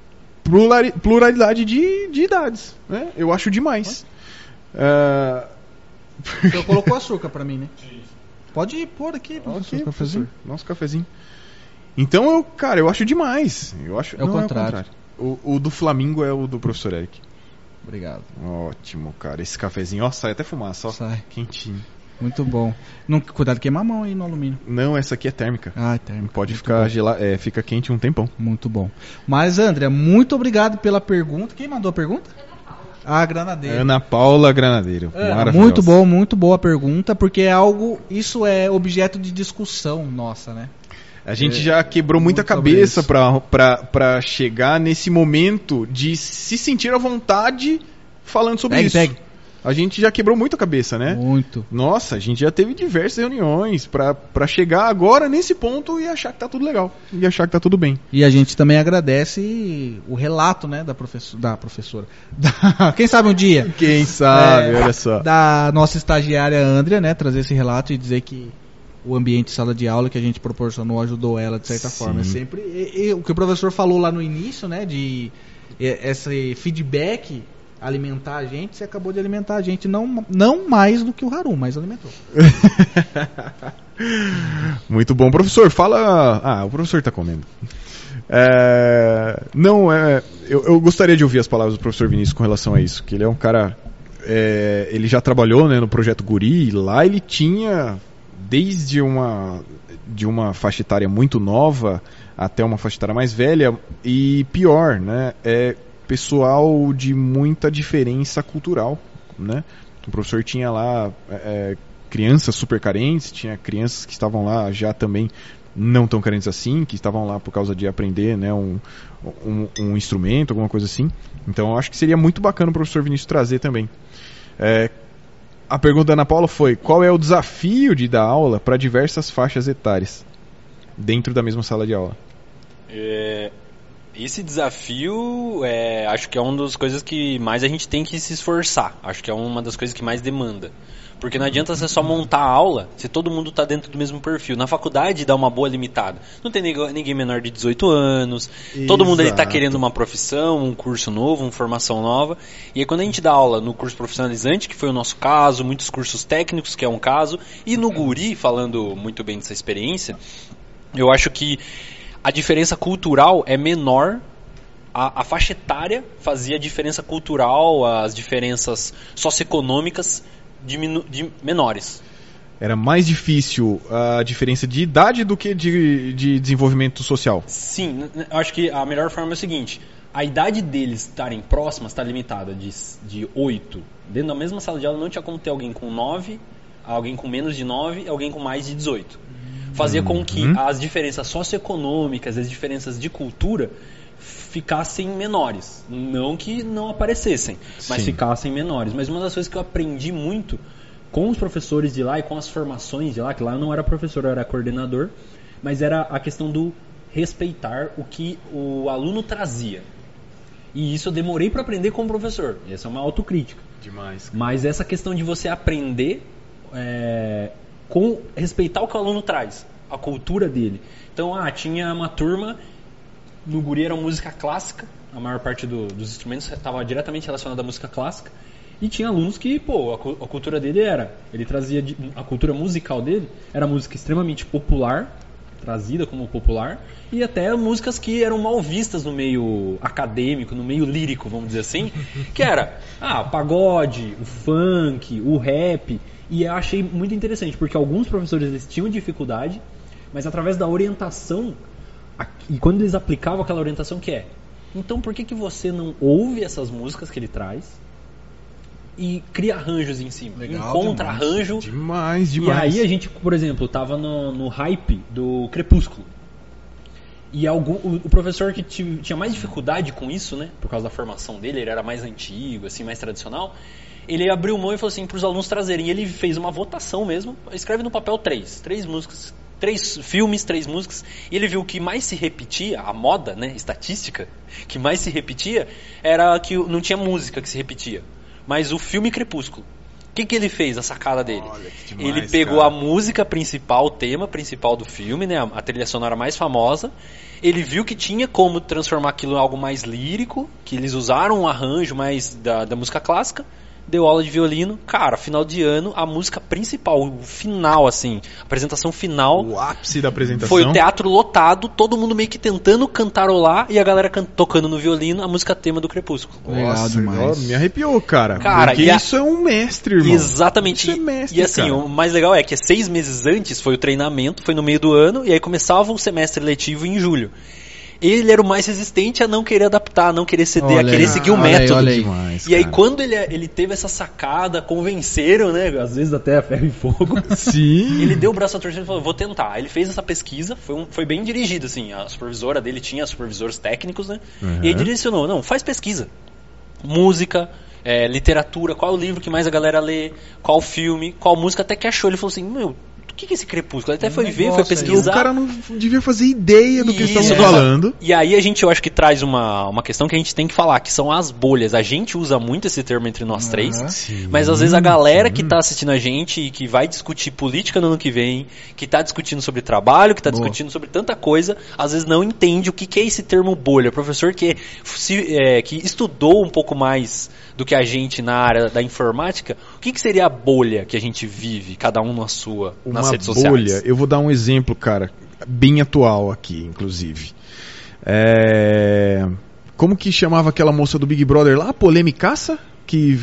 Speaker 1: pluralidade de, de idades, né? Eu acho demais. Uh...
Speaker 2: Você colocou açúcar pra mim, né? Pode pôr aqui,
Speaker 1: okay,
Speaker 2: cafezinho.
Speaker 1: Nosso cafezinho. Então, eu, cara, eu acho demais. Eu acho,
Speaker 2: é, o
Speaker 1: não,
Speaker 2: contrário.
Speaker 1: é o contrário. O, o do Flamengo é o do professor Eric.
Speaker 2: Obrigado.
Speaker 1: Ótimo, cara. Esse cafezinho, ó, sai até fumaça, ó.
Speaker 2: Sai.
Speaker 1: Quentinho.
Speaker 2: Muito bom. Não, cuidado, queima a mão aí no alumínio.
Speaker 1: Não, essa aqui é térmica.
Speaker 2: Ah, é térmica.
Speaker 1: Pode
Speaker 2: muito
Speaker 1: ficar gelado, é, fica quente um tempão.
Speaker 2: Muito bom. Mas, André, muito obrigado pela pergunta. Quem mandou a pergunta? Ah, Granadeiro.
Speaker 1: Ana Paula Granadeiro.
Speaker 2: Ana, muito bom, muito boa pergunta, porque é algo, isso é objeto de discussão nossa, né?
Speaker 1: A gente
Speaker 2: é,
Speaker 1: já quebrou muita cabeça para chegar nesse momento de se sentir à vontade falando sobre
Speaker 2: pegue,
Speaker 1: isso.
Speaker 2: Pegue.
Speaker 1: A gente já quebrou muita cabeça, né?
Speaker 2: Muito.
Speaker 1: Nossa, a gente já teve diversas reuniões para chegar agora nesse ponto e achar que tá tudo legal. E achar que tá tudo bem.
Speaker 2: E a gente também agradece o relato, né, da, professor, da professora. Da, quem sabe um dia?
Speaker 1: Quem sabe, é, olha só.
Speaker 2: Da nossa estagiária Andrea, né, trazer esse relato e dizer que o ambiente de sala de aula que a gente proporcionou ajudou ela de certa
Speaker 1: Sim.
Speaker 2: forma. É sempre e, e, o que o professor falou lá no início, né, de e, esse feedback alimentar a gente, você acabou de alimentar a gente, não, não mais do que o Harum, mas alimentou.
Speaker 1: Muito bom, professor, fala... Ah, o professor está comendo. É... Não, é... eu, eu gostaria de ouvir as palavras do professor Vinícius com relação a isso, que ele é um cara... É... Ele já trabalhou, né, no Projeto Guri, e lá ele tinha, desde uma, de uma faixa etária muito nova até uma faixa etária mais velha, e pior, né, é... pessoal de muita diferença cultural, né? O professor tinha lá é, crianças super carentes, tinha crianças que estavam lá já também não tão carentes assim, que estavam lá por causa de aprender, né, um, um, um instrumento, alguma coisa assim. Então eu acho que seria muito bacana o professor Vinícius trazer também. É, a pergunta da Ana Paula foi: qual é o desafio de dar aula para diversas faixas etárias dentro da mesma sala de aula?
Speaker 3: É... Esse desafio, é, acho que é uma das coisas que mais a gente tem que se esforçar. Acho que é uma das coisas que mais demanda. Porque não adianta você só montar a aula se todo mundo está dentro do mesmo perfil. Na faculdade dá uma boa limitada. Não tem ninguém menor de dezoito anos. Exato. Todo mundo está querendo uma profissão, um curso novo, uma formação nova. E aí quando a gente dá aula no curso profissionalizante, que foi o nosso caso, muitos cursos técnicos, que é um caso, e no Guri, falando muito bem dessa experiência, eu acho que a diferença cultural é menor, a, a faixa etária fazia a diferença cultural, as diferenças socioeconômicas diminu- de menores.
Speaker 1: Era mais difícil a diferença de idade do que de, de desenvolvimento social.
Speaker 3: Sim, eu acho que a melhor forma é o seguinte: a idade deles estarem próximas está limitada de, de oito. Dentro da mesma sala de aula não tinha como ter alguém com nove, alguém com menos de nove e alguém com mais de dezoito. Fazia com que
Speaker 1: Uhum.
Speaker 3: as diferenças socioeconômicas, as diferenças de cultura ficassem menores. Não que não aparecessem, mas
Speaker 1: Sim.
Speaker 3: ficassem menores. Mas uma das coisas que eu aprendi muito com os professores de lá e com as formações de lá, que lá eu não era professor, eu era coordenador, mas era a questão do respeitar o que o aluno trazia. E isso eu demorei para aprender como professor. Essa é uma autocrítica.
Speaker 1: Demais.
Speaker 3: Mas essa questão de você aprender é, com respeitar o que o aluno traz, a cultura dele. Então, ah, tinha uma turma, no Guri era música clássica, a maior parte do, dos instrumentos estava diretamente relacionada à música clássica, e tinha alunos que, pô, a, cu- a cultura dele era, ele trazia, de, a cultura musical dele era música extremamente popular, trazida como popular, e até músicas que eram mal vistas no meio acadêmico, no meio lírico, vamos dizer assim, que era ah, o pagode, o funk, o rap, e eu achei muito interessante, porque alguns professores eles tinham dificuldade, mas através da orientação, a- e quando eles aplicavam aquela orientação que é, então por que, que você não ouve essas músicas que ele traz e cria arranjos em cima,
Speaker 2: Legal
Speaker 3: encontra
Speaker 2: demais.
Speaker 3: arranjo.
Speaker 1: Demais,
Speaker 3: E
Speaker 1: demais.
Speaker 3: aí a gente, por exemplo, tava no, no hype do Crepúsculo. E algum, o, o professor que ti- tinha mais dificuldade com isso, né? Por causa da formação dele, ele era mais antigo, assim, mais tradicional. Ele abriu mão e falou assim para os alunos trazerem. E ele fez uma votação mesmo. Escreve no papel três. Três músicas, três filmes, três músicas. E ele viu que mais se repetia, a moda, né? Estatística, que mais se repetia era que não tinha música que se repetia. Mas o filme Crepúsculo. O que, que ele fez, a sacada dele?
Speaker 1: Olha, que demais,
Speaker 3: Ele pegou
Speaker 1: cara.
Speaker 3: a música principal, o tema principal do filme, né, a, a trilha sonora mais famosa. Ele viu que tinha como transformar aquilo em algo mais lírico, que eles usaram um arranjo mais da, da música clássica. Deu aula de violino. Cara, final de ano, a música principal, o final, assim, a apresentação final...
Speaker 1: O ápice da apresentação.
Speaker 3: Foi o teatro lotado, todo mundo meio que tentando cantarolar e a galera can- tocando no violino a música tema do Crepúsculo.
Speaker 2: Legal
Speaker 1: Nossa,
Speaker 2: demais.
Speaker 1: ó, me arrepiou, cara.
Speaker 3: Cara,
Speaker 1: porque
Speaker 3: e a-
Speaker 1: isso é um mestre, irmão.
Speaker 3: Exatamente.
Speaker 1: Isso é mestre,
Speaker 3: e assim,
Speaker 1: cara.
Speaker 3: o mais legal é que seis meses antes foi o treinamento, foi no meio do ano, e aí começava o semestre letivo em julho. Ele era o mais resistente a não querer adaptar, a não querer ceder,
Speaker 2: Olha
Speaker 3: a querer
Speaker 2: aí,
Speaker 3: seguir o
Speaker 2: olha aí,
Speaker 3: método.
Speaker 2: olha aí.
Speaker 1: Demais,
Speaker 3: E aí
Speaker 1: cara.
Speaker 3: quando ele, ele teve essa sacada, convenceram, né, às vezes até a ferro e fogo,
Speaker 1: Sim.
Speaker 3: ele deu o braço a torcer e falou, vou tentar. Aí ele fez essa pesquisa, foi, um, foi bem dirigido, assim, a supervisora dele tinha supervisores técnicos, né,
Speaker 1: Uhum.
Speaker 3: e aí direcionou, não, faz pesquisa. Música, é, literatura, qual o livro que mais a galera lê, qual filme, qual música, até que achou. Ele falou assim, meu, o que que é esse Crepúsculo? Ele até foi ver, foi
Speaker 2: negócio aí.
Speaker 1: O
Speaker 3: pesquisar.
Speaker 1: cara não devia fazer ideia do que eles
Speaker 3: Isso,
Speaker 1: estavam
Speaker 3: não.
Speaker 1: falando.
Speaker 3: E aí a gente, eu acho que traz uma, uma questão que a gente tem que falar, que são as bolhas. A gente usa muito esse termo entre nós três,
Speaker 1: Sim,
Speaker 3: mas às vezes a galera
Speaker 1: sim.
Speaker 3: que tá assistindo a gente e que vai discutir política no ano que vem, que tá discutindo sobre trabalho, que tá
Speaker 2: Boa.
Speaker 3: discutindo sobre tanta coisa, às vezes não entende o que, que é esse termo bolha. O professor que, se, é, que estudou um pouco mais do que a gente na área da informática, o que, que seria a bolha que a gente vive, cada um na sua,
Speaker 1: Uma
Speaker 3: nas redes
Speaker 1: bolha.
Speaker 3: sociais?
Speaker 1: Eu vou dar um exemplo, cara, bem atual aqui, inclusive. É... Como que chamava aquela moça do Big Brother lá? Polemicaça? Que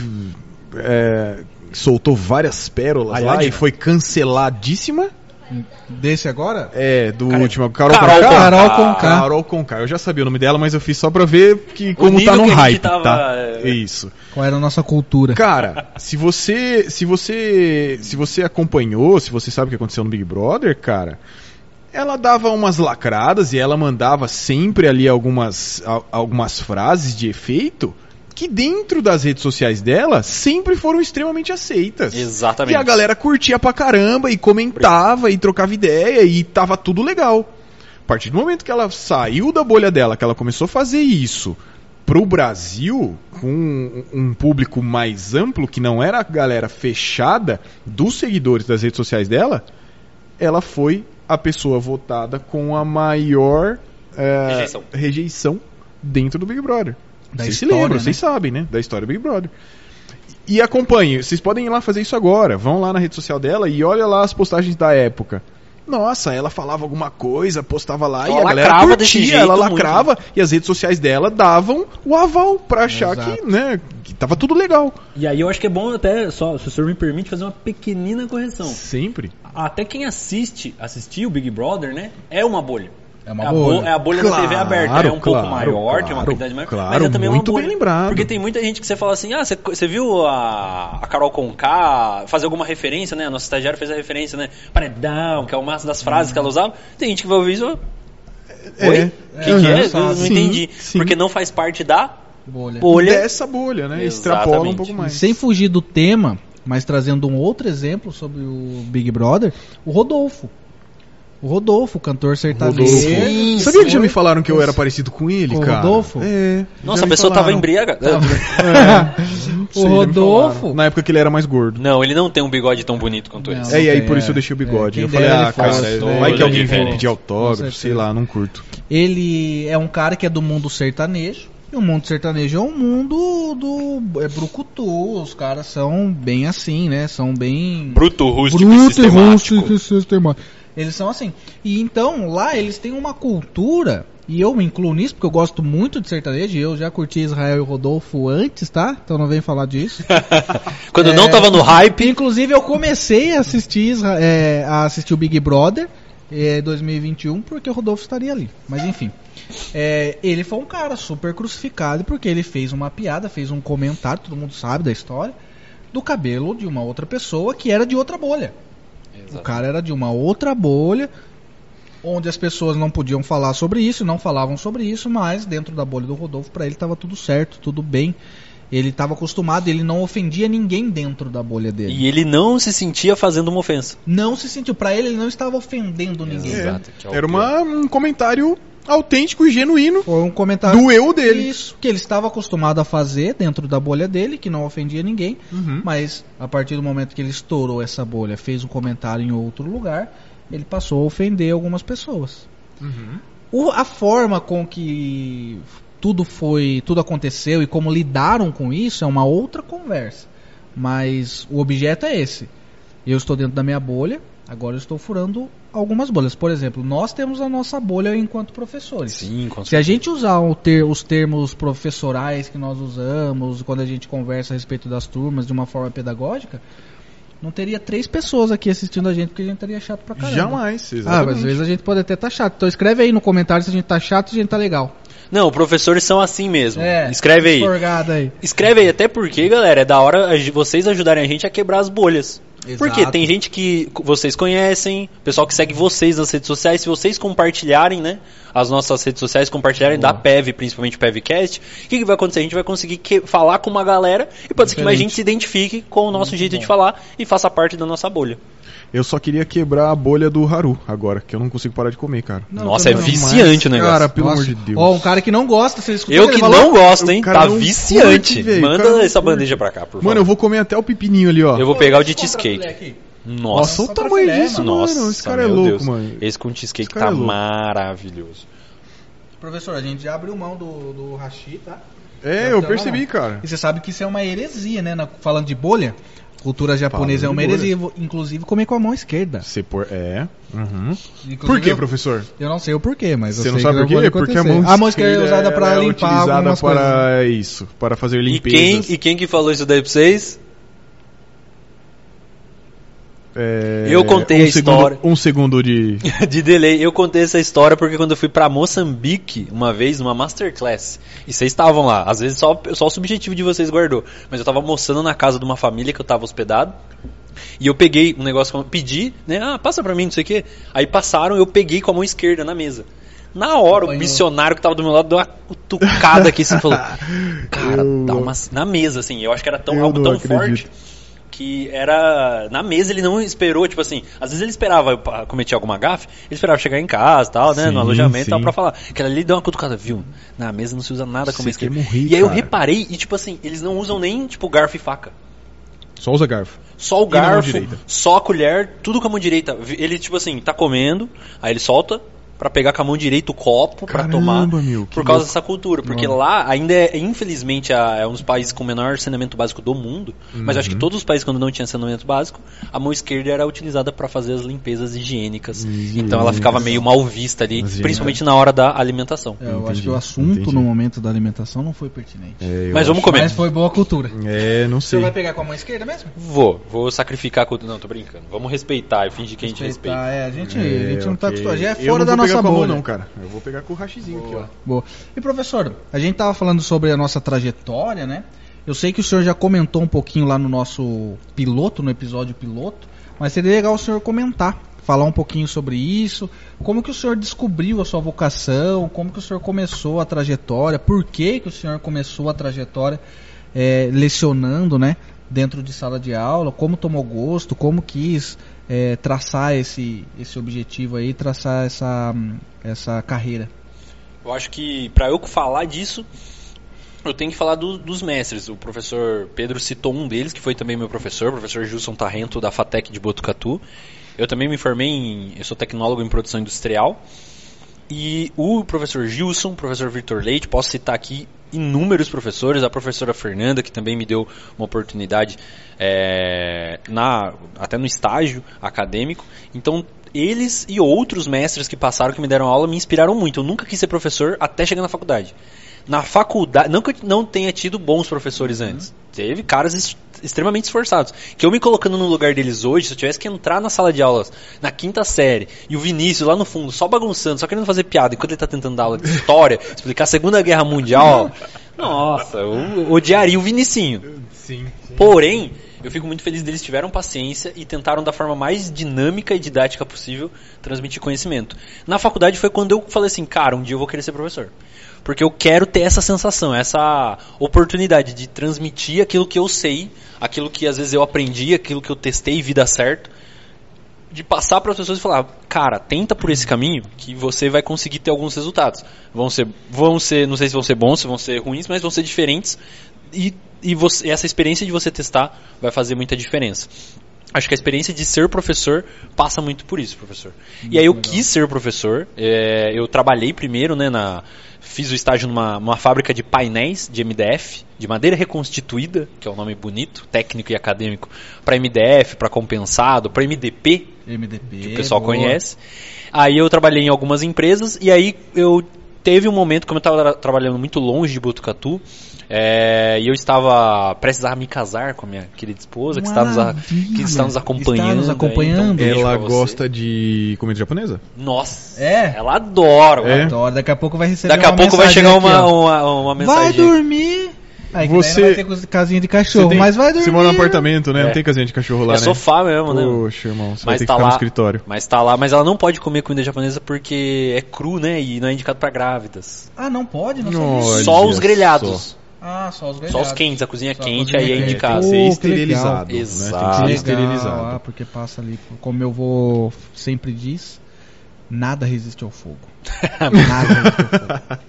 Speaker 1: é, soltou várias pérolas lá
Speaker 3: Ariadna.
Speaker 1: e foi canceladíssima.
Speaker 2: Desse agora?
Speaker 1: É, do
Speaker 3: Cara,
Speaker 1: último. Carol,
Speaker 3: Carol
Speaker 1: Conká?
Speaker 2: Carol Conká.
Speaker 1: Carol Conká. Eu já sabia o nome dela, mas eu fiz só pra ver que, como
Speaker 3: nível
Speaker 1: tá no
Speaker 3: que a gente
Speaker 1: hype,
Speaker 3: tava,
Speaker 1: tá?
Speaker 3: é.
Speaker 1: Isso.
Speaker 2: Qual era a nossa cultura?
Speaker 1: Cara, se você, se você, se você acompanhou, se você sabe o que aconteceu no Big Brother, cara, ela dava umas lacradas e ela mandava sempre ali algumas, a- algumas frases de efeito que dentro das redes sociais dela sempre foram extremamente aceitas.
Speaker 3: Exatamente.
Speaker 1: E a galera curtia pra caramba e comentava e trocava ideia e tava tudo legal. A partir do momento que ela saiu da bolha dela, que ela começou a fazer isso pro Brasil, com um, um público mais amplo, que não era a galera fechada dos seguidores das redes sociais dela, ela foi a pessoa votada com a maior eh,
Speaker 3: Rejeição.
Speaker 1: rejeição dentro do Big Brother.
Speaker 2: Da
Speaker 1: Vocês se
Speaker 2: história,
Speaker 1: lembram,
Speaker 2: né?
Speaker 1: vocês sabem, né? Da história do Big Brother. E acompanhem, vocês podem ir lá fazer isso agora. Vão lá na rede social dela e olha lá as postagens da época. nossa, ela falava alguma coisa, postava lá
Speaker 3: Ela
Speaker 1: e a galera
Speaker 3: lacrava desse
Speaker 1: curtia,
Speaker 3: jeito
Speaker 1: ela
Speaker 3: muito,
Speaker 1: lacrava e as redes sociais dela davam o aval pra achar
Speaker 2: Exato.
Speaker 1: que, né, que tava tudo legal.
Speaker 3: E aí eu acho que é bom até, só, se o senhor me permite, fazer uma pequenina correção.
Speaker 1: Sempre.
Speaker 3: Até quem assiste, assistiu o Big Brother, né, é uma bolha.
Speaker 2: É uma
Speaker 3: a
Speaker 2: bolha.
Speaker 3: bo- é a bolha da T V aberta, é um pouco
Speaker 1: claro,
Speaker 3: maior,
Speaker 1: claro,
Speaker 3: tem uma quantidade maior,
Speaker 1: claro,
Speaker 3: mas é também
Speaker 1: muito
Speaker 3: uma bolha.
Speaker 1: bem lembrado.
Speaker 3: Porque tem muita gente que você fala assim, ah, você, você viu a, a Carol Conká fazer alguma referência, né? A nossa estagiária fez a referência, né? Paredão, que é uma das frases que ela usava. Tem gente que vai ouvir isso. Oi?
Speaker 1: É.
Speaker 3: O que, que é? Eu não
Speaker 1: Sim,
Speaker 3: entendi.
Speaker 1: sim.
Speaker 3: Porque não faz parte da
Speaker 2: Bolha.
Speaker 3: bolha.
Speaker 1: Dessa bolha, né?
Speaker 3: Exatamente.
Speaker 1: Extrapola um pouco mais.
Speaker 2: Sem fugir do tema, mas trazendo um outro exemplo sobre o Big Brother, o Rodolfo. O Rodolfo, cantor sertanejo.
Speaker 1: Rodolfo.
Speaker 3: Sim,
Speaker 1: Sabia
Speaker 3: sim.
Speaker 1: que já me falaram que eu era parecido com ele,
Speaker 2: Com o
Speaker 1: cara?
Speaker 2: Rodolfo?
Speaker 1: É.
Speaker 3: Nossa,
Speaker 1: já
Speaker 3: a
Speaker 1: me
Speaker 3: pessoa tava
Speaker 1: falaram.
Speaker 3: embriagada.
Speaker 1: É.
Speaker 2: O Rodolfo.
Speaker 1: Na época que ele era mais gordo.
Speaker 3: Não, ele não tem um bigode tão bonito quanto
Speaker 2: Não.
Speaker 3: esse.
Speaker 1: É, e aí
Speaker 2: tem,
Speaker 1: por
Speaker 2: é.
Speaker 1: isso eu deixei o bigode.
Speaker 2: É,
Speaker 1: eu
Speaker 2: quem
Speaker 1: falei,
Speaker 2: dera
Speaker 1: ah,
Speaker 2: ele
Speaker 1: cara,
Speaker 2: fosse,
Speaker 3: né?
Speaker 1: vai que alguém
Speaker 3: Com
Speaker 1: vem
Speaker 3: certeza.
Speaker 1: pedir autógrafo,
Speaker 2: Com
Speaker 1: sei
Speaker 2: certeza.
Speaker 1: lá, não curto.
Speaker 2: Ele é um cara que é do mundo sertanejo. E o mundo sertanejo é um mundo do. É brucutu. Os caras são bem assim, né? São bem.
Speaker 3: Bruto, rústico
Speaker 2: Bruto
Speaker 3: e
Speaker 2: e
Speaker 3: sistemático.
Speaker 2: rústico e sistemático. Eles são assim. E então, lá eles têm uma cultura. E eu me incluo nisso, porque eu gosto muito de sertanejo. E eu já curti Israel e Rodolfo antes, tá? Então não vem falar disso.
Speaker 3: Quando
Speaker 2: É,
Speaker 3: não tava no hype.
Speaker 2: Inclusive, eu comecei a assistir, Isra- é, a assistir o Big Brother em dois mil e vinte e um, porque o Rodolfo estaria ali. Mas enfim. É, ele foi um cara super crucificado porque ele fez uma piada, fez um comentário, todo mundo sabe da história, do cabelo de uma outra pessoa que era de outra bolha. O cara era de uma outra bolha, onde as pessoas não podiam falar sobre isso, não falavam sobre isso, mas dentro da bolha do Rodolfo, pra ele tava tudo certo, tudo bem. Ele estava acostumado, ele não ofendia ninguém dentro da bolha dele.
Speaker 3: E ele não se sentia fazendo uma ofensa.
Speaker 2: Não se sentiu, pra ele ele não estava ofendendo ninguém.
Speaker 1: É,
Speaker 3: Exato, que é o
Speaker 1: era
Speaker 3: que-
Speaker 1: uma, um comentário autêntico e genuíno
Speaker 2: Foi um comentário
Speaker 1: do eu dele.
Speaker 2: Isso, que ele estava acostumado a fazer dentro da bolha dele, que não ofendia ninguém,
Speaker 1: Uhum.
Speaker 2: mas a partir do momento que ele estourou essa bolha, fez um comentário em outro lugar, ele passou a ofender algumas pessoas.
Speaker 1: Uhum.
Speaker 2: O- a forma com que tudo foi, tudo aconteceu e como lidaram com isso é uma outra conversa. Mas o objeto é esse. Eu estou dentro da minha bolha, agora eu estou furando algumas bolhas. Por exemplo, nós temos a nossa bolha enquanto professores.
Speaker 3: Sim, com
Speaker 2: Se a gente usar o ter- os termos professorais que nós usamos quando a gente conversa a respeito das turmas de uma forma pedagógica, não teria três pessoas aqui assistindo a gente, porque a gente estaria chato pra caramba.
Speaker 1: Jamais,
Speaker 2: Ah,
Speaker 1: exatamente.
Speaker 2: mas às vezes a gente pode até estar chato. Então escreve aí no comentário se a gente tá chato e se a gente tá legal.
Speaker 3: Não, professores são assim mesmo.
Speaker 2: É,
Speaker 3: Escreve aí.
Speaker 2: esforgada aí.
Speaker 3: Escreve aí, até porque, galera, é da hora a- vocês ajudarem a gente a quebrar as bolhas.
Speaker 2: Exato.
Speaker 3: Porque tem gente que vocês conhecem, pessoal que segue vocês nas redes sociais, se vocês compartilharem, né, as nossas redes sociais, compartilharem
Speaker 2: Boa.
Speaker 3: da P E V, principalmente PevCast, o que, que vai acontecer? A gente vai conseguir que- falar com uma galera e pode ser que mais
Speaker 2: Diferente.
Speaker 3: gente se identifique com o nosso
Speaker 2: Muito
Speaker 3: jeito
Speaker 2: bom.
Speaker 3: de falar e faça parte da nossa bolha.
Speaker 1: Eu só queria quebrar a bolha do Haru agora, que eu não consigo parar de comer, cara.
Speaker 2: Não,
Speaker 3: Nossa, é
Speaker 2: também não.
Speaker 3: viciante o negócio.
Speaker 1: Cara, pelo
Speaker 2: Nossa.
Speaker 1: amor de Deus.
Speaker 2: Ó, um cara que não gosta, você escutou
Speaker 3: Eu
Speaker 2: ele
Speaker 3: que
Speaker 2: falar?
Speaker 3: não gosto, hein?
Speaker 1: o cara
Speaker 3: Tá
Speaker 1: não
Speaker 3: viciante.
Speaker 1: curte, velho, o
Speaker 3: Manda
Speaker 1: cara não
Speaker 3: essa
Speaker 1: curte.
Speaker 3: bandeja pra cá, por favor.
Speaker 1: Mano, eu vou comer até o pepininho ali, ó.
Speaker 3: Eu vou pegar o de
Speaker 2: Compra filé
Speaker 3: cheesecake.
Speaker 2: aqui.
Speaker 1: Nossa,
Speaker 3: Nossa,
Speaker 1: o
Speaker 2: Compra
Speaker 1: tamanho
Speaker 2: filé,
Speaker 1: disso,
Speaker 2: mano.
Speaker 1: mano.
Speaker 3: nossa,
Speaker 1: Esse cara é
Speaker 3: meu
Speaker 1: louco,
Speaker 3: Deus.
Speaker 1: mano.
Speaker 3: Esse com cheesecake
Speaker 1: Esse cara
Speaker 3: tá
Speaker 1: é louco.
Speaker 3: maravilhoso.
Speaker 2: Professor, a gente já abriu mão do, do hashi, tá?
Speaker 1: É,
Speaker 2: Já
Speaker 1: eu
Speaker 2: tá
Speaker 1: percebi,
Speaker 2: na mão.
Speaker 1: cara.
Speaker 2: E você sabe que isso é uma heresia, né? Na- falando de bolha, cultura japonesa é
Speaker 1: Falando
Speaker 2: uma
Speaker 1: de
Speaker 2: heresia. Inclusive comer com a mão esquerda.
Speaker 1: Você por... É. Uhum.
Speaker 2: Inclusive,
Speaker 1: Por que,
Speaker 2: eu-
Speaker 1: professor?
Speaker 2: Eu não sei o porquê, mas eu
Speaker 1: Você não
Speaker 2: sei
Speaker 1: sabe
Speaker 2: que
Speaker 1: por quê?
Speaker 2: pode
Speaker 1: Porque a
Speaker 2: acontecer.
Speaker 1: mão,
Speaker 2: a mão esquerda é usada pra
Speaker 1: ela é
Speaker 2: limpar
Speaker 1: utilizada
Speaker 2: algumas coisas.
Speaker 1: para isso, para fazer
Speaker 3: E
Speaker 1: limpezas.
Speaker 3: quem, e quem que falou isso daí pra vocês?
Speaker 1: É,
Speaker 3: Eu contei
Speaker 1: um
Speaker 3: a
Speaker 1: segundo-
Speaker 3: história.
Speaker 1: Um segundo de...
Speaker 3: De delay. Eu contei essa história porque quando eu fui pra Moçambique, uma vez, numa masterclass, e vocês estavam lá, às vezes só, só o subjetivo de vocês guardou, mas eu tava almoçando na casa de uma família que eu tava hospedado, e eu peguei um negócio, pedi, né, ah, passa pra mim, não sei o que, aí passaram, eu peguei com a mão esquerda na mesa. Na hora, o
Speaker 2: Apanhou.
Speaker 3: missionário que tava do meu lado deu uma cutucada aqui, assim, falou, cara,
Speaker 1: Eu-
Speaker 3: dá uma... Na mesa, assim, eu acho que era tão,
Speaker 1: Eu
Speaker 3: algo
Speaker 1: não
Speaker 3: tão
Speaker 1: acredito.
Speaker 3: forte que era na mesa, ele não esperou, tipo assim, às vezes ele esperava eu pa- cometer alguma gafe, ele esperava chegar em casa, tal, né,
Speaker 1: Sim,
Speaker 3: no alojamento, tal,
Speaker 1: sim.
Speaker 3: pra falar. Aquela ali deu uma cutucada, viu? Na mesa não se usa nada como
Speaker 1: Você
Speaker 3: esquerda.
Speaker 1: quer morrer,
Speaker 3: E aí eu
Speaker 1: cara.
Speaker 3: reparei e tipo assim, eles não usam nem tipo garfo e faca.
Speaker 1: Só usa garfo.
Speaker 3: Só o
Speaker 1: E na mão
Speaker 3: garfo,
Speaker 1: direita?
Speaker 3: só a colher, tudo com a mão direita. Ele tipo assim, tá comendo, aí ele solta pra pegar com a mão direita o copo pra tomar,
Speaker 1: meu,
Speaker 3: por causa
Speaker 1: louco.
Speaker 3: dessa cultura. Porque Mano. lá ainda é, infelizmente, é um dos países com o menor saneamento básico do mundo, uhum. mas eu acho que todos os países, quando não tinha saneamento básico, a mão esquerda era utilizada pra fazer as limpezas higiênicas. Uhum. Então ela ficava meio mal vista ali, Mas, principalmente é. na hora da alimentação.
Speaker 2: É, eu Entendi. acho que o assunto Entendi. no momento da alimentação não foi pertinente.
Speaker 3: É, mas vamos comer.
Speaker 2: Mas foi boa cultura.
Speaker 1: É, não sei.
Speaker 2: Você vai pegar com a mão esquerda mesmo?
Speaker 3: Vou, vou sacrificar a cultura. Não, tô brincando. Vamos respeitar, fingir que a gente respeita.
Speaker 2: É, a gente, é, a gente não
Speaker 1: okay.
Speaker 2: tá acostumado. Já é fora da nossa bolha.
Speaker 1: Não, cara. Eu vou pegar com o hachizinho aqui, ó.
Speaker 2: Boa. E professor, a gente tava falando sobre a nossa trajetória, né? Eu sei que o senhor já comentou um pouquinho lá no nosso piloto, no episódio piloto, mas seria legal o senhor comentar, falar um pouquinho sobre isso, como que o senhor descobriu a sua vocação, como que o senhor começou a trajetória, por que que o senhor começou a trajetória é, lecionando, né, dentro de sala de aula, como tomou gosto, como quis é, traçar esse, esse objetivo aí, traçar essa, essa carreira.
Speaker 3: Eu acho que para eu falar disso, eu tenho que falar do, dos mestres. O professor Pedro citou um deles, que foi também meu professor, o professor Gilson Tarrento, da FATEC de Botucatu. Eu também me formei em... Eu sou tecnólogo em produção industrial. E o professor Gilson, o professor Victor Leite, posso citar aqui inúmeros professores, a professora Fernanda, que também me deu uma oportunidade é, na, até no estágio acadêmico. Então, eles e outros mestres que passaram, que me deram aula, me inspiraram muito. Eu nunca quis ser professor até chegar na faculdade. Na faculdade, não que eu não tenha tido bons professores antes, uhum. teve caras est- extremamente esforçados, que eu me colocando no lugar deles hoje, se eu tivesse que entrar na sala de aulas, na quinta série, e o Vinícius lá no fundo, só bagunçando, só querendo fazer piada, enquanto ele tá tentando dar aula de história, explicar a Segunda Guerra Mundial, nossa, eu odiaria o Vinicinho.
Speaker 1: Sim, sim.
Speaker 3: Porém, eu fico muito feliz deles, tiveram paciência e tentaram da forma mais dinâmica e didática possível transmitir conhecimento. Na faculdade foi quando eu falei assim, cara, um dia eu vou querer ser professor. Porque eu quero ter essa sensação, essa oportunidade de transmitir aquilo que eu sei, aquilo que às vezes eu aprendi, aquilo que eu testei e vi dar certo, de passar para as pessoas e falar, cara, tenta por esse caminho que você vai conseguir ter alguns resultados. Vão ser, vão ser, não sei se vão ser bons, se vão ser ruins, mas vão ser diferentes e, e você, essa experiência de você testar vai fazer muita diferença. Acho que a experiência de ser professor passa muito por isso, professor. Muito e aí eu legal. quis ser professor, é, eu trabalhei primeiro, né, na, fiz o estágio numa, numa fábrica de painéis de M D F, de madeira reconstituída, que é um nome bonito, técnico e acadêmico, para M D F, para compensado, para M D P,
Speaker 2: M D P,
Speaker 3: que o pessoal
Speaker 2: boa.
Speaker 3: conhece. Aí eu trabalhei em algumas empresas e aí eu teve um momento, como eu estava tra- trabalhando muito longe de Botucatu, É, e eu estava prestes a me casar com a minha querida esposa, que está, nos a, que está nos acompanhando.
Speaker 2: Está nos acompanhando.
Speaker 3: Aí, então,
Speaker 1: ela gosta de comida japonesa?
Speaker 3: Nossa,
Speaker 2: é?
Speaker 3: Ela adora.
Speaker 2: É? Adora. Daqui a pouco vai receber
Speaker 3: Daqui a
Speaker 2: uma
Speaker 3: pouco vai chegar
Speaker 2: aqui,
Speaker 3: uma, uma, uma mensagem.
Speaker 2: Vai dormir. Aí,
Speaker 1: você
Speaker 2: vai ter casinha de cachorro,
Speaker 1: tem,
Speaker 2: mas vai dormir.
Speaker 1: Você mora no apartamento, né?
Speaker 3: É.
Speaker 1: Não tem casinha de cachorro lá,
Speaker 3: é
Speaker 1: né?
Speaker 3: É sofá mesmo, né?
Speaker 1: Poxa, irmão, você
Speaker 3: mas
Speaker 1: vai ter
Speaker 3: tá
Speaker 1: que ficar
Speaker 3: lá,
Speaker 1: no escritório.
Speaker 3: Mas tá lá, mas ela não pode comer comida japonesa porque é cru, né? E não é indicado pra grávidas.
Speaker 2: Ah, não pode? Não
Speaker 1: Olha
Speaker 3: só os grelhados.
Speaker 1: Só.
Speaker 2: Ah, só os grelhados.
Speaker 3: Só os quentes, a cozinha
Speaker 2: só
Speaker 3: quente,
Speaker 2: cozinha
Speaker 3: aí é
Speaker 2: quente.
Speaker 3: indicado.
Speaker 1: Tem que ser
Speaker 2: Oh,
Speaker 1: esterilizado.
Speaker 2: que
Speaker 1: Né?
Speaker 3: Exato.
Speaker 1: Tem que ser
Speaker 2: Legal,
Speaker 1: esterilizado.
Speaker 2: ah, porque passa ali, como meu avô sempre diz, nada resiste ao fogo. Nada resiste ao fogo.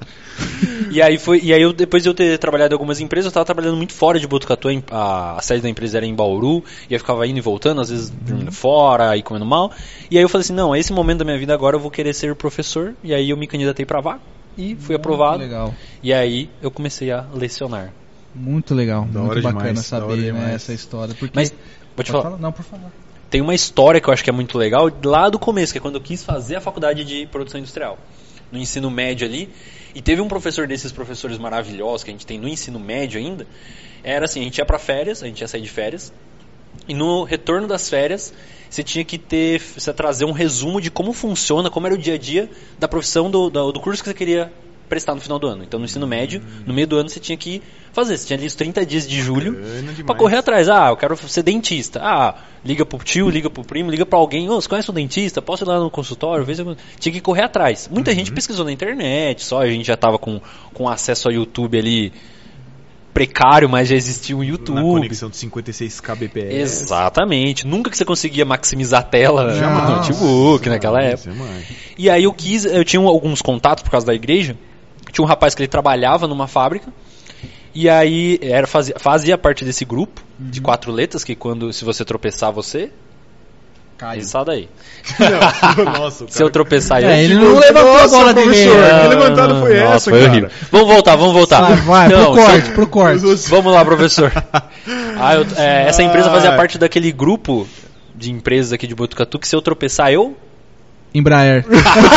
Speaker 3: E aí, foi, e aí eu, depois de eu ter trabalhado em algumas empresas, eu estava trabalhando muito fora de Botucatu, em, a, a sede da empresa era em Bauru, e eu ficava indo e voltando, às vezes dormindo fora, e comendo mal. E aí eu falei assim, não, esse momento da minha vida agora eu vou querer ser professor, e aí eu me candidatei para vaga, e fui
Speaker 2: Muito
Speaker 3: aprovado.
Speaker 2: Legal.
Speaker 3: E aí eu comecei a lecionar.
Speaker 2: Muito legal,
Speaker 1: Da
Speaker 2: muito
Speaker 1: hora
Speaker 2: bacana
Speaker 1: demais, da hora
Speaker 2: saber, né,
Speaker 1: demais.
Speaker 2: essa história. Porque...
Speaker 3: Mas, pode falar.
Speaker 2: falar? Não, por favor.
Speaker 3: Tem uma história que eu acho que é muito legal, lá do começo, que é quando eu quis fazer a faculdade de produção industrial, no ensino médio ali. E teve um professor desses professores maravilhosos que a gente tem no ensino médio ainda. Era assim, a gente ia pra férias, a gente ia sair de férias. E no retorno das férias, você tinha que ter, você ia trazer um resumo de como funciona, como era o dia a dia da profissão do, do, do curso que você queria prestar no final do ano. Então no ensino médio, no meio do ano você tinha que fazer, você tinha ali os trinta dias de julho para correr atrás. Ah, eu quero ser dentista. Ah, liga pro tio, liga pro primo, liga pra alguém. Ô, oh, você conhece um dentista? Posso ir lá no consultório? Vê se eu... Tinha que correr atrás. Muita uhum. gente pesquisou na internet, só a gente já tava com, com acesso ao YouTube ali precário, mas já existia um YouTube.
Speaker 1: Na conexão de cinquenta e seis kbps.
Speaker 3: Exatamente. Nunca que você conseguia maximizar a tela
Speaker 1: já
Speaker 3: no notebook naquela época. E aí eu quis, eu tinha alguns contatos por causa da igreja. Tinha um rapaz que ele trabalhava numa fábrica e aí era, fazia, fazia parte desse grupo uhum. de quatro letras que quando se você tropeçar você
Speaker 2: caiu.
Speaker 3: Só daí.
Speaker 1: Não, nossa,
Speaker 3: Se eu tropeçar,
Speaker 2: É,
Speaker 3: eu...
Speaker 2: ele não levantou a bola direito.
Speaker 1: Que levantada foi
Speaker 3: Nossa,
Speaker 1: essa,
Speaker 3: foi
Speaker 1: cara?
Speaker 3: horrível. Vamos voltar, vamos voltar.
Speaker 2: Vai, vai,
Speaker 3: Não,
Speaker 2: pro corte, pro corte.
Speaker 3: Vamos lá, professor. Ah, eu- é, essa empresa fazia parte daquele grupo de empresas aqui de Botucatu que se eu tropeçar, eu...
Speaker 2: Embraer.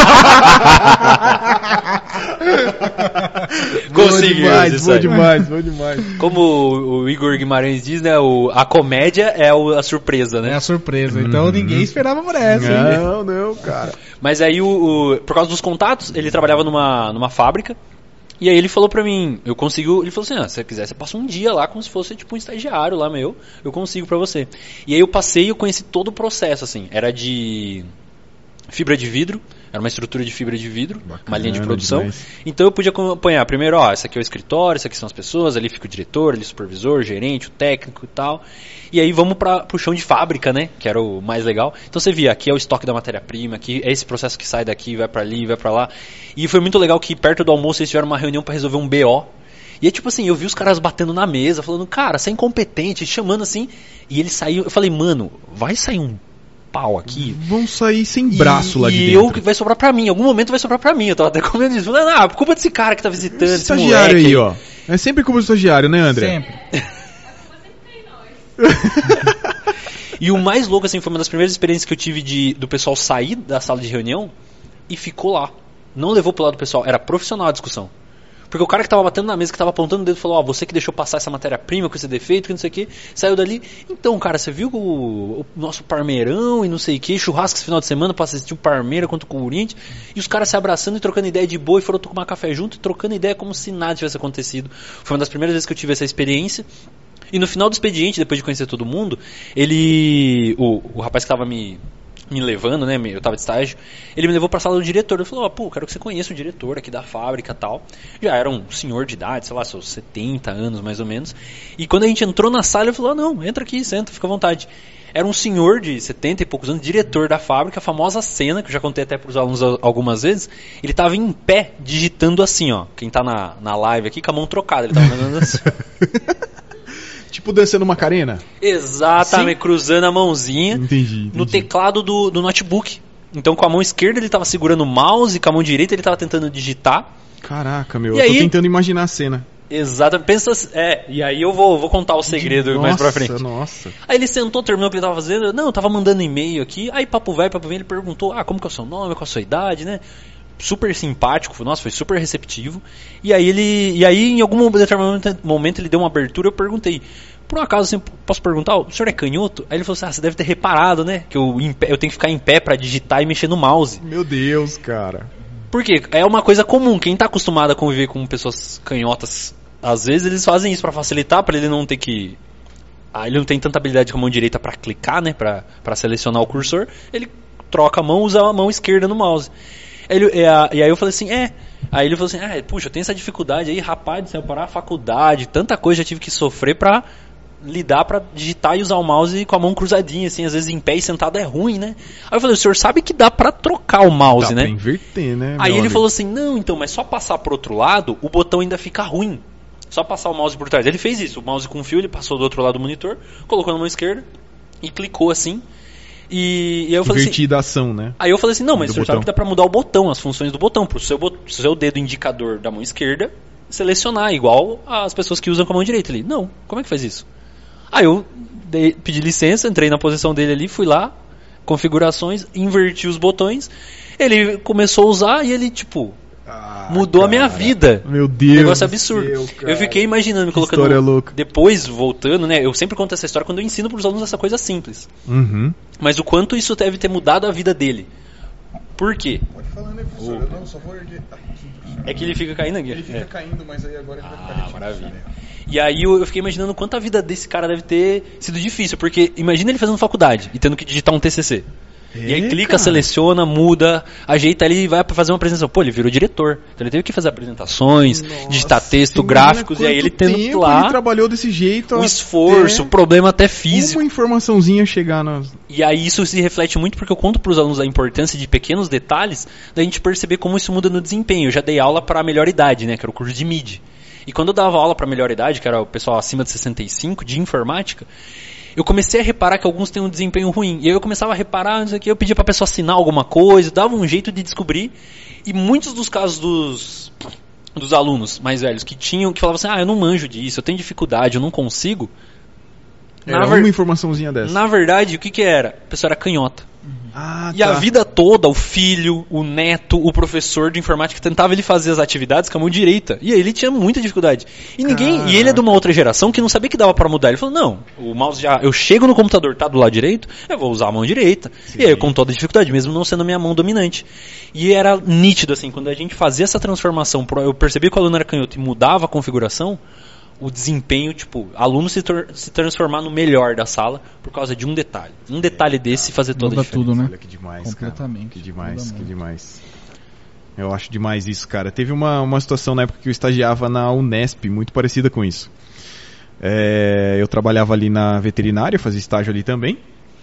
Speaker 3: Consegui
Speaker 1: demais,
Speaker 3: isso
Speaker 1: boa
Speaker 3: aí.
Speaker 1: demais, boa demais.
Speaker 3: Como o, o Igor Guimarães diz, né? O, a comédia é o- a surpresa, né?
Speaker 2: É a surpresa. Então ninguém esperava por essa, hein?
Speaker 1: Não, não, cara.
Speaker 3: Mas aí, o, o- por causa dos contatos, ele trabalhava numa, numa fábrica. E aí ele falou pra mim, eu consigo... Ele falou assim, ah, se você quiser, você passa um dia lá como se fosse tipo um estagiário lá meu. Eu consigo pra você. E aí eu passei e eu conheci todo o processo, assim. Era de fibra de vidro. Era uma estrutura de fibra de vidro,
Speaker 1: Bacana,
Speaker 3: uma linha de produção.
Speaker 1: demais.
Speaker 3: Então eu podia acompanhar primeiro, ó, esse aqui é o escritório, esse aqui são as pessoas, ali fica o diretor, ali o supervisor, o gerente, o técnico e tal. E aí vamos para pro chão de fábrica, né, que era o mais legal. Então você via, aqui é o estoque da matéria-prima, aqui é esse processo que sai daqui, vai para ali, vai para lá. E foi muito legal que perto do almoço eles tiveram uma reunião para resolver um B O. E é tipo assim, eu vi os caras batendo na mesa, falando, cara, você é incompetente, chamando assim. E eles saíram, eu falei, mano, vai sair um pau aqui.
Speaker 1: Vão sair sem braço
Speaker 3: e,
Speaker 1: lá de
Speaker 3: e
Speaker 1: dentro.
Speaker 3: eu vai sobrar pra mim, em algum momento vai sobrar pra mim. Eu tava até comendo isso. Falando, ah, culpa desse cara que tá visitando,
Speaker 1: Esse
Speaker 3: esse
Speaker 1: estagiário
Speaker 3: moleque
Speaker 1: aí, ó. É sempre culpa do estagiário, né, André?
Speaker 2: Sempre.
Speaker 3: E o mais louco, assim, foi uma das primeiras experiências que eu tive de, do pessoal sair da sala de reunião e ficou lá. Não levou pro lado do pessoal, era profissional a discussão. Porque o cara que tava batendo na mesa, que tava apontando o dedo, falou, ó, você que deixou passar essa matéria-prima com esse defeito, que não sei o que, saiu dali. Então, cara, você viu o, o nosso Parmeirão e não sei o que, churrasco esse final de semana pra assistir o Parmeira contra o Corinthians, e os caras se abraçando e trocando ideia de boa, e foram tomar café junto e trocando ideia como se nada tivesse acontecido. Foi uma das primeiras vezes que eu tive essa experiência. E no final do expediente, depois de conhecer todo mundo, ele... O, o rapaz que tava me... me levando, né, eu tava de estágio, ele me levou pra sala do diretor, ele falou, ó, pô, quero que você conheça o diretor aqui da fábrica e tal. Já era um senhor de idade, sei lá, seus setenta anos mais ou menos, e quando a gente entrou na sala, ele falou, ah, não, entra aqui, senta, fica à vontade. Era um senhor de setenta e poucos anos, diretor da fábrica, a famosa cena, que eu já contei até pros alunos algumas vezes, ele tava em pé, digitando assim, ó, quem tá na, na live aqui, com a mão trocada, ele tava mandando assim.
Speaker 1: Tipo dançando Macarena?
Speaker 3: Exatamente,
Speaker 1: Sim.
Speaker 3: cruzando a mãozinha
Speaker 1: Entendi, entendi.
Speaker 3: no teclado do, do notebook. Então com a mão esquerda ele estava segurando o mouse, com a mão direita ele estava tentando digitar.
Speaker 1: Caraca, meu,
Speaker 3: E
Speaker 1: eu tô
Speaker 3: aí-
Speaker 1: tentando imaginar a cena.
Speaker 3: Exatamente, pensa, é, e aí eu vou, vou contar o segredo
Speaker 1: De-
Speaker 3: mais pra
Speaker 1: nossa,
Speaker 3: frente.
Speaker 1: Nossa.
Speaker 3: Aí ele sentou, terminou o que ele tava fazendo, não, eu tava mandando e-mail aqui, aí papo vai, papo vem, ele perguntou, ah, como que é o seu nome, qual a sua idade, né? Super simpático, nossa, foi super receptivo. E aí ele, e aí em algum determinado momento ele deu uma abertura, eu perguntei, por um acaso, assim, posso perguntar, o senhor é canhoto? Aí ele falou assim, ah, você deve ter reparado, né, que eu, em pé- eu tenho que ficar em pé pra digitar e mexer no mouse.
Speaker 1: Meu Deus, cara.
Speaker 3: Por quê? É uma coisa comum, quem tá acostumado a conviver com pessoas canhotas, às vezes eles fazem isso pra facilitar, pra ele não ter que... Ah, ele não tem tanta habilidade com a mão direita pra clicar, né, pra, pra selecionar o cursor, ele troca a mão, usa a mão esquerda no mouse. Ele, e, a- e aí eu falei assim, é... Aí ele falou assim, ah, puxa, eu tenho essa dificuldade aí, rapaz, se eu parar a faculdade, tanta coisa já tive que sofrer pra lidar pra digitar e usar o mouse com a mão cruzadinha, assim, às vezes em pé e sentado é ruim, né? Aí eu falei, o senhor sabe que dá pra trocar o mouse,
Speaker 1: Dá
Speaker 3: né?
Speaker 1: pra inverter, né?
Speaker 3: Aí
Speaker 1: meu
Speaker 3: ele
Speaker 1: amigo?
Speaker 3: falou assim, não, então, mas só passar pro outro lado, o botão ainda fica ruim. Só passar o mouse por trás. Ele fez isso, o mouse com fio, ele passou do outro lado do monitor, colocou na mão esquerda e clicou assim. E, e aí eu falei assim,
Speaker 1: Invertida a ação, né?
Speaker 3: aí eu falei assim, não, mas
Speaker 1: Do
Speaker 3: o senhor
Speaker 1: botão.
Speaker 3: sabe que dá pra mudar o botão, as funções do botão, pro seu, bot- seu dedo indicador da mão esquerda selecionar, igual as pessoas que usam com a mão direita ali. Não, como é que faz isso? Aí eu dei- pedi licença, entrei na posição dele ali, fui lá, configurações, inverti os botões, ele começou a usar e ele, tipo,
Speaker 1: Ah,
Speaker 3: mudou a minha
Speaker 1: cara.
Speaker 3: vida.
Speaker 1: Meu Deus.
Speaker 3: Negócio
Speaker 1: do
Speaker 3: absurdo.
Speaker 1: céu, cara.
Speaker 3: Eu fiquei imaginando, me
Speaker 1: Que
Speaker 3: colocando.
Speaker 1: história louca.
Speaker 3: Depois, voltando, né? Eu sempre conto essa história quando eu ensino para os alunos essa coisa simples.
Speaker 1: Uhum.
Speaker 3: Mas o quanto isso deve ter mudado a vida dele. Por quê?
Speaker 5: Pode falar, né, professor? Eu não, só vou erguer aqui, professor.
Speaker 3: É que ele fica caindo aqui.
Speaker 5: Ele fica
Speaker 3: É.
Speaker 5: caindo, mas aí agora ele vai ficar
Speaker 3: Ah,
Speaker 5: retinho,
Speaker 3: maravilha.
Speaker 5: né?
Speaker 3: E aí eu, eu fiquei imaginando quanto a vida desse cara deve ter sido difícil. Porque imagina ele fazendo faculdade e tendo que digitar um T C C. E aí
Speaker 1: É,
Speaker 3: clica,
Speaker 1: cara.
Speaker 3: seleciona, muda, ajeita ali e vai pra fazer uma apresentação. Pô, ele virou diretor. Então ele teve que fazer apresentações,
Speaker 1: Nossa,
Speaker 3: digitar texto,
Speaker 1: você imagina
Speaker 3: gráficos, e aí ele
Speaker 1: quanto
Speaker 3: tendo
Speaker 1: tempo
Speaker 3: lá
Speaker 1: ele trabalhou desse jeito.
Speaker 3: o
Speaker 1: até
Speaker 3: esforço, o problema até físico.
Speaker 1: Uma informaçãozinha chegar nas...
Speaker 3: E aí isso se reflete muito porque eu conto para os alunos a importância de pequenos detalhes da gente perceber como isso muda no desempenho. Eu já dei aula para a melhor idade, né, que era o curso de M I D. E quando eu dava aula para a melhor idade, que era o pessoal acima de sessenta e cinco, de informática, eu comecei a reparar que alguns têm um desempenho ruim. E aí eu começava a reparar, não sei o que, eu pedia pra pessoa assinar alguma coisa, dava um jeito de descobrir. E muitos dos casos dos, dos alunos mais velhos que tinham, que falavam assim, ah, eu não manjo disso, eu tenho dificuldade, eu não consigo.
Speaker 1: Era
Speaker 3: Na
Speaker 1: uma
Speaker 3: ver-
Speaker 1: informaçãozinha dessa.
Speaker 3: Na verdade, o que que era? A pessoa era canhota.
Speaker 1: Ah,
Speaker 3: E a vida toda, o filho, o neto, o professor de informática tentava ele fazer as atividades com a mão direita. E aí ele tinha muita dificuldade. E ninguém,
Speaker 1: Caraca.
Speaker 3: e ele é de uma outra geração que não sabia que dava pra mudar. Ele falou: "Não, o mouse já, eu chego no computador, tá do lado direito, eu vou usar a mão direita".
Speaker 1: Sim.
Speaker 3: E aí com toda a dificuldade, mesmo não sendo a minha mão dominante. E era nítido assim, quando a gente fazia essa transformação, pro- eu percebi que o aluno era canhoto e mudava a configuração, o desempenho, tipo, aluno se, tor- se transformar no melhor da sala por causa de um detalhe. Um detalhe desse fazer toda a
Speaker 2: Muda
Speaker 3: diferença.
Speaker 2: tudo, né?
Speaker 1: Olha que demais,
Speaker 2: Completamente.
Speaker 1: cara. Que demais,
Speaker 2: Muda
Speaker 1: que
Speaker 2: muito.
Speaker 1: demais. Eu acho demais isso, cara. Teve uma, uma situação na época que eu estagiava na Unesp, muito parecida com isso. É, eu trabalhava ali na veterinária, fazia estágio ali também.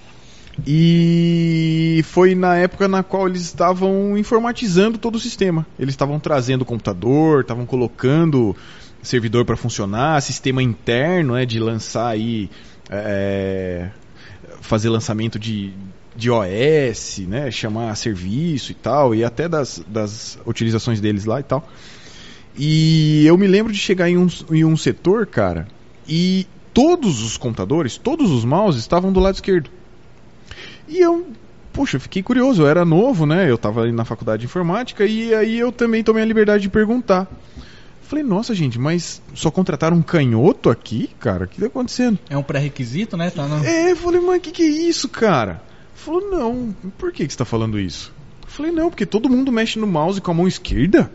Speaker 1: E foi na época na qual eles estavam informatizando todo o sistema. Eles estavam trazendo o computador, estavam colocando servidor para funcionar, sistema interno, né, de lançar aí, é, fazer lançamento de, de O S, né, chamar serviço e tal, e até das, das utilizações deles lá e tal. E eu me lembro de chegar em um, em um setor, cara, e todos os computadores, todos os mouses estavam do lado esquerdo. E eu, poxa, fiquei curioso, eu era novo, né, eu estava ali na faculdade de informática, e aí eu também tomei a liberdade de perguntar. Falei, nossa gente, mas só contrataram um canhoto aqui, cara? O que tá acontecendo?
Speaker 2: É um pré-requisito, né? Tá no...
Speaker 1: É, eu falei, mas o que, que é isso, cara? Falou, não, por que, que você tá falando isso? Eu falei, não, porque todo mundo mexe no mouse com a mão esquerda.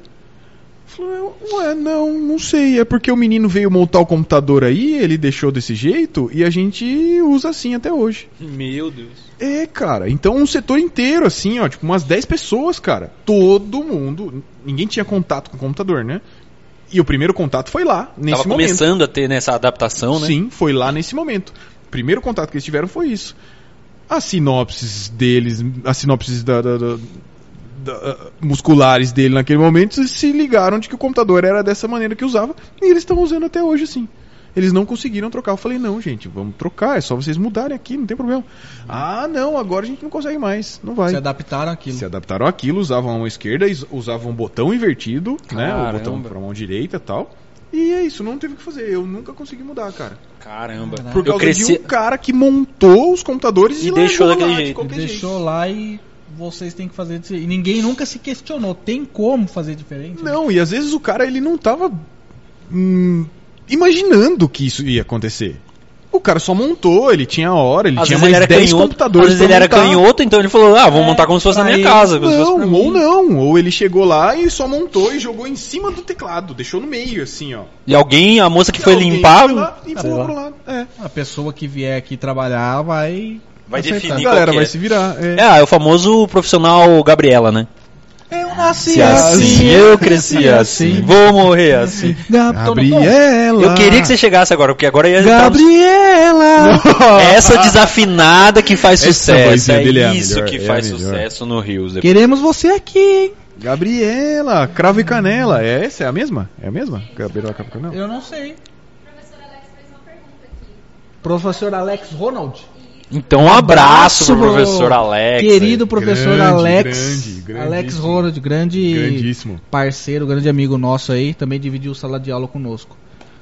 Speaker 1: Falei, ué, não, não sei. É porque o menino veio montar o computador aí, ele deixou desse jeito e a gente usa assim até hoje.
Speaker 3: Meu Deus.
Speaker 1: É, cara, então um setor inteiro, assim, ó, tipo umas dez pessoas, cara. Todo mundo, ninguém tinha contato com o computador, né? E o primeiro contato foi lá, nesse
Speaker 3: Tava
Speaker 1: momento.
Speaker 3: começando a ter nessa adaptação, né?
Speaker 1: Sim, foi lá nesse momento. O primeiro contato que eles tiveram foi isso. As sinopses deles, as sinopses da, da, da, da, musculares dele naquele momento se ligaram de que o computador era dessa maneira que usava e eles estão usando até hoje assim. Eles não conseguiram trocar. Eu falei, não, gente, vamos trocar, é só vocês mudarem aqui, não tem problema. Ah, não, agora a gente não consegue mais, não vai.
Speaker 2: Se adaptaram àquilo.
Speaker 1: Se adaptaram àquilo, usavam a mão esquerda, is- usavam um botão invertido, né? O
Speaker 3: Caramba.
Speaker 1: botão pra mão direita e tal. E é isso, não teve o que fazer. Eu nunca consegui mudar, cara.
Speaker 3: Caramba.
Speaker 2: Caraca.
Speaker 1: Por
Speaker 3: eu
Speaker 1: causa
Speaker 3: cresci...
Speaker 1: de um cara que montou os computadores
Speaker 3: E
Speaker 1: e,
Speaker 3: deixou
Speaker 1: largou
Speaker 3: daquele
Speaker 1: lá de
Speaker 3: jeito.
Speaker 1: qualquer
Speaker 2: Deixou
Speaker 1: jeito.
Speaker 2: lá e vocês têm que fazer disso. E ninguém nunca se questionou. Tem como fazer diferente?
Speaker 1: Não, e às vezes o cara ele não tava hum, imaginando que isso ia acontecer. O cara só montou, ele tinha a hora, ele
Speaker 3: Às
Speaker 1: tinha
Speaker 3: vezes
Speaker 1: mais
Speaker 3: ele era
Speaker 1: dez
Speaker 3: canhoto,
Speaker 1: computadores
Speaker 3: às vezes
Speaker 1: pra
Speaker 3: ele era
Speaker 1: montar.
Speaker 3: canhoto, então ele falou, ah, vou
Speaker 2: É,
Speaker 3: montar como se fosse na
Speaker 2: pra
Speaker 3: minha
Speaker 2: ele.
Speaker 3: casa. Como se fosse pra
Speaker 1: Não,
Speaker 3: mim.
Speaker 1: ou não, ou ele chegou lá e só montou e jogou em cima do teclado, deixou no meio, assim, ó.
Speaker 3: E alguém, a moça que foi
Speaker 1: Alguém
Speaker 3: limpar,
Speaker 1: foi lá e
Speaker 3: Sei
Speaker 1: foi
Speaker 3: lá.
Speaker 1: pro lado. É.
Speaker 2: A pessoa que vier aqui trabalhar vai...
Speaker 3: vai
Speaker 2: acertar.
Speaker 3: definir
Speaker 1: A galera
Speaker 3: qual que
Speaker 1: vai
Speaker 3: é.
Speaker 1: se virar. É.
Speaker 3: É, é o famoso profissional Gabriela, né?
Speaker 2: Eu nasci
Speaker 3: Se assim, eu cresci assim, vou morrer assim.
Speaker 1: Gabriela.
Speaker 3: Eu queria que você chegasse agora, porque agora ia entrar nos-
Speaker 2: Gabriela!
Speaker 3: essa desafinada que faz
Speaker 1: Essa
Speaker 3: sucesso.
Speaker 1: vozinha
Speaker 3: É
Speaker 1: dele é a
Speaker 3: isso
Speaker 1: melhor,
Speaker 3: que
Speaker 1: é a
Speaker 3: faz
Speaker 1: melhor.
Speaker 3: sucesso no Rios.
Speaker 2: Queremos você aqui, hein?
Speaker 1: Gabriela, cravo e canela. É essa? É a mesma? É a mesma? Gabriela, cravo e canela?
Speaker 2: Eu não sei.
Speaker 4: Professor Alex fez uma pergunta aqui.
Speaker 2: Professor Alex Ronald.
Speaker 3: Então um abraço pro
Speaker 2: pro
Speaker 3: professor Alex.
Speaker 2: Querido professor
Speaker 1: Grande,
Speaker 2: Alex.
Speaker 1: grande, grandíssimo.
Speaker 2: Alex Ronald, grande
Speaker 1: Grandíssimo.
Speaker 2: parceiro, grande amigo nosso aí. Também dividiu sala de aula conosco.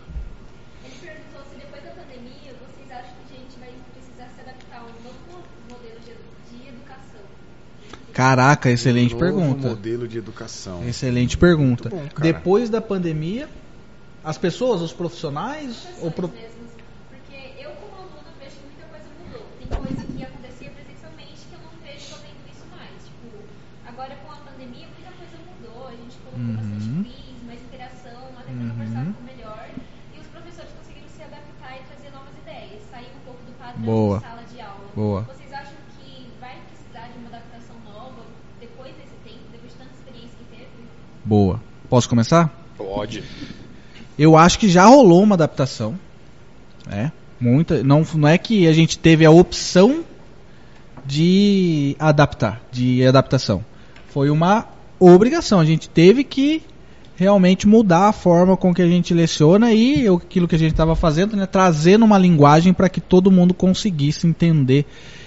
Speaker 4: Ele perguntou se depois da pandemia vocês acham que a gente vai precisar se adaptar a um novo modelo de, de educação.
Speaker 2: Caraca, excelente
Speaker 1: Novo
Speaker 2: pergunta.
Speaker 1: modelo de educação.
Speaker 2: Excelente pergunta.
Speaker 1: Muito bom, cara.
Speaker 2: Depois da pandemia, as pessoas, os profissionais, ou pro...
Speaker 4: Mesmos, porque eu como aluna vejo que muita coisa mudou. Tem coisa que acontecia presencialmente que eu não vejo fazendo isso mais. Tipo, agora com a pandemia muita coisa mudou. A gente colocou
Speaker 2: Uhum.
Speaker 4: bastante quiz, mais interação, até para conversar com melhor. E os professores conseguiram se adaptar e trazer novas ideias, sair um pouco do padrão
Speaker 2: Boa.
Speaker 4: de sala de aula.
Speaker 2: Boa.
Speaker 4: Vocês acham que vai precisar de uma adaptação nova depois desse tempo, depois de tanta experiência que teve?
Speaker 2: Boa. Posso começar?
Speaker 3: Pode.
Speaker 2: Eu acho que já rolou uma adaptação. É, muita. Não, não é que a gente teve a opção de adaptar, de adaptação. Foi uma obrigação. A gente teve que realmente mudar a forma com que a gente leciona e eu- aquilo que a gente estava fazendo, né, trazendo uma linguagem para que todo mundo conseguisse entender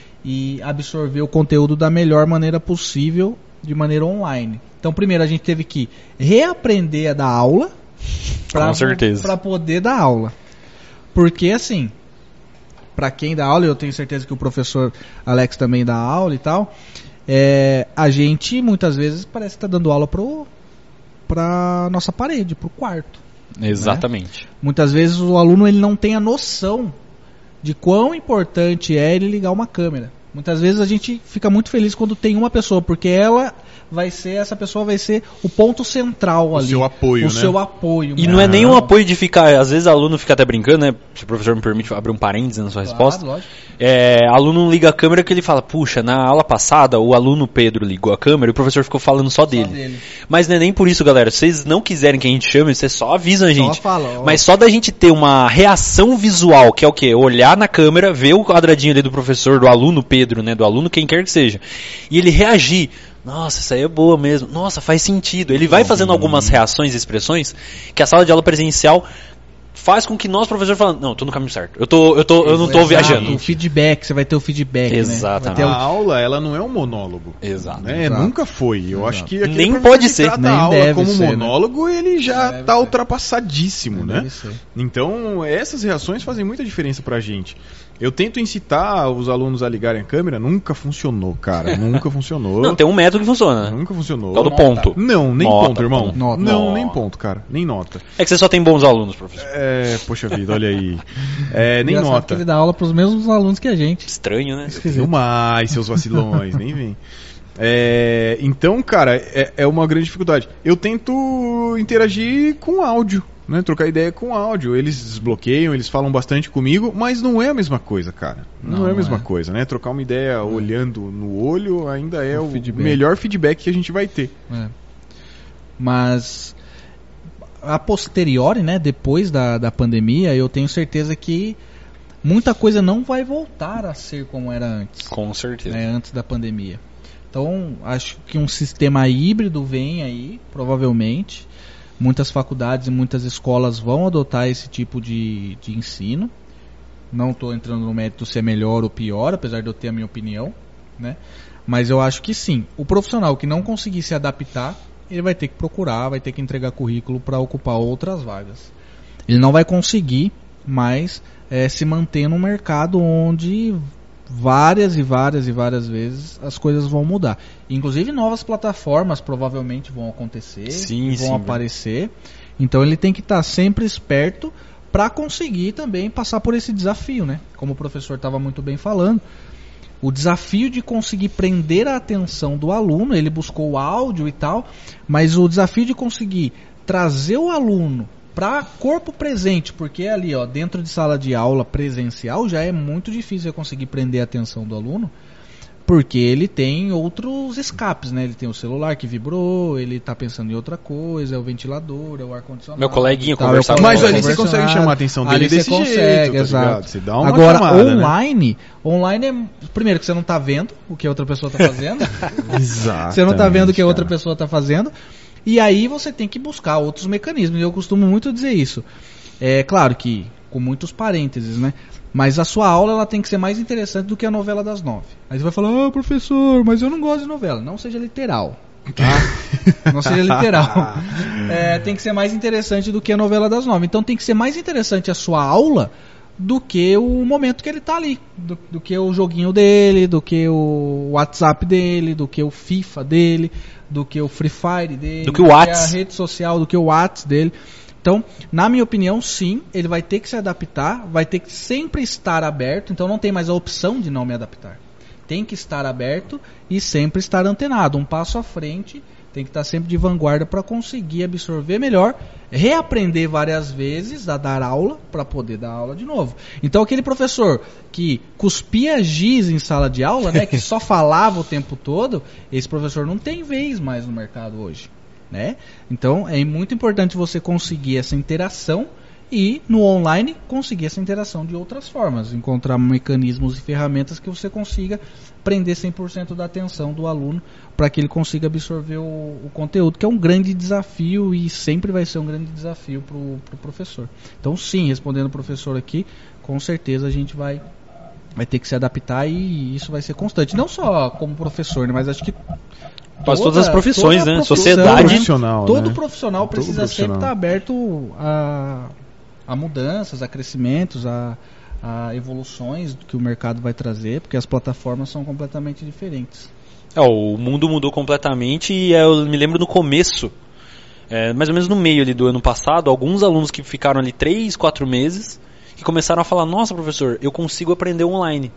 Speaker 2: e absorver o conteúdo da melhor maneira possível, de maneira online. Então, primeiro a gente teve que reaprender a dar aula
Speaker 3: Com certeza.
Speaker 2: para poder dar aula. Porque assim, para quem dá aula, eu tenho certeza que o professor Alex também dá aula e tal, é, a gente muitas vezes parece que está dando aula pro para nossa parede, pro quarto.
Speaker 3: Exatamente.
Speaker 2: Muitas vezes o aluno ele não tem a noção de quão importante é ele ligar uma câmera. Muitas vezes a gente fica muito feliz quando tem uma pessoa, porque ela vai ser, essa pessoa vai ser o ponto central
Speaker 1: O
Speaker 2: ali.
Speaker 1: seu apoio,
Speaker 2: o
Speaker 1: né?
Speaker 2: seu apoio.
Speaker 3: E
Speaker 2: né?
Speaker 3: não é nem um apoio de ficar, às vezes aluno fica até brincando, né? Se o professor me permite abrir um parênteses na sua
Speaker 2: Claro,
Speaker 3: resposta.
Speaker 2: lógico.
Speaker 3: É, aluno não liga a câmera que ele fala, puxa, na aula passada o aluno Pedro ligou a câmera e o professor ficou falando só dele.
Speaker 2: Só dele.
Speaker 3: Mas não é nem por isso, galera. Se vocês não quiserem que a gente chame, vocês só avisam a gente.
Speaker 2: Só fala, ó.
Speaker 3: Mas só da gente ter uma reação visual, que é o quê? Olhar na câmera, ver o quadradinho ali do professor, do aluno Pedro, né? Do aluno quem quer que seja. E ele reagir. Nossa, isso aí é boa mesmo. Nossa, faz sentido. Ele vai fazendo algumas reações e expressões que a sala de aula presencial faz com que nós, professores, falamos, não, eu tô no caminho certo. Eu, tô, eu, tô, eu não tô
Speaker 2: Exato,
Speaker 3: viajando.
Speaker 2: O feedback, você vai ter o feedback,
Speaker 3: Exatamente.
Speaker 2: né?
Speaker 1: A
Speaker 2: Vai ter o-
Speaker 1: aula, ela não é um monólogo.
Speaker 3: Exato.
Speaker 1: Né?
Speaker 2: Exato.
Speaker 1: Nunca foi. Eu acho que aquele
Speaker 3: Nem
Speaker 1: professor
Speaker 3: pode
Speaker 1: que
Speaker 3: ser.
Speaker 1: trata
Speaker 2: Nem
Speaker 1: a aula
Speaker 2: deve
Speaker 1: como
Speaker 2: ser, né?
Speaker 1: monólogo, ele já
Speaker 2: Deve
Speaker 1: tá
Speaker 2: ser.
Speaker 1: ultrapassadíssimo, né?
Speaker 2: Deve ser.
Speaker 1: Então, essas reações fazem muita diferença pra gente. Eu tento incitar os alunos a ligarem a câmera, nunca funcionou, cara. Nunca funcionou.
Speaker 3: Não, tem um método que funciona.
Speaker 1: Nunca funcionou.
Speaker 3: Qual do ponto?
Speaker 1: Não, nem
Speaker 3: Nota,
Speaker 1: ponto, irmão.
Speaker 3: ponto.
Speaker 2: Nota.
Speaker 1: Não,
Speaker 3: Nota.
Speaker 1: nem ponto, cara. Nem nota.
Speaker 3: É que você só tem bons alunos, professor.
Speaker 1: É, poxa vida, olha aí. É, nem
Speaker 2: Engraçado que
Speaker 1: nota.
Speaker 2: ele dá aula pros mesmos alunos que a gente.
Speaker 3: Estranho, né?
Speaker 1: Não mais, seus vacilões, nem vem. É, então, cara, é, é uma grande dificuldade. Eu tento interagir com áudio, né? Trocar ideia com áudio. Eles desbloqueiam, eles falam bastante comigo, mas não é a mesma coisa, cara. Não,
Speaker 2: Não,
Speaker 1: é a
Speaker 2: não
Speaker 1: mesma
Speaker 2: é.
Speaker 1: coisa, né? Trocar uma ideia olhando no olho ainda é
Speaker 2: O
Speaker 1: o,
Speaker 2: feedback.
Speaker 1: melhor feedback que a gente vai ter.
Speaker 2: É. Mas a posteriori, né, depois da, da pandemia, eu tenho certeza que muita coisa não vai voltar a ser como era antes,
Speaker 3: Com certeza.
Speaker 2: né, antes da pandemia. Então, acho que um sistema híbrido vem aí, provavelmente. Muitas faculdades e muitas escolas vão adotar esse tipo de, de ensino. Não estou entrando no mérito se é melhor ou pior, apesar de eu ter a minha opinião, né? Mas eu acho que sim. O profissional que não conseguir se adaptar, ele vai ter que procurar, vai ter que entregar currículo para ocupar outras vagas. Ele não vai conseguir mais eh, se manter num mercado onde várias e várias e várias vezes as coisas vão mudar. Inclusive novas plataformas provavelmente vão acontecer,
Speaker 3: Sim,
Speaker 2: vão
Speaker 3: sim,
Speaker 2: aparecer. Então ele tem que estar sempre esperto para conseguir também passar por esse desafio, né? Como o professor estava muito bem falando. O desafio de conseguir prender a atenção do aluno, ele buscou o áudio e tal, mas o desafio de conseguir trazer o aluno para corpo presente, porque ali, ó, dentro de sala de aula presencial já é muito difícil eu conseguir prender a atenção do aluno, porque ele tem outros escapes, né? Ele tem o celular que vibrou, ele tá pensando em outra coisa, é o ventilador, é o ar-condicionado.
Speaker 3: Meu coleguinha
Speaker 2: e tal,
Speaker 3: conversava
Speaker 2: é o
Speaker 3: com
Speaker 1: Mas
Speaker 3: ele.
Speaker 1: ali você consegue chamar a atenção dele
Speaker 2: Ali você
Speaker 1: desse
Speaker 2: consegue,
Speaker 1: jeito, tá
Speaker 2: exato.
Speaker 1: ligado? Você dá uma
Speaker 2: Agora,
Speaker 1: chamada, né?
Speaker 2: online, online é primeiro que você não tá vendo o que a outra pessoa tá fazendo.
Speaker 1: Exato.
Speaker 2: Você não tá vendo o que a outra pessoa tá fazendo. E aí você tem que buscar outros mecanismos. E eu costumo muito dizer isso. É claro que com muitos parênteses, né? Mas a sua aula ela tem que ser mais interessante do que a novela das nove. Aí você vai falar, ah, professor, mas eu não gosto de novela. Não seja literal. Tá? Não seja literal. É, tem que ser mais interessante do que a novela das nove. Então tem que ser mais interessante a sua aula do que o momento que ele tá ali. Do, do que o joguinho dele, do que o WhatsApp dele, do que o FIFA dele, do que o Free Fire dele,
Speaker 3: Do que o Whats.
Speaker 2: a rede social, do que o Whats dele. Então, na minha opinião, sim, ele vai ter que se adaptar, vai ter que sempre estar aberto, então não tem mais a opção de não me adaptar. Tem que estar aberto e sempre estar antenado, um passo à frente, tem que estar sempre de vanguarda para conseguir absorver melhor, reaprender várias vezes a dar aula para poder dar aula de novo. Então aquele professor que cuspia giz em sala de aula, né, que só falava o tempo todo, esse professor não tem vez mais no mercado hoje. Né? Então é muito importante você conseguir essa interação e no online conseguir essa interação de outras formas, encontrar mecanismos e ferramentas que você consiga prender cem por cento da atenção do aluno para que ele consiga absorver o, o conteúdo, que é um grande desafio e sempre vai ser um grande desafio para o pro professor. Então sim, respondendo o professor aqui, com certeza a gente vai, vai ter que se adaptar e isso vai ser constante, não só como professor, né, mas acho que
Speaker 3: Quase todas as profissões, né?
Speaker 2: profissão,
Speaker 3: Sociedade.
Speaker 1: Profissional,
Speaker 2: todo
Speaker 1: né?
Speaker 2: profissional
Speaker 1: Todo
Speaker 2: precisa
Speaker 1: profissional.
Speaker 2: sempre estar aberto a, a mudanças, a crescimentos, a, a evoluções que o mercado vai trazer, porque as plataformas são completamente diferentes.
Speaker 3: É, o mundo mudou completamente e eu me lembro no começo, é, mais ou menos no meio ali do ano passado, alguns alunos que ficaram ali três, quatro meses, que começaram a falar, nossa professor, eu consigo aprender online.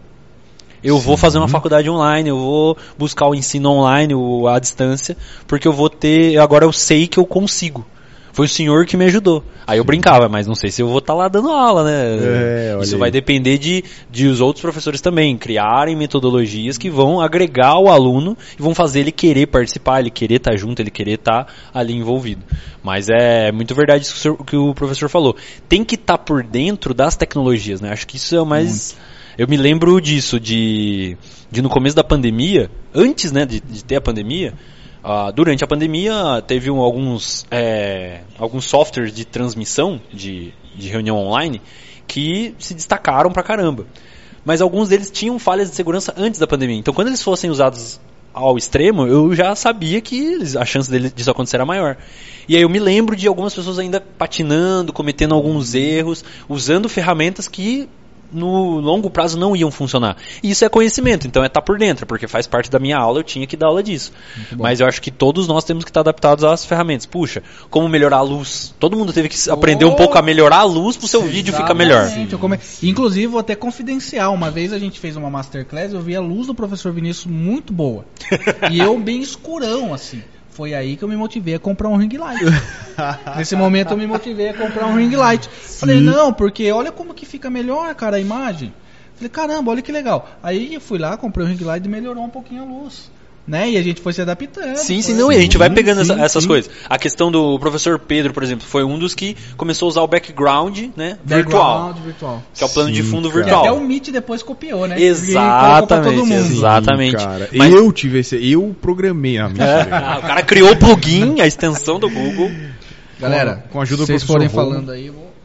Speaker 3: Eu Sim. vou fazer uma faculdade online, eu vou buscar o ensino online, o, à distância, porque eu vou ter, agora eu sei que eu consigo. Foi o senhor que me ajudou. Aí eu brincava, mas não sei se eu vou estar lá dando aula, né?
Speaker 1: É,
Speaker 3: Isso
Speaker 1: aí.
Speaker 3: vai depender de, de os outros professores também criarem metodologias que vão agregar o aluno e vão fazer ele querer participar, ele querer estar junto, ele querer estar ali envolvido. Mas é muito verdade isso que o, senhor, que o professor falou. Tem que estar por dentro das tecnologias, né? Acho que isso é o mais... Muito. Eu me lembro disso, de, de no começo da pandemia, antes, né, de, de ter a pandemia, uh, durante a pandemia teve um, alguns, é, alguns softwares de transmissão de, de reunião online que se destacaram pra caramba. Mas alguns deles tinham falhas de segurança antes da pandemia. Então quando eles fossem usados ao extremo, eu já sabia que a chance dele, disso acontecer era maior. E aí eu me lembro de algumas pessoas ainda patinando, cometendo alguns erros, usando ferramentas que no longo prazo não iam funcionar. E isso é conhecimento, então é estar por dentro, porque faz parte da minha aula, eu tinha que dar aula disso. Mas eu acho que todos nós temos que estar adaptados às ferramentas. Puxa, como melhorar a luz? Todo mundo teve que aprender oh, um pouco a melhorar a luz pro seu vídeo ficar melhor.
Speaker 2: Eu come... Inclusive, vou até confidencial, uma vez a gente fez uma masterclass, eu vi a luz do professor Vinícius muito boa. E eu bem escurão, assim. Foi aí que eu me motivei a comprar um ring light. Nesse momento eu me motivei a comprar um ring light. Sim. Falei, não, porque olha como que fica melhor, cara, a imagem. Falei, caramba, olha que legal. Aí eu fui lá, comprei o ring light e melhorou um pouquinho a luz. Né? E a gente foi se adaptando.
Speaker 3: Sim, sim,
Speaker 2: foi
Speaker 3: não,
Speaker 2: assim,
Speaker 3: e a gente vai pegando
Speaker 2: sim,
Speaker 3: essa, essas
Speaker 2: sim.
Speaker 3: coisas. A questão do professor Pedro, por exemplo, foi um dos que começou a usar o background, né,
Speaker 2: background
Speaker 3: virtual,
Speaker 2: virtual.
Speaker 3: Que é o plano
Speaker 1: sim,
Speaker 3: de fundo
Speaker 1: cara.
Speaker 3: virtual.
Speaker 2: Que até o Meet depois copiou, né?
Speaker 3: Exatamente,
Speaker 2: todo mundo.
Speaker 3: exatamente.
Speaker 1: Sim, cara.
Speaker 3: Mas...
Speaker 1: Eu tive esse, eu programei a minha.
Speaker 3: É, o cara criou o plugin, a extensão do Google.
Speaker 2: Galera,
Speaker 1: com a ajuda
Speaker 2: se
Speaker 1: do
Speaker 2: vocês forem
Speaker 1: professor
Speaker 2: falando aí, eu vou...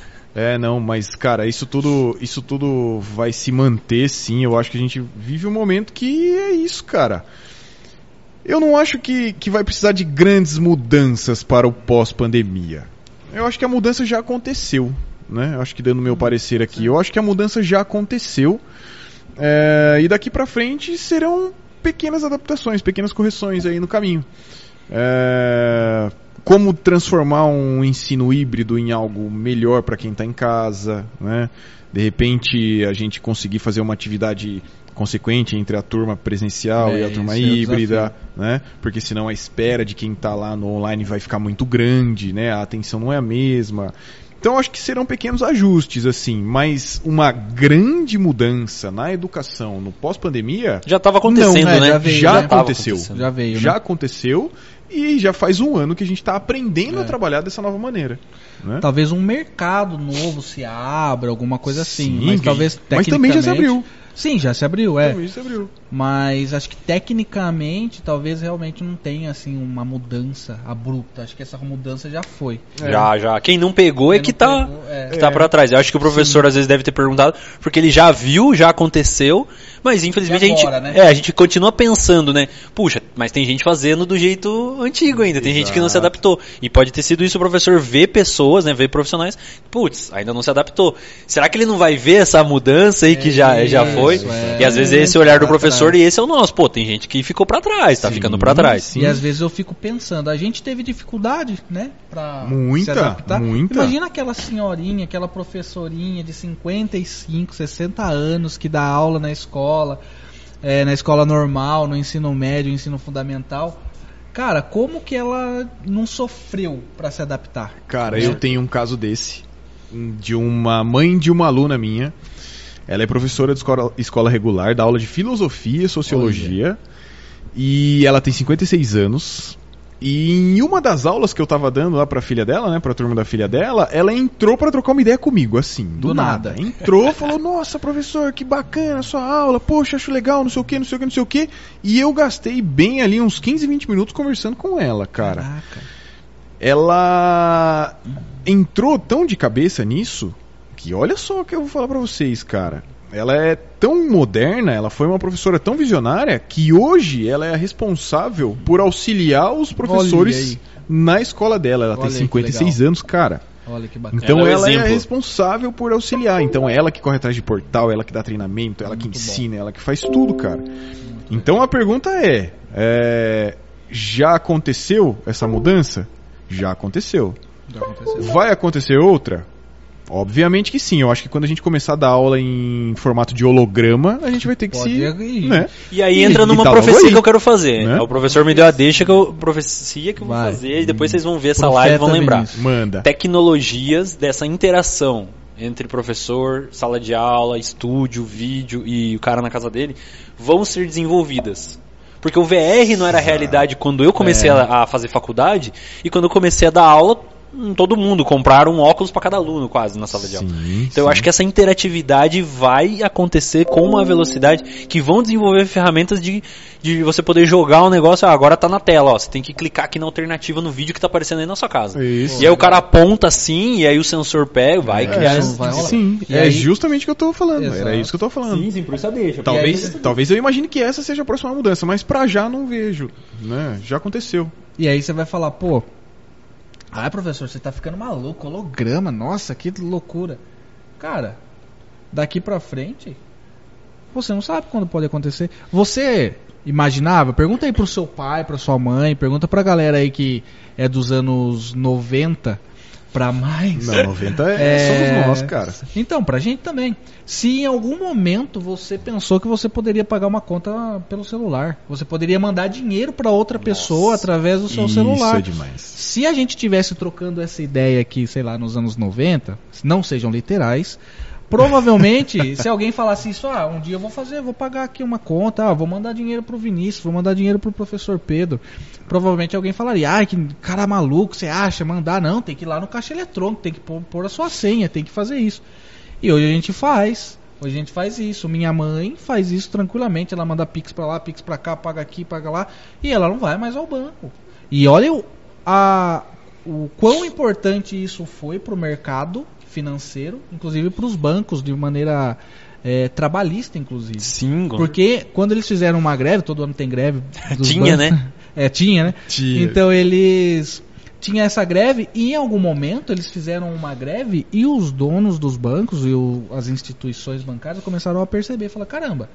Speaker 1: É, não, mas, cara, isso tudo, isso tudo vai se manter, sim. Eu acho que a gente vive um momento que é isso, cara. Eu não acho que, que vai precisar de grandes mudanças para o pós-pandemia. Eu acho que a mudança já aconteceu, né? Eu acho que dando meu parecer aqui, eu acho que a mudança já aconteceu. É, e daqui pra frente serão pequenas adaptações, pequenas correções aí no caminho. É, como transformar um ensino híbrido em algo melhor para quem está em casa, né? De repente a gente conseguir fazer uma atividade consequente entre a turma presencial
Speaker 2: é,
Speaker 1: e a turma
Speaker 2: esse é o
Speaker 1: híbrida, né? Porque senão a espera de quem está lá no online vai ficar muito grande, né? A atenção não é a mesma. Então acho que serão pequenos ajustes, assim, mas uma grande mudança na educação no pós-pandemia
Speaker 3: já estava acontecendo,
Speaker 1: não,
Speaker 3: né?
Speaker 1: Já, veio, já, já aconteceu,
Speaker 2: já veio,
Speaker 1: já
Speaker 2: né?
Speaker 1: aconteceu e já faz um ano que a gente está aprendendo
Speaker 2: é.
Speaker 1: a trabalhar dessa nova maneira. Né?
Speaker 2: Talvez um mercado novo se abra, alguma coisa assim,
Speaker 1: Sim,
Speaker 2: mas talvez
Speaker 1: mas também já se abriu.
Speaker 2: Sim, já se abriu, é.
Speaker 1: Também já se abriu.
Speaker 2: Mas acho que tecnicamente talvez realmente não tenha assim uma mudança abrupta. Acho que essa mudança já foi.
Speaker 3: É. Já, já. Quem não pegou Quem é que não tá, pegou, é. que tá é. pra trás. Eu acho que o professor Sim. às vezes deve ter perguntado, porque ele já viu, já aconteceu, mas infelizmente agora, a gente, né? é, a gente continua pensando, né? Puxa, mas tem gente fazendo do jeito antigo ainda, tem Exato. gente que não se adaptou. E pode ter sido isso o professor ver pessoas, né, ver profissionais, putz, ainda não se adaptou. Será que ele não vai ver essa mudança aí é, que já, já foi? Isso, é. E às vezes é esse olhar do professor e esse é o nosso. Pô, tem gente que ficou pra trás, tá sim, ficando pra trás.
Speaker 2: Sim. E às vezes eu fico pensando, a gente teve dificuldade, né, pra
Speaker 1: muita,
Speaker 2: se adaptar.
Speaker 1: Muita.
Speaker 2: Imagina aquela senhorinha, aquela professorinha de cinquenta e cinco, sessenta anos que dá aula na escola, é, na escola normal, no ensino médio, ensino fundamental. Cara, como que ela não sofreu pra se adaptar?
Speaker 1: Cara, né? Eu tenho um caso desse, de uma mãe de uma aluna minha. Ela é professora de escola, escola regular, dá aula de filosofia e sociologia. Olha. E ela tem cinquenta e seis anos. E em uma das aulas que eu tava dando lá pra filha dela, né, pra turma da filha dela, ela entrou pra trocar uma ideia comigo, assim, do,
Speaker 2: Do
Speaker 1: nada.
Speaker 2: nada.
Speaker 1: Entrou, falou, nossa, professor, que bacana a sua aula, poxa, acho legal, não sei o que, não sei o que, não sei o que. E eu gastei bem ali uns quinze, vinte minutos conversando com ela, cara.
Speaker 2: Caraca.
Speaker 1: Ela entrou tão de cabeça nisso, que olha só o que eu vou falar pra vocês, cara. Ela é tão moderna, ela foi uma professora tão visionária, que hoje ela é a responsável por auxiliar os professores na escola dela. Ela
Speaker 2: Olha
Speaker 1: tem
Speaker 2: aí,
Speaker 1: cinquenta e
Speaker 2: que
Speaker 1: seis anos, cara.
Speaker 2: Olha que bacana.
Speaker 1: Então
Speaker 3: Ela é o
Speaker 1: ela é a
Speaker 3: exemplo.
Speaker 1: responsável por auxiliar. Então é ela que corre atrás de portal, ela que dá treinamento, ela que
Speaker 2: Muito
Speaker 1: ensina, ela que faz tudo, cara. Então a pergunta é, é, já aconteceu essa mudança? Já aconteceu.
Speaker 2: Já aconteceu.
Speaker 1: Vai acontecer outra? Obviamente que sim. Eu acho que quando a gente começar a dar aula em formato de holograma, a gente vai ter que
Speaker 2: Pode
Speaker 1: se...
Speaker 2: ir.
Speaker 1: Né?
Speaker 3: E aí
Speaker 1: E-
Speaker 3: entra
Speaker 1: e
Speaker 3: numa
Speaker 1: tá logo
Speaker 3: profecia
Speaker 1: aí,
Speaker 3: que eu quero fazer.
Speaker 1: né?
Speaker 3: O professor me deu a deixa, que eu, profecia que eu vou
Speaker 2: Vai.
Speaker 3: fazer, e depois vocês vão ver essa
Speaker 2: Profeta
Speaker 3: live e vão lembrar.
Speaker 2: Vinícius.
Speaker 1: Manda.
Speaker 3: Tecnologias dessa interação entre professor, sala de aula, estúdio, vídeo e o cara na casa dele vão ser desenvolvidas. Porque o V R não era realidade quando eu comecei
Speaker 2: É.
Speaker 3: a, a fazer faculdade, e quando eu comecei a dar aula, hum, todo mundo compraram um óculos para cada aluno quase na sala de aula.
Speaker 1: Sim,
Speaker 3: Então eu
Speaker 1: sim.
Speaker 3: acho que essa interatividade vai acontecer com uma velocidade que vão desenvolver ferramentas de, de você poder jogar um negócio, ah, agora tá na tela, ó, você tem que clicar aqui na alternativa no vídeo que tá aparecendo aí na sua casa.
Speaker 1: Isso.
Speaker 3: E aí o cara aponta assim, e aí o sensor pega, vai
Speaker 1: É,
Speaker 3: criar...
Speaker 2: isso vai rolar.
Speaker 1: sim,
Speaker 2: E
Speaker 1: é
Speaker 2: aí-
Speaker 1: justamente o que eu tô falando.
Speaker 2: Exato.
Speaker 1: Era isso que eu tô falando.
Speaker 3: sim, por isso deixa.
Speaker 1: Talvez,
Speaker 2: E aí-
Speaker 1: talvez eu imagine que essa seja a próxima mudança, mas pra já não vejo, né? Já aconteceu.
Speaker 2: E aí você vai falar, pô, ai professor, você tá ficando maluco, holograma, nossa, que loucura. Cara, daqui pra frente, você não sabe quando pode acontecer. Você imaginava? Pergunta aí pro seu pai, pra sua mãe, pergunta pra galera aí que é dos anos noventa pra mais.
Speaker 1: Não, noventa é,
Speaker 2: É,
Speaker 1: somos nós, cara.
Speaker 2: Então, pra gente também. Se em algum momento você pensou que você poderia pagar uma conta pelo celular, você poderia mandar dinheiro pra outra pessoa através do seu
Speaker 1: Isso
Speaker 2: celular.
Speaker 1: é demais.
Speaker 2: Se a gente tivesse trocando essa ideia aqui, sei lá, nos anos noventa, não sejam literais, provavelmente, se alguém falasse isso, ah, um dia eu vou fazer, vou pagar aqui uma conta, ah, vou mandar dinheiro pro Vinícius, vou mandar dinheiro pro professor Pedro, provavelmente alguém falaria, ai, que cara maluco, você acha, mandar? Não, tem que ir lá no caixa eletrônico, tem que pôr, pôr a sua senha, tem que fazer isso. E hoje a gente faz, hoje a gente faz isso, minha mãe faz isso tranquilamente, ela manda pix pra lá, pix pra cá, paga aqui, paga lá, e ela não vai mais ao banco. E olha o, a, o quão importante isso foi pro mercado financeiro, inclusive para os bancos, de maneira é, trabalhista, inclusive.
Speaker 3: Sim,
Speaker 2: Porque quando eles fizeram uma greve, todo ano tem greve. dos
Speaker 3: Tinha,
Speaker 2: bancos.
Speaker 3: né?
Speaker 2: É, tinha, né?
Speaker 1: Tinha.
Speaker 2: Então eles tinha essa greve e em algum momento eles fizeram uma greve e os donos dos bancos e o, as instituições bancárias começaram a perceber, falaram, caramba,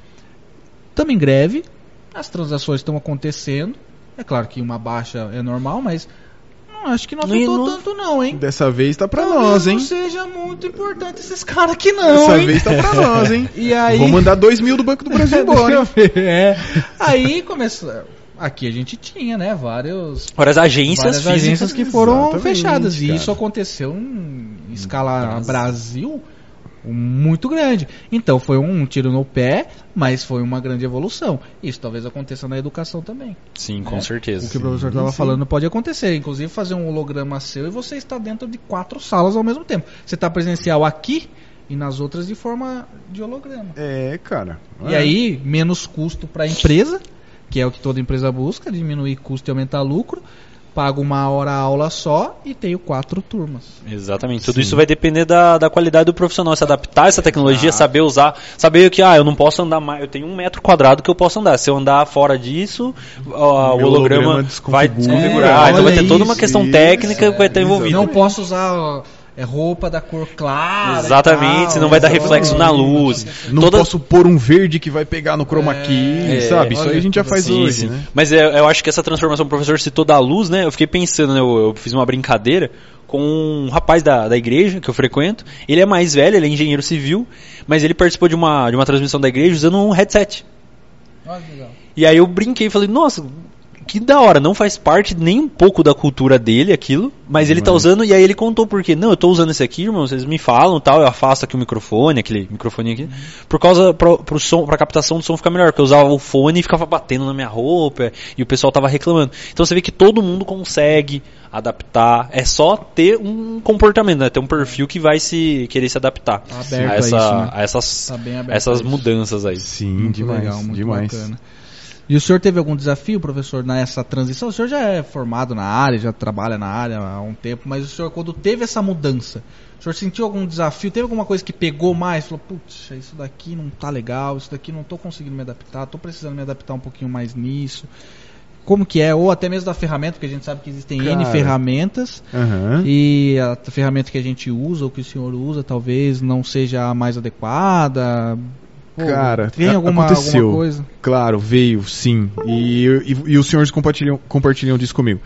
Speaker 2: estamos em greve, as transações estão acontecendo, é claro que uma baixa é normal, mas não, acho que não
Speaker 3: Não,
Speaker 2: afetou
Speaker 3: não-
Speaker 2: tanto não, hein?
Speaker 1: Dessa vez tá pra
Speaker 2: Talvez
Speaker 1: nós, hein?
Speaker 2: Não seja muito importante esses caras aqui não,
Speaker 1: Dessa
Speaker 2: hein?
Speaker 1: vez tá pra nós, hein?
Speaker 2: E aí...
Speaker 1: Vou mandar dois mil do Banco do Brasil embora, hein?
Speaker 2: é. Aí começou... Aqui a gente tinha, né, vários...
Speaker 3: Várias agências
Speaker 2: Várias
Speaker 3: físicas.
Speaker 2: agências que foram
Speaker 1: Exatamente,
Speaker 2: fechadas. E
Speaker 1: cara.
Speaker 2: isso aconteceu em escala Brasil muito grande. Então foi um tiro no pé, mas foi uma grande evolução. Isso talvez aconteça na educação também.
Speaker 3: Sim, com
Speaker 2: É.
Speaker 3: certeza.
Speaker 2: O que o professor estava falando pode acontecer. Inclusive fazer um holograma seu e você está dentro de quatro salas ao mesmo tempo. Você está presencial aqui e nas outras de forma de holograma.
Speaker 1: É, cara.
Speaker 2: E aí, menos custo para a empresa, que é o que toda empresa busca, diminuir custo e aumentar lucro. Pago uma hora aula só e tenho quatro turmas.
Speaker 3: Exatamente. Tudo isso vai depender da, da qualidade do profissional, se adaptar a essa tecnologia, saber usar, saber que ah, eu não posso andar mais, eu tenho um metro quadrado que eu posso andar. Se eu andar fora disso, ó, o
Speaker 1: Meu
Speaker 3: holograma
Speaker 1: holograma
Speaker 3: vai
Speaker 1: desconfigura.
Speaker 3: desconfigurar.
Speaker 2: É,
Speaker 3: então vai ter
Speaker 2: olha
Speaker 3: toda uma
Speaker 2: isso,
Speaker 3: questão
Speaker 1: isso,
Speaker 3: técnica que vai estar
Speaker 1: é,
Speaker 3: envolvida.
Speaker 2: Não posso usar ó, é, roupa da cor clara.
Speaker 3: Exatamente,
Speaker 2: e tal,
Speaker 3: senão vai dar
Speaker 2: exatamente.
Speaker 3: reflexo na luz.
Speaker 1: Não
Speaker 3: Toda-
Speaker 1: posso pôr um verde que vai pegar no chroma key,
Speaker 3: É,
Speaker 1: sabe? Isso
Speaker 2: olha,
Speaker 1: aí a gente já
Speaker 2: tudo
Speaker 1: faz
Speaker 3: Sim,
Speaker 1: hoje,
Speaker 3: sim.
Speaker 1: né?
Speaker 3: Mas eu, eu acho que essa transformação, o professor citou da luz, né? Eu fiquei pensando, né? Eu, eu fiz uma brincadeira com um rapaz da, da igreja que eu frequento. Ele é mais velho, ele é engenheiro civil, mas ele participou de uma, de uma transmissão da igreja usando um headset.
Speaker 2: Olha que legal.
Speaker 3: E aí eu brinquei e falei, nossa, que da hora, não faz parte nem um pouco da cultura dele aquilo, mas ele tá usando, e aí ele contou por quê. Não, eu tô usando esse aqui, irmão, vocês me falam, tal, eu afasto aqui o microfone, aquele microfone aqui, por causa, pro, pro som, pra captação do som ficar melhor, porque eu usava o fone e ficava batendo na minha roupa, e o pessoal tava reclamando. Então você vê que todo mundo consegue adaptar, é só ter um comportamento, né? Ter um perfil que vai se querer se adaptar
Speaker 2: Tá aberto
Speaker 3: a, essa,
Speaker 2: a isso, né?
Speaker 3: a essas,
Speaker 2: Tá bem aberto
Speaker 3: essas
Speaker 2: a isso.
Speaker 3: mudanças aí.
Speaker 1: Sim,
Speaker 2: Muito
Speaker 1: demais,
Speaker 2: legal, muito
Speaker 1: demais.
Speaker 2: bacana. E o senhor teve algum desafio, professor, nessa transição? O senhor já é formado na área, já trabalha na área há um tempo, mas o senhor, quando teve essa mudança, o senhor sentiu algum desafio? Teve alguma coisa que pegou mais? Falou, putz, isso daqui não tá legal, isso daqui não tô conseguindo me adaptar, tô precisando me adaptar um pouquinho mais nisso. Como que é? Ou até mesmo da ferramenta, porque a gente sabe que existem
Speaker 1: Cara.
Speaker 2: N ferramentas,
Speaker 1: Aham.
Speaker 2: e a ferramenta que a gente usa, ou que o senhor usa, talvez não seja a mais adequada. Pô,
Speaker 1: Cara,
Speaker 2: tem
Speaker 1: a-
Speaker 2: alguma,
Speaker 1: aconteceu.
Speaker 2: alguma coisa?
Speaker 1: Claro, veio, sim. E, e, e os senhores compartilham, compartilham disso comigo.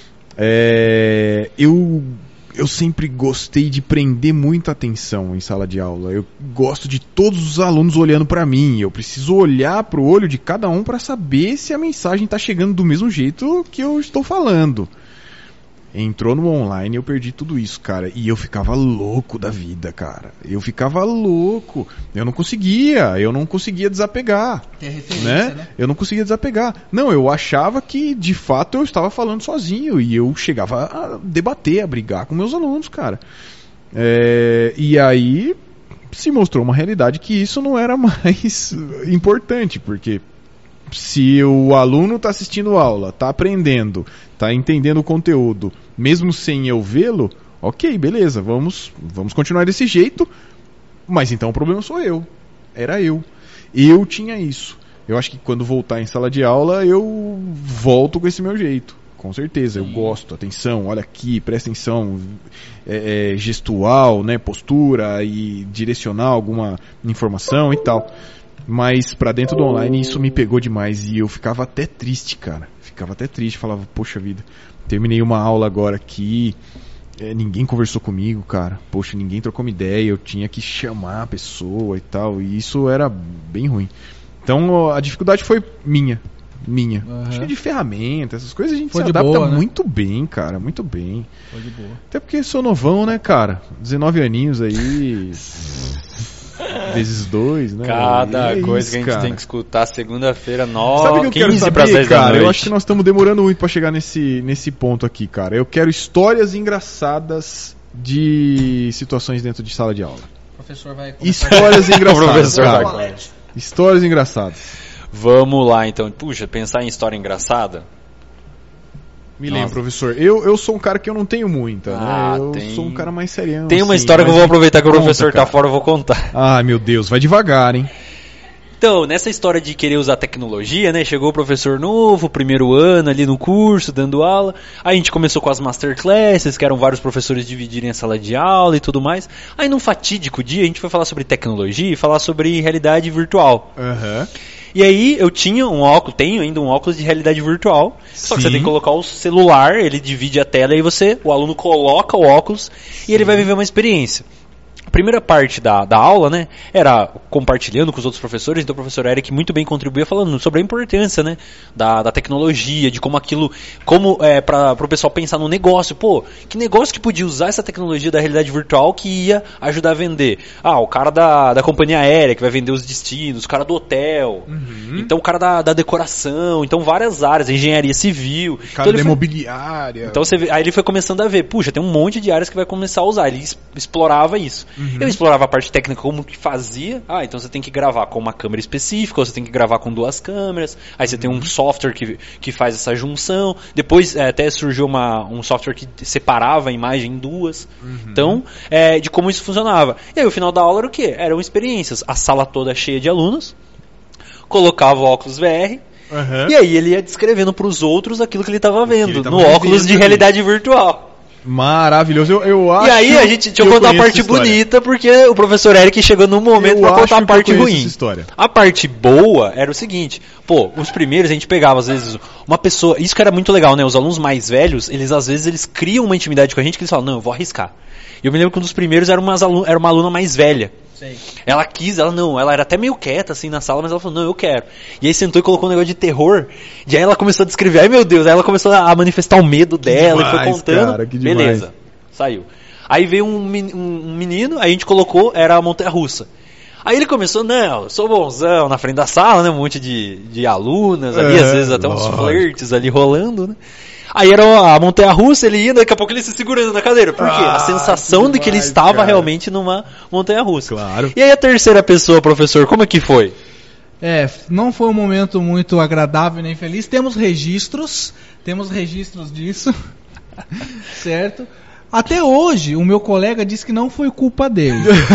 Speaker 1: É, eu, eu sempre gostei de prender muita atenção em sala de aula. Eu gosto de todos os alunos olhando para mim. Eu preciso olhar para o olho de cada um para saber se a mensagem está chegando do mesmo jeito que eu estou falando. Entrou no online, eu perdi tudo isso, cara. E eu ficava louco da vida, cara. Eu ficava louco. Eu não conseguia, eu não conseguia desapegar.
Speaker 2: Tem referência,
Speaker 1: Né?
Speaker 2: né?
Speaker 1: Eu não conseguia desapegar. Não, eu achava que de fato eu estava falando sozinho. E eu chegava a debater, a brigar com meus alunos, cara. É, e aí se mostrou uma realidade que isso não era mais importante, porque se o aluno está assistindo aula, está aprendendo, está entendendo o conteúdo, mesmo sem eu vê-lo, ok, beleza, vamos, vamos continuar desse jeito, mas então o problema sou eu. Era eu. Eu tinha isso. Eu acho que quando voltar em sala de aula, eu volto com esse meu jeito. Com certeza, eu gosto. Atenção, olha aqui, presta atenção. É, é, gestual, né, postura e direcionar alguma informação e tal. Mas pra dentro do online isso me pegou demais e eu ficava até triste, cara. Ficava até triste, falava, poxa vida, terminei uma aula agora aqui, é, ninguém conversou comigo, cara. Poxa, ninguém trocou uma ideia, eu tinha que chamar a pessoa e tal, e isso era bem ruim. Então a dificuldade foi minha, minha.
Speaker 2: Uhum.
Speaker 1: Acho que de ferramenta, essas coisas a gente
Speaker 2: Foi
Speaker 1: se
Speaker 2: de
Speaker 1: adapta
Speaker 2: boa, né?
Speaker 1: muito bem, cara, muito bem.
Speaker 2: Foi de boa.
Speaker 1: Até porque sou novão, né, cara? dezenove aninhos aí... vezes dois, né?
Speaker 3: Cada
Speaker 1: E é
Speaker 3: coisa
Speaker 1: isso,
Speaker 3: que a gente
Speaker 1: cara.
Speaker 3: tem que escutar segunda-feira,
Speaker 1: Sabe o
Speaker 3: nove,
Speaker 1: que eu quero
Speaker 3: quinze para
Speaker 1: saber,
Speaker 3: dez da
Speaker 1: cara?
Speaker 3: noite.
Speaker 1: Eu acho que nós estamos demorando muito pra chegar nesse, nesse ponto aqui, cara. Eu quero histórias engraçadas de situações dentro de sala de aula.
Speaker 2: O professor vai começar.
Speaker 1: Histórias engraçadas,
Speaker 3: professor
Speaker 1: cara.
Speaker 3: vai.
Speaker 1: Histórias engraçadas.
Speaker 3: Vamos lá, então. Puxa, pensar em história engraçada?
Speaker 1: Me
Speaker 3: Nossa.
Speaker 1: lembra, professor. Eu, eu sou um cara que eu não tenho muita,
Speaker 3: Ah,
Speaker 1: né? Eu
Speaker 3: tem-
Speaker 1: sou um cara mais serião.
Speaker 3: Tem uma
Speaker 1: assim,
Speaker 3: história que eu
Speaker 1: mas
Speaker 3: vou
Speaker 1: me
Speaker 3: aproveitar que o
Speaker 1: conta,
Speaker 3: professor tá
Speaker 1: cara.
Speaker 3: fora, eu vou contar.
Speaker 1: Ai, meu Deus, vai devagar, hein?
Speaker 3: Então, nessa história de querer usar tecnologia, né? Chegou o professor novo, primeiro ano ali no curso, dando aula. Aí a gente começou com as masterclasses, que eram vários professores dividirem a sala de aula e tudo mais. Aí num fatídico dia a gente foi falar sobre tecnologia e falar sobre realidade virtual.
Speaker 1: Aham.
Speaker 3: E aí eu tinha um óculos, tenho ainda um óculos de realidade virtual. Só que você
Speaker 1: Sim.
Speaker 3: tem que colocar o celular, ele divide a tela e você, o aluno coloca o óculos e ele vai viver uma experiência. A primeira parte da, da aula, né, era compartilhando com os outros professores, então o professor Eric muito bem contribuía falando sobre a importância, né, da, da tecnologia, de como aquilo, como é, para o pessoal pensar no negócio, pô, que negócio que podia usar essa tecnologia da realidade virtual que ia ajudar a vender? Ah, o cara da, da companhia aérea que vai vender os destinos, o cara do hotel, então o cara da, da decoração, então várias áreas, engenharia civil.
Speaker 1: Cara
Speaker 3: então,
Speaker 1: da
Speaker 3: ele foi-
Speaker 1: imobiliária.
Speaker 3: então você vê- aí ele foi começando a ver, puxa, tem um monte de áreas que vai começar a usar. Ele es- explorava isso. Eu explorava a parte técnica, como que fazia. Ah, então você tem que gravar com uma câmera específica, ou você tem que gravar com duas câmeras. Aí você tem um software que, que faz essa junção. Depois é, até surgiu uma, um software que separava a imagem em duas. Então, é, de como isso funcionava. E aí o final da aula era o quê? Eram experiências. A sala toda cheia de alunos. Colocava o óculos V R.
Speaker 1: Aham.
Speaker 3: E aí ele ia descrevendo para os outros aquilo que ele estava vendo,
Speaker 1: ele tava
Speaker 3: no óculos
Speaker 1: vivendo
Speaker 3: de
Speaker 1: ali.
Speaker 3: realidade virtual.
Speaker 1: Maravilhoso. Eu, eu acho
Speaker 3: E aí a gente, deixa eu
Speaker 1: que
Speaker 3: contar a
Speaker 1: conheço
Speaker 3: parte
Speaker 1: essa história.
Speaker 3: bonita, porque o professor Eric chegou num momento
Speaker 1: Eu
Speaker 3: pra
Speaker 1: acho
Speaker 3: contar a
Speaker 1: que eu
Speaker 3: parte
Speaker 1: conheço
Speaker 3: ruim.
Speaker 1: essa história.
Speaker 3: A parte boa era o seguinte, pô, os primeiros a gente pegava às vezes uma pessoa, isso que era muito legal, né? Os alunos mais velhos, eles às vezes eles criam uma intimidade com a gente que eles falam, não, eu vou arriscar. E eu me lembro que um dos primeiros era, umas alu- era uma aluna mais velha.
Speaker 2: Sei.
Speaker 3: Ela quis, ela não, ela era até meio quieta assim na sala, mas ela falou, não, eu quero. E aí sentou e colocou um negócio de terror, e aí ela começou a descrever, ai meu Deus, aí ela começou a manifestar o medo dela
Speaker 1: demais,
Speaker 3: e foi contando,
Speaker 1: cara, que
Speaker 3: beleza,
Speaker 1: demais.
Speaker 3: saiu. Aí veio um, men- um menino, aí a gente colocou, era a montanha-russa. Aí ele começou, não, eu sou bonzão, na frente da sala, né, um monte de, de alunas ali,
Speaker 1: É,
Speaker 3: às vezes até uns
Speaker 1: lógico.
Speaker 3: flertes ali rolando, né. Aí era a montanha-russa, ele ia, daqui a pouco ele se segurando na cadeira. Por quê?
Speaker 1: Ah,
Speaker 3: a sensação
Speaker 1: que
Speaker 3: de que ele
Speaker 1: demais,
Speaker 3: estava
Speaker 1: cara.
Speaker 3: realmente numa montanha-russa.
Speaker 1: Claro.
Speaker 3: E aí a terceira pessoa, professor, como é que foi?
Speaker 2: É, não foi um momento muito agradável nem feliz. Temos registros, temos registros disso, certo? Até hoje, o meu colega disse que não foi culpa dele.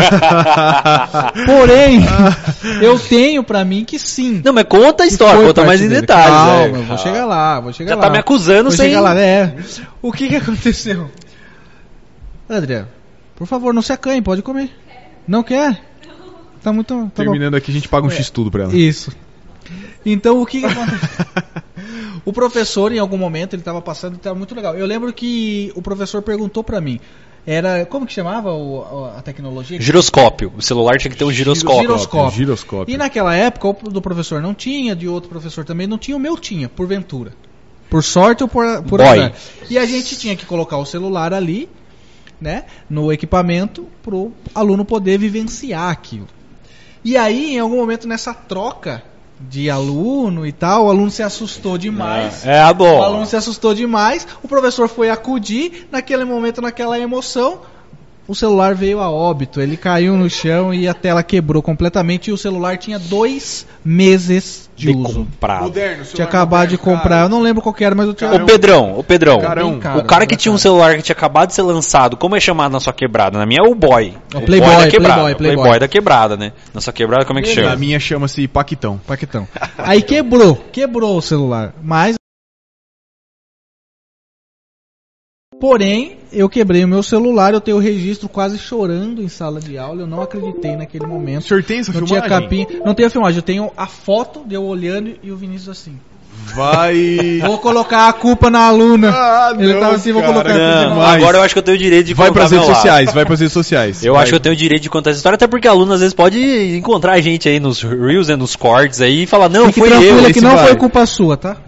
Speaker 2: Porém, eu tenho pra mim que sim.
Speaker 3: Não, mas conta a
Speaker 2: Que
Speaker 3: história,
Speaker 2: foi
Speaker 3: conta
Speaker 2: parte
Speaker 3: mais em
Speaker 2: dele.
Speaker 3: detalhes.
Speaker 2: Calma,
Speaker 3: é.
Speaker 2: eu vou chegar lá, vou chegar
Speaker 3: Já
Speaker 2: lá.
Speaker 3: tá me acusando
Speaker 2: vou
Speaker 3: sem...
Speaker 2: chegar lá, é. O que que aconteceu? Adriano, por favor, não se acanhe, pode comer. Não quer? Tá muito... Tá bom.
Speaker 1: Terminando aqui, a gente paga um
Speaker 2: É.
Speaker 1: X tudo pra ela.
Speaker 2: Isso. Então, o que que aconteceu? O professor, em algum momento, ele estava passando e estava muito legal. Eu lembro que o professor perguntou pra mim, era, como que chamava o- a tecnologia?
Speaker 3: Giroscópio. O celular tinha que ter um giroscópio.
Speaker 2: Giroscópio.
Speaker 1: Giroscópio.
Speaker 2: E naquela época, o do professor não tinha, de outro professor também não tinha, o meu tinha, porventura. Por sorte ou por, por
Speaker 3: Boy.
Speaker 2: azar. E a gente tinha que colocar o celular ali, né, no equipamento, pro aluno poder vivenciar aquilo. E aí, em algum momento, nessa troca de aluno e tal, o aluno se assustou demais.
Speaker 3: É, é bom.
Speaker 2: O aluno se assustou demais, o professor foi acudir, naquele momento, naquela emoção, o celular veio a óbito, ele caiu no chão e a tela quebrou completamente e o celular tinha dois meses de,
Speaker 3: De
Speaker 2: uso.
Speaker 3: comprado.
Speaker 1: Moderno,
Speaker 2: Tinha acabado de comprar, eu não lembro qual que era, mas eu tinha...
Speaker 3: Ô Pedrão, ô Pedrão,
Speaker 1: Carão.
Speaker 2: Bem caro,
Speaker 3: o cara que
Speaker 2: bem
Speaker 3: tinha um
Speaker 2: caro.
Speaker 3: celular que tinha acabado de ser lançado, como é chamado na sua quebrada? Na minha é o boy.
Speaker 2: O Playboy,
Speaker 3: da quebrada.
Speaker 2: Playboy,
Speaker 3: o
Speaker 2: Playboy.
Speaker 3: Playboy da quebrada, né? Na sua quebrada, como é que
Speaker 2: Beleza.
Speaker 1: A
Speaker 3: chama?
Speaker 1: minha chama-se Paquitão.
Speaker 2: Paquetão. Aí quebrou, quebrou o celular, mas... Porém, eu quebrei o meu celular, eu tenho o registro quase chorando em sala de aula, eu não acreditei naquele
Speaker 1: O
Speaker 2: momento.
Speaker 1: senhor tem essa
Speaker 2: Não tinha
Speaker 1: filmagem?
Speaker 2: capinha, não tem a filmagem, eu tenho a foto de eu olhando e o Vinícius assim.
Speaker 1: Vai...
Speaker 2: Vou colocar a culpa na aluna.
Speaker 1: Ah,
Speaker 2: Ele
Speaker 1: não,
Speaker 2: tava assim, vou
Speaker 1: cara,
Speaker 2: colocar a culpa
Speaker 3: Não,
Speaker 2: na
Speaker 1: Mas-
Speaker 2: aluna.
Speaker 3: agora eu acho que eu tenho o direito de
Speaker 1: Vai
Speaker 3: colocar
Speaker 1: pras
Speaker 3: meu
Speaker 1: redes
Speaker 3: lado.
Speaker 1: sociais, vai pras redes sociais.
Speaker 3: Eu
Speaker 1: Vai.
Speaker 3: acho que eu tenho o direito de contar essa história, até porque aluno às vezes pode encontrar a gente aí nos Reels, né, nos cortes aí e falar, não,
Speaker 2: Fique
Speaker 3: foi
Speaker 2: tranquila
Speaker 3: eu.
Speaker 2: que
Speaker 1: esse
Speaker 2: não
Speaker 1: vai.
Speaker 2: foi culpa sua, tá?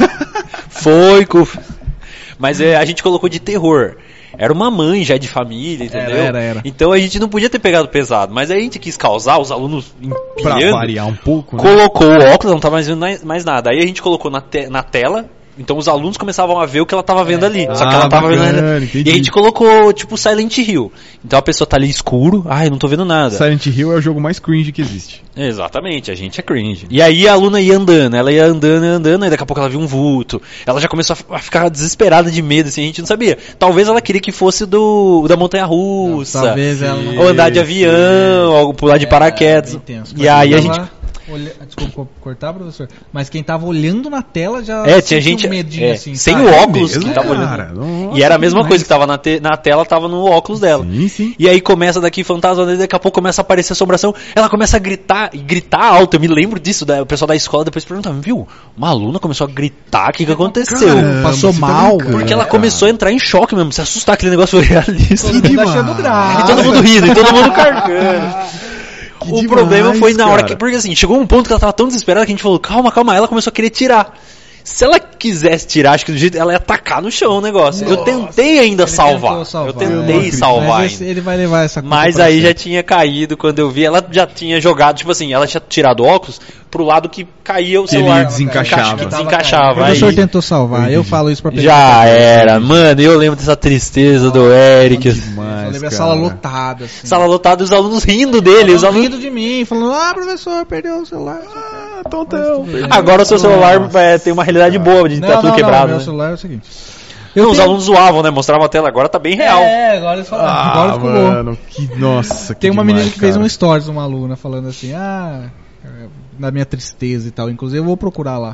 Speaker 3: Foi, cu... Mas é, a gente colocou de terror. Era uma mãe já de família, entendeu?
Speaker 2: era, era.
Speaker 3: Então a gente não podia ter pegado pesado. Mas aí a gente quis causar, os alunos
Speaker 1: Pra
Speaker 3: empilhando,
Speaker 1: variar um pouco, né?
Speaker 3: colocou o óculos, não tava mais vendo mais- mais nada. Aí a gente colocou na, te- na tela, então os alunos começavam a ver o que ela tava vendo ali. Só que
Speaker 1: Ah,
Speaker 3: ela tava vendo
Speaker 1: bacana,
Speaker 3: ainda.
Speaker 1: entendi.
Speaker 3: E a gente colocou, tipo, Silent Hill. Então a pessoa tá ali escuro, ai, não tô vendo nada.
Speaker 1: Silent Hill é o jogo mais cringe que existe.
Speaker 3: Exatamente, a gente é cringe. E aí a aluna ia andando, ela ia andando, ia andando, aí daqui a pouco ela viu um vulto. Ela já começou a f- a ficar desesperada de medo, assim, a gente não sabia. Talvez ela queria que fosse do da montanha-russa.
Speaker 2: Talvez ela não-
Speaker 3: Ou andar de avião, ou pular de paraquedas.
Speaker 2: É, bem tenso.
Speaker 3: E aí a
Speaker 2: Quem
Speaker 3: gente...
Speaker 2: tava olha- Desculpa co- cortar, professor. Mas quem tava olhando na tela já
Speaker 3: É, tinha
Speaker 2: sentiu
Speaker 3: gente
Speaker 2: um medinho,
Speaker 3: é,
Speaker 2: assim,
Speaker 3: sem
Speaker 2: sabe?
Speaker 3: o óculos
Speaker 1: mesmo,
Speaker 3: que tava
Speaker 1: cara?
Speaker 3: olhando.
Speaker 1: Nossa,
Speaker 3: E era a mesma
Speaker 1: demais.
Speaker 3: coisa que tava na, te- na tela, tava no óculos dela.
Speaker 1: Sim, sim.
Speaker 3: E aí começa daqui fantasma, daí daqui a pouco começa a aparecer assombração. Ela começa a gritar, e gritar alto. Eu me lembro disso, da, o pessoal da escola depois pergunta, viu? Uma aluna começou a gritar, o que que aconteceu?
Speaker 1: Caramba,
Speaker 2: Passou
Speaker 1: você tá
Speaker 2: mal.
Speaker 1: brincando,
Speaker 3: Porque ela
Speaker 1: cara.
Speaker 3: começou a entrar em choque mesmo, se assustar, aquele negócio foi realista.
Speaker 2: Todo mundo
Speaker 1: demais.
Speaker 2: achando graça.
Speaker 3: E todo mundo rindo, e todo mundo carcando.
Speaker 1: Que
Speaker 3: O
Speaker 1: demais,
Speaker 3: problema foi na hora
Speaker 1: cara.
Speaker 3: que. Porque assim, chegou um ponto que ela tava tão desesperada que a gente falou, calma, calma, ela começou a querer tirar. Se ela quisesse tirar, acho que do jeito ela ia tacar no chão o negócio. Eu tentei ainda
Speaker 2: Ele
Speaker 3: salvar.
Speaker 2: tentou salvar.
Speaker 3: Eu
Speaker 1: Eu não
Speaker 3: tentei
Speaker 1: acredito.
Speaker 3: salvar
Speaker 2: Mas esse-
Speaker 3: ainda.
Speaker 2: ele vai levar essa culpa
Speaker 3: Mas
Speaker 2: pra
Speaker 3: aí já
Speaker 2: sempre.
Speaker 3: tinha caído quando eu vi. Ela já tinha jogado, tipo assim, ela tinha tirado o óculos pro lado que caía o
Speaker 1: Que ele
Speaker 3: celular.
Speaker 1: desencaixava.
Speaker 3: Que
Speaker 2: O
Speaker 3: desencaixava.
Speaker 2: professor
Speaker 3: Aí
Speaker 2: tentou salvar, eu falo isso pra pessoa.
Speaker 3: já era. Mano, eu lembro dessa tristeza do Eric.
Speaker 2: Eu
Speaker 1: Demais,
Speaker 2: levei a
Speaker 1: cara.
Speaker 2: sala lotada, assim.
Speaker 3: Sala lotada e os alunos rindo dele. Os
Speaker 2: Ela
Speaker 3: alunos...
Speaker 2: rindo de mim, falando, ah, professor, perdeu o celular.
Speaker 1: Ah, tontão.
Speaker 3: Agora o seu celular
Speaker 2: Nossa.
Speaker 3: é, tem uma realidade boa de estar
Speaker 2: Não,
Speaker 3: tudo
Speaker 2: não,
Speaker 3: quebrado.
Speaker 2: não, meu
Speaker 3: né?
Speaker 2: celular é o seguinte.
Speaker 3: Não,
Speaker 2: Eu
Speaker 3: os
Speaker 2: tenho-
Speaker 3: alunos zoavam, né? Mostravam a tela, agora tá bem real.
Speaker 2: É, agora eles falam,
Speaker 1: Ah,
Speaker 2: agora ficou bom.
Speaker 1: mano, que nossa, que
Speaker 2: Tem uma
Speaker 1: demais,
Speaker 2: menina que fez
Speaker 1: cara.
Speaker 2: um stories, uma aluna, falando assim, ah, na minha tristeza e tal. Inclusive eu vou procurar lá.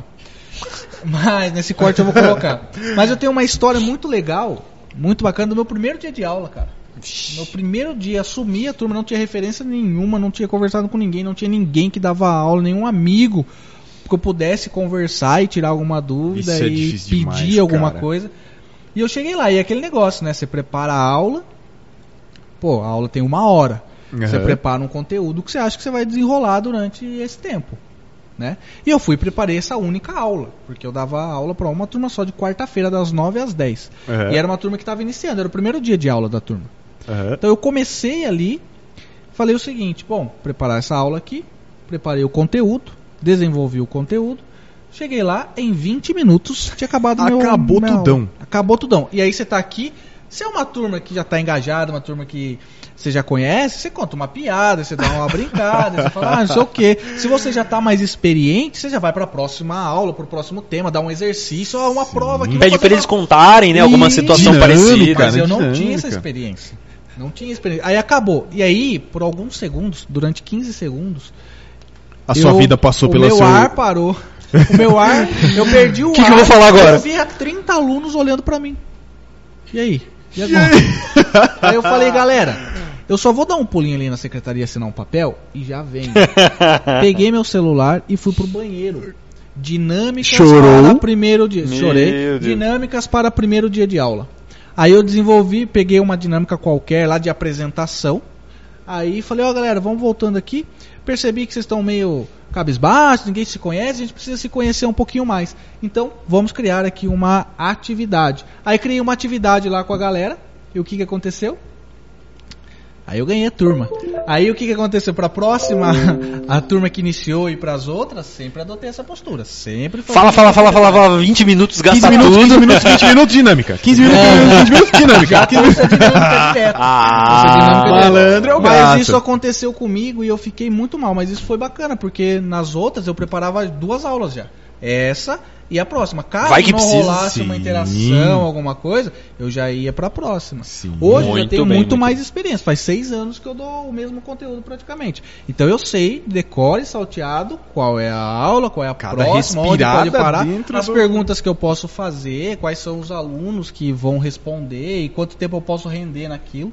Speaker 2: Mas nesse corte eu vou colocar. Mas eu tenho uma história muito legal, muito bacana do meu primeiro dia de aula, cara. Meu primeiro dia, assumi a turma, não tinha referência nenhuma, não tinha conversado com ninguém, não tinha ninguém que dava aula, nenhum amigo que eu pudesse conversar e tirar alguma dúvida
Speaker 1: Isso é
Speaker 2: e
Speaker 1: difícil
Speaker 2: pedir
Speaker 1: demais,
Speaker 2: alguma
Speaker 1: cara.
Speaker 2: coisa. E eu cheguei lá, e aquele negócio, né? Você prepara a aula, pô, a aula tem uma hora. Você
Speaker 1: Uhum.
Speaker 2: prepara um conteúdo que você acha que você vai desenrolar durante esse tempo, né? E eu fui e preparei essa única aula, porque eu dava aula para uma turma só de quarta-feira, das nove às dez.
Speaker 1: Uhum.
Speaker 2: E era uma turma que estava iniciando, era o primeiro dia de aula da turma.
Speaker 1: Uhum.
Speaker 2: Então eu comecei ali, falei o seguinte, bom, preparar essa aula aqui, preparei o conteúdo, desenvolvi o conteúdo, cheguei lá, em vinte minutos tinha acabado o meu...
Speaker 1: Acabou
Speaker 2: minha
Speaker 1: tudão.
Speaker 2: aula. Acabou tudão. E aí você tá aqui, se é uma turma que já tá engajada, uma turma que você já conhece, você conta uma piada, você dá uma brincada, você fala, ah, não sei o quê. Se você já tá mais experiente, você já vai pra próxima aula, pro próximo tema, dá um exercício, ó, uma prova que
Speaker 3: Pede pra eles contarem, né? Alguma
Speaker 2: Isso.
Speaker 3: situação
Speaker 1: Dinâmica,
Speaker 3: parecida.
Speaker 2: Mas
Speaker 1: né?
Speaker 2: eu não
Speaker 1: Dinâmica.
Speaker 2: tinha essa experiência. Não tinha experiência. Aí acabou. E aí, por alguns segundos, durante quinze segundos,
Speaker 1: A sua
Speaker 2: eu-
Speaker 1: vida passou
Speaker 2: o
Speaker 1: pela
Speaker 2: meu
Speaker 1: sua...
Speaker 2: ar parou. O meu ar, eu perdi o
Speaker 3: Que
Speaker 2: ar.
Speaker 3: que eu vou falar agora?
Speaker 2: Eu via trinta alunos olhando pra mim. E aí? E agora? Aí eu falei, galera, eu só vou dar um pulinho ali na secretaria assinar um papel e já venho. Peguei meu celular e fui pro banheiro. Dinâmicas
Speaker 1: Chorou?
Speaker 2: para primeiro dia.
Speaker 3: Meu
Speaker 2: Chorei.
Speaker 3: Deus.
Speaker 2: Dinâmicas para primeiro dia de aula. Aí eu desenvolvi, peguei uma dinâmica qualquer lá de apresentação. Aí falei, ó galera, vamos voltando aqui. Percebi que vocês estão meio cabisbaixos, ninguém se conhece, a gente precisa se conhecer um pouquinho mais. Então, vamos criar aqui uma atividade. Aí criei uma atividade lá com a galera. E o que que aconteceu? Aí eu ganhei a turma. Aí o que que aconteceu? Pra próxima, a turma que iniciou e pras outras, sempre adotei essa postura. Sempre foi.
Speaker 3: Fala, fala, fala, fala, fala. vinte minutos, gasta
Speaker 1: quinze minutos,
Speaker 3: tudo.
Speaker 1: quinze minutos, vinte minutos dinâmica. quinze minutos,
Speaker 2: É.
Speaker 1: quinze minutos dinâmica.
Speaker 2: Já tem essa dinâmica direto.
Speaker 3: Ah,
Speaker 2: Essa dinâmica direto.
Speaker 1: malandro é o
Speaker 2: Mas
Speaker 1: gato.
Speaker 2: isso aconteceu comigo e eu fiquei muito mal. Mas isso foi bacana, porque nas outras eu preparava duas aulas já. Essa e a próxima. Caso
Speaker 3: Vai que
Speaker 2: não
Speaker 3: precisa.
Speaker 2: rolasse uma
Speaker 1: Sim.
Speaker 2: interação, alguma coisa, eu já ia pra próxima.
Speaker 1: Sim.
Speaker 2: Hoje eu já
Speaker 3: Muito
Speaker 2: tenho
Speaker 3: bem,
Speaker 2: muito
Speaker 3: muito
Speaker 2: mais experiência. Faz seis anos que eu dou o mesmo conteúdo praticamente. Então eu sei, decore salteado, qual é a aula, qual é a
Speaker 1: Cada
Speaker 2: próxima, onde pode
Speaker 1: respirada
Speaker 2: parar,
Speaker 1: dentro
Speaker 2: as
Speaker 1: do-
Speaker 2: perguntas que eu posso fazer, quais são os alunos que vão responder e quanto tempo eu posso render naquilo.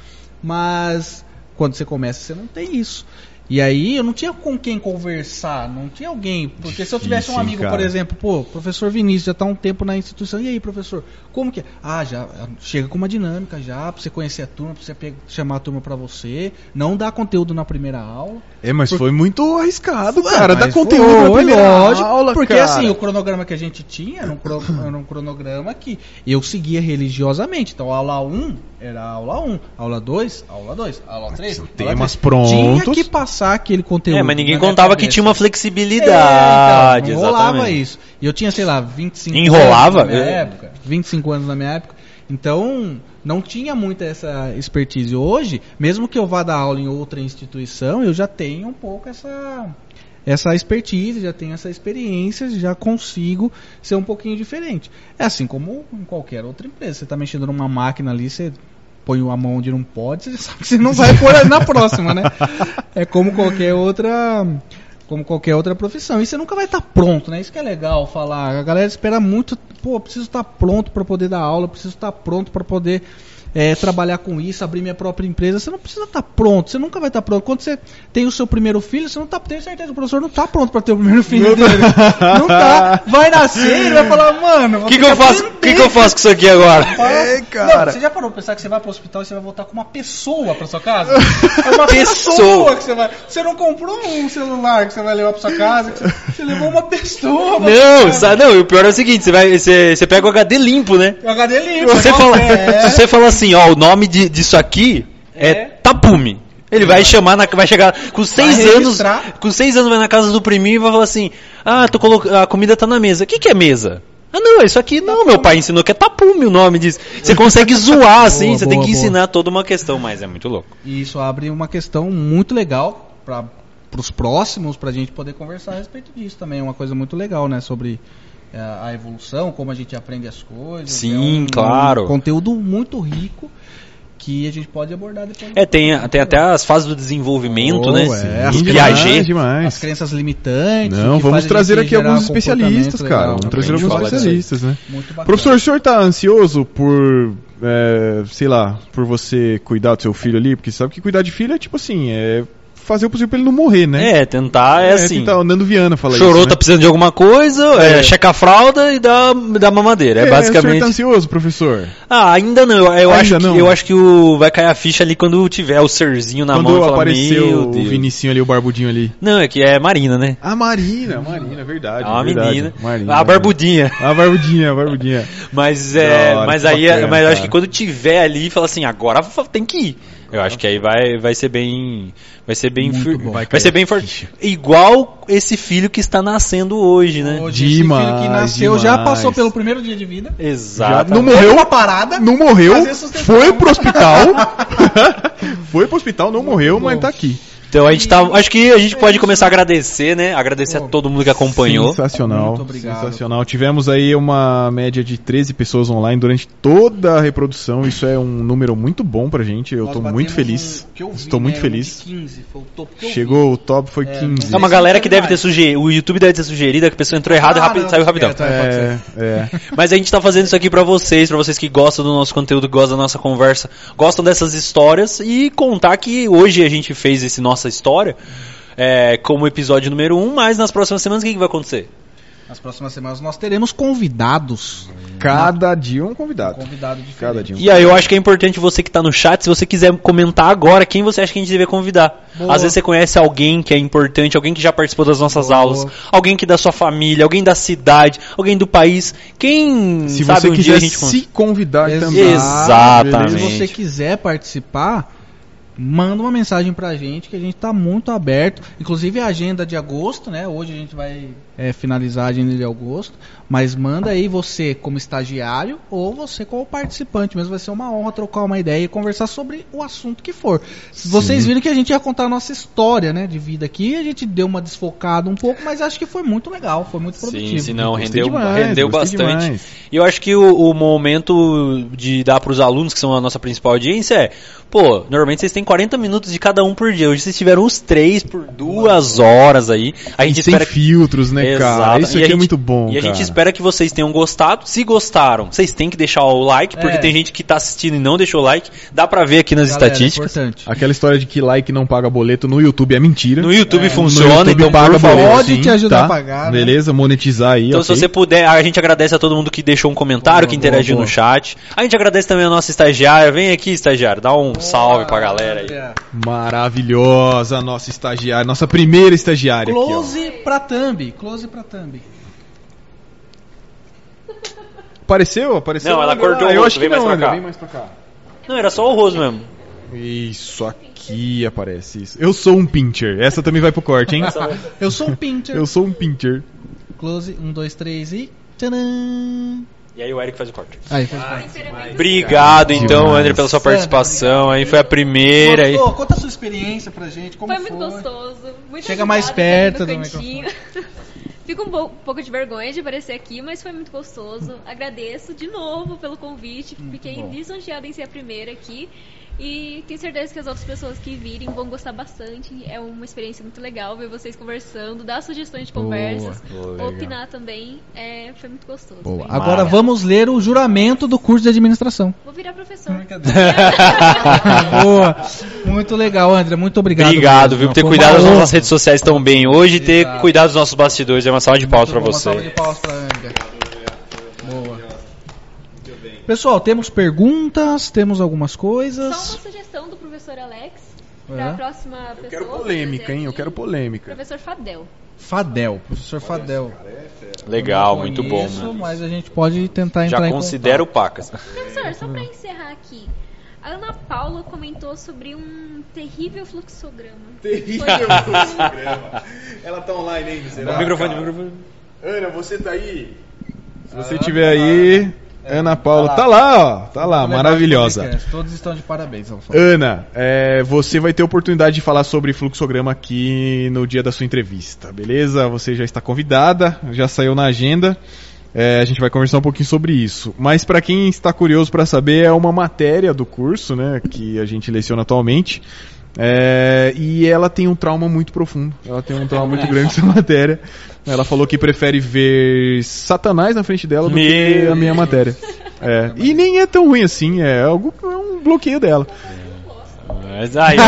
Speaker 2: Mas quando você começa, você não tem isso. E aí eu não tinha com quem conversar, não tinha alguém. Porque se eu tivesse um
Speaker 1: Difícil,
Speaker 2: amigo,
Speaker 1: cara.
Speaker 2: por exemplo, pô, professor Vinícius já tá há um tempo na instituição. E aí, professor, como que é? Ah, já chega com uma dinâmica já, pra você conhecer a turma, pra você pe- chamar a turma pra você. Não dá conteúdo na primeira aula.
Speaker 1: É, mas
Speaker 2: Por-
Speaker 1: foi muito arriscado,
Speaker 2: Ué,
Speaker 1: cara. Dá
Speaker 2: mas
Speaker 1: conteúdo
Speaker 2: foi,
Speaker 1: na primeira
Speaker 2: lógico,
Speaker 1: aula,
Speaker 2: porque
Speaker 1: cara.
Speaker 2: assim, o cronograma que a gente tinha era um, cro- era um cronograma que eu seguia religiosamente. Então, aula um era aula um, aula dois, aula dois, aula três, aula
Speaker 1: temas
Speaker 2: três.
Speaker 1: prontos.
Speaker 2: Tinha que passar aquele conteúdo.
Speaker 3: É, mas ninguém
Speaker 2: na minha
Speaker 3: contava que
Speaker 2: cabeça.
Speaker 3: tinha uma
Speaker 2: É,
Speaker 3: flexibilidade.
Speaker 2: então, não rolava
Speaker 3: exatamente.
Speaker 2: isso. E eu tinha, sei lá, vinte e cinco
Speaker 3: Enrolava?
Speaker 2: anos na minha
Speaker 3: É.
Speaker 2: época. vinte e cinco anos na minha época. Então, não tinha muita essa expertise. Hoje, mesmo que eu vá dar aula em outra instituição, eu já tenho um pouco essa, essa expertise, já tenho essa experiência, já consigo ser um pouquinho diferente. É assim como em qualquer outra empresa. Você está mexendo numa máquina ali, você põe a mão onde não pode, você já sabe que você não vai pôr na próxima, né? É como qualquer outra... como qualquer outra profissão. E você nunca vai estar pronto, né? Isso que é legal falar. A galera espera muito, pô, preciso estar pronto para poder dar aula, preciso estar pronto para poder é, trabalhar com isso, abrir minha própria empresa. Você não precisa estar pronto, você nunca vai estar pronto. Quando você tem o seu primeiro filho, você não tá, tenho certeza que o professor não está pronto para ter o primeiro filho dele. Não tá. Vai nascer, ele vai falar, mano,
Speaker 3: O que, que eu faço? O que, que eu faço com isso aqui agora?
Speaker 1: É,
Speaker 2: Não,
Speaker 1: cara.
Speaker 2: você já parou pra pensar que você vai pro hospital e você vai voltar com uma pessoa pra sua casa? É uma
Speaker 3: Pessoa.
Speaker 2: pessoa que você vai. Você não comprou um celular que você vai levar pra sua casa, que você, você levou uma pessoa. pra sua
Speaker 3: Não,
Speaker 2: casa.
Speaker 3: sabe, não, e o pior é o seguinte, você, vai, você, você pega o H D limpo, né?
Speaker 2: O H D limpo.
Speaker 3: Você
Speaker 2: qual
Speaker 3: fala,
Speaker 2: que é?
Speaker 3: se você fala assim, ó, o nome de, disso aqui é,
Speaker 2: É.
Speaker 3: Tapume. Ele vai chamar, na, vai chegar com seis anos,
Speaker 2: registrar.
Speaker 3: com seis anos vai na casa do priminho e vai falar assim, ah, tô colo... a comida tá na mesa. O que que é mesa? Ah não, isso aqui não, meu pai ensinou que é tapume o nome disso. Você consegue zoar assim,
Speaker 2: Boa,
Speaker 3: você
Speaker 2: boa,
Speaker 3: tem que
Speaker 2: boa.
Speaker 3: ensinar toda uma questão, mas é muito louco.
Speaker 2: E isso abre uma questão muito legal para os próximos, pra gente poder conversar a respeito disso também. É uma coisa muito legal, né? Sobre é, a evolução, como a gente aprende as coisas.
Speaker 3: Sim,
Speaker 2: é um,
Speaker 3: claro.
Speaker 2: Um conteúdo muito rico que a gente pode abordar depois.
Speaker 3: É, tem, tem até as fases do desenvolvimento,
Speaker 1: Oh,
Speaker 3: né?
Speaker 1: é,
Speaker 3: Os
Speaker 1: demais,
Speaker 3: Piaget.
Speaker 1: demais.
Speaker 2: As crenças limitantes.
Speaker 1: Não,
Speaker 2: que
Speaker 1: vamos
Speaker 2: faz a
Speaker 1: trazer
Speaker 2: gente
Speaker 1: aqui
Speaker 2: gerar
Speaker 1: alguns
Speaker 2: comportamento
Speaker 1: especialistas,
Speaker 2: legal.
Speaker 1: cara. Vamos trazer
Speaker 3: A gente
Speaker 1: alguns
Speaker 3: fala disso aí.
Speaker 1: especialistas, né?
Speaker 2: Muito bacana.
Speaker 1: Professor, o senhor tá ansioso por, é, sei lá, por você cuidar do seu filho ali? Porque sabe que cuidar de filho é tipo assim, é fazer o possível pra ele não morrer, né?
Speaker 3: É, tentar é, assim.
Speaker 1: Tentar, o Nando Viana fala
Speaker 3: Chorou,
Speaker 1: isso, né?
Speaker 3: tá precisando de alguma coisa, é. É, checa a fralda e dá, dá mamadeira. É,
Speaker 1: É,
Speaker 3: basicamente.
Speaker 1: o senhor tá ansioso, professor?
Speaker 3: Ah, ainda não. Eu, eu
Speaker 1: Ainda
Speaker 3: acho
Speaker 1: não?
Speaker 3: que, eu acho que o, vai cair a ficha ali quando tiver o serzinho na
Speaker 1: Quando
Speaker 3: mão. e falar,
Speaker 1: apareceu
Speaker 3: "Meu
Speaker 1: o
Speaker 3: Deus."
Speaker 1: Vinicinho ali, o barbudinho ali.
Speaker 3: Não, é que é Marina, né?
Speaker 1: A Marina, a Marina, verdade.
Speaker 3: É uma
Speaker 1: verdade.
Speaker 3: menina.
Speaker 1: Marina,
Speaker 3: A barbudinha.
Speaker 1: A barbudinha, a barbudinha.
Speaker 3: Mas,
Speaker 1: Da
Speaker 3: é,
Speaker 1: hora,
Speaker 3: mas
Speaker 1: que
Speaker 3: aí,
Speaker 1: bacana,
Speaker 3: mas eu acho
Speaker 1: cara.
Speaker 3: que quando tiver ali, fala assim, agora tem que ir. Eu acho que aí vai, vai ser bem, vai ser bem,
Speaker 2: Muito
Speaker 3: fir-
Speaker 2: bom.
Speaker 3: vai, ser bem forte. Igual esse filho que está nascendo hoje, né?
Speaker 2: Hoje, esse
Speaker 1: Demais,
Speaker 2: filho que nasceu já
Speaker 1: demais.
Speaker 2: passou pelo primeiro dia de vida.
Speaker 1: Já
Speaker 3: Exato.
Speaker 1: não
Speaker 2: Teve
Speaker 1: morreu,
Speaker 2: uma parada.
Speaker 1: não morreu,
Speaker 2: Fazer sustentação.
Speaker 1: foi pro hospital. Foi pro hospital, não morreu, mas
Speaker 2: bom.
Speaker 1: tá aqui.
Speaker 3: Então a gente tá, acho que a gente pode começar a agradecer, né? Agradecer a todo mundo que acompanhou.
Speaker 1: Sensacional.
Speaker 2: Muito obrigado.
Speaker 1: Sensacional. Tivemos aí uma média de treze pessoas online durante toda a reprodução. Isso é um número muito bom pra gente. Eu
Speaker 2: Nós
Speaker 1: tô
Speaker 2: batemos
Speaker 1: muito feliz.
Speaker 2: um que eu vi,
Speaker 1: Estou
Speaker 2: né,
Speaker 1: muito
Speaker 2: um
Speaker 1: feliz.
Speaker 2: de quinze, foi o topo que eu vi.
Speaker 1: Chegou, o top foi
Speaker 2: É,
Speaker 1: quinze.
Speaker 3: É uma galera que deve ter sugerido, o YouTube deve ter sugerido que a pessoa entrou errado e
Speaker 2: Ah,
Speaker 3: rápido,
Speaker 2: não,
Speaker 3: saiu rapidão.
Speaker 2: é, tá, pode
Speaker 1: É,
Speaker 2: ser.
Speaker 1: é.
Speaker 3: Mas a gente tá fazendo isso aqui pra vocês, pra vocês que gostam do nosso conteúdo, gostam da nossa conversa, gostam dessas histórias e contar que hoje a gente fez esse nossa história é, como episódio número um, mas nas próximas semanas o que, que vai acontecer?
Speaker 2: Nas próximas semanas nós teremos convidados.
Speaker 1: Cada dia um convidado.
Speaker 2: Convidado diferente.
Speaker 1: Cada dia um.
Speaker 3: E aí eu acho que é importante você que tá no chat, se você quiser comentar agora, quem você acha que a gente deve convidar.
Speaker 2: Boa.
Speaker 3: Às vezes você conhece alguém que é importante, alguém que já participou das nossas
Speaker 2: Boa.
Speaker 3: aulas, alguém que é da sua família, alguém da cidade, alguém do país. Quem
Speaker 1: Se
Speaker 3: sabe
Speaker 1: você
Speaker 3: um dia
Speaker 1: quiser
Speaker 3: a gente
Speaker 1: se convidar
Speaker 2: Exato.
Speaker 1: também.
Speaker 3: Exatamente.
Speaker 2: Se você quiser participar, manda uma mensagem pra gente que a gente tá muito aberto. Inclusive a agenda de agosto, né? Hoje a gente vai é, finalizar a agenda de agosto. Mas manda aí você como estagiário ou você como participante. Mesmo vai ser uma honra trocar uma ideia e conversar sobre o assunto que for. Vocês viram que a gente ia contar a nossa história, né, de vida aqui. A gente deu uma desfocada um pouco, mas acho que foi muito legal, foi muito produtivo.
Speaker 3: Sim, sim, não,
Speaker 1: Gostei
Speaker 3: rendeu,
Speaker 1: demais,
Speaker 3: rendeu
Speaker 1: gostei
Speaker 3: bastante.
Speaker 1: demais.
Speaker 3: E eu acho que o, o momento de dar para os alunos, que são a nossa principal audiência, é, pô, normalmente vocês têm quarenta minutos de cada um por dia. Hoje vocês tiveram os três por duas horas aí. A gente
Speaker 1: E sem
Speaker 3: espera que...
Speaker 1: filtros, né, cara?
Speaker 3: Exato.
Speaker 1: Isso
Speaker 3: E a
Speaker 1: aqui é
Speaker 3: gente-
Speaker 1: muito bom,
Speaker 3: E a
Speaker 1: cara.
Speaker 3: gente espera que vocês tenham gostado. Se gostaram, vocês têm que deixar o like, porque
Speaker 2: É.
Speaker 3: tem gente que tá assistindo e não deixou o like. Dá pra ver aqui nas
Speaker 2: Galera,
Speaker 3: estatísticas.
Speaker 2: É importante.
Speaker 1: Aquela história de que like não paga boleto no YouTube é mentira.
Speaker 3: No YouTube
Speaker 2: É,
Speaker 3: funciona,
Speaker 1: No YouTube
Speaker 3: então
Speaker 1: paga
Speaker 3: por favor.
Speaker 1: boleto,
Speaker 2: Pode
Speaker 1: sim,
Speaker 2: te ajudar
Speaker 1: tá?
Speaker 2: a pagar, né?
Speaker 1: Beleza, monetizar aí,
Speaker 3: Então,
Speaker 1: ok.
Speaker 3: se você puder, a gente agradece a todo mundo que deixou um comentário,
Speaker 2: Boa,
Speaker 3: que interagiu
Speaker 2: boa,
Speaker 3: no
Speaker 2: boa.
Speaker 3: chat. A gente agradece também a nossa estagiária. Vem aqui, estagiária, dá um salve pra galera aí.
Speaker 2: É.
Speaker 1: Maravilhosa, nossa estagiária, nossa primeira estagiária aqui, ó.
Speaker 2: Close pra thumb, close pra thumb.
Speaker 1: Apareceu? Apareceu?
Speaker 3: Não, ela
Speaker 1: André?
Speaker 3: cortou
Speaker 1: Ah,
Speaker 3: o
Speaker 1: eu
Speaker 3: rosto,
Speaker 1: acho que
Speaker 3: vem mais
Speaker 1: não,
Speaker 3: pra
Speaker 1: André,
Speaker 3: cá.
Speaker 1: vem mais pra cá.
Speaker 3: Não, era só o rosto mesmo.
Speaker 1: Isso, aqui aparece isso. Eu sou um pincher. Essa também vai pro corte, hein?
Speaker 2: Eu sou um pincher.
Speaker 1: Eu sou um pincher.
Speaker 2: Close, um, dois, três e... Tcharam!
Speaker 3: E aí o Eric faz o corte.
Speaker 2: Aí, faz parte.
Speaker 3: Obrigado, então,
Speaker 1: Demais.
Speaker 3: André, pela sua participação. Aí foi a primeira. Aí.
Speaker 2: Gostou? Conta a sua experiência pra gente, como
Speaker 4: Foi
Speaker 2: foi?
Speaker 4: muito gostoso. Muito
Speaker 2: Chega mais
Speaker 4: obrigada,
Speaker 2: perto
Speaker 4: tá
Speaker 2: do
Speaker 4: no cantinho. Fico um po- pouco de vergonha de aparecer aqui, mas foi muito gostoso. Agradeço de novo pelo convite. Fiquei
Speaker 2: bom.
Speaker 4: lisonjeada em ser a primeira aqui. E tenho certeza que as outras pessoas que virem vão gostar bastante. É uma experiência muito legal ver vocês conversando, dar sugestões de
Speaker 2: Boa,
Speaker 4: conversas,
Speaker 1: boa, legal.
Speaker 4: opinar também. É, foi muito gostoso.
Speaker 2: Boa.
Speaker 4: Foi
Speaker 2: Agora
Speaker 4: legal.
Speaker 2: vamos ler o juramento do curso de administração.
Speaker 4: Vou virar professor.
Speaker 2: Boa. Muito legal, André. Muito obrigado.
Speaker 3: Obrigado,
Speaker 2: mesmo.
Speaker 3: viu, por ter
Speaker 2: Foi
Speaker 3: cuidado
Speaker 2: uma
Speaker 3: das
Speaker 2: honra.
Speaker 3: nossas redes sociais tão bem hoje e ter
Speaker 2: Exato.
Speaker 3: cuidado dos nossos bastidores. É uma salva de palmas pra
Speaker 2: Muito bom, uma salva de
Speaker 3: você.
Speaker 2: palmas pra André. Boa. Pessoal, temos perguntas, temos algumas
Speaker 4: Só
Speaker 2: coisas.
Speaker 4: uma sugestão do professor Alex para
Speaker 2: É?
Speaker 4: a próxima pessoa.
Speaker 1: Eu quero
Speaker 4: que
Speaker 1: polêmica,
Speaker 4: trazer
Speaker 1: hein? Eu
Speaker 4: aqui.
Speaker 1: quero polêmica.
Speaker 4: Professor Fadel.
Speaker 2: Fadel, professor Fadel.
Speaker 3: Legal,
Speaker 2: Eu não
Speaker 3: muito bom.
Speaker 2: conheço,
Speaker 3: Né?
Speaker 2: mas a gente pode tentar entrar
Speaker 3: Já
Speaker 2: em
Speaker 3: considero o
Speaker 2: contato.
Speaker 3: Pacas.
Speaker 4: Professor, só para encerrar aqui. A Ana Paula comentou sobre um terrível fluxograma.
Speaker 1: Terrível
Speaker 4: Foi-
Speaker 1: Ela tá online ainda, será?
Speaker 3: O microfone,
Speaker 1: cara?
Speaker 3: o microfone.
Speaker 1: Ana, você tá aí? Se você estiver aí, Ana Paula,
Speaker 2: tá
Speaker 1: tá
Speaker 2: lá.
Speaker 1: lá, ó. Tá lá,
Speaker 2: Muito legal
Speaker 1: maravilhosa.
Speaker 2: esse podcast. Todos estão de parabéns. ela falou.
Speaker 1: Ana, é, você vai ter oportunidade de falar sobre fluxograma aqui no dia da sua entrevista, beleza? Você já está convidada, já saiu na agenda. É, a gente vai conversar um pouquinho sobre isso. Mas para quem está curioso para saber, é uma matéria do curso, né, que a gente leciona atualmente. É, e ela tem um trauma muito profundo. Ela tem um trauma muito grande com essa matéria. Ela falou que prefere ver Satanás na frente dela do que
Speaker 3: Meu
Speaker 1: a minha matéria. É, e nem é tão ruim assim, é algo, é um bloqueio dela.
Speaker 3: Mas aí,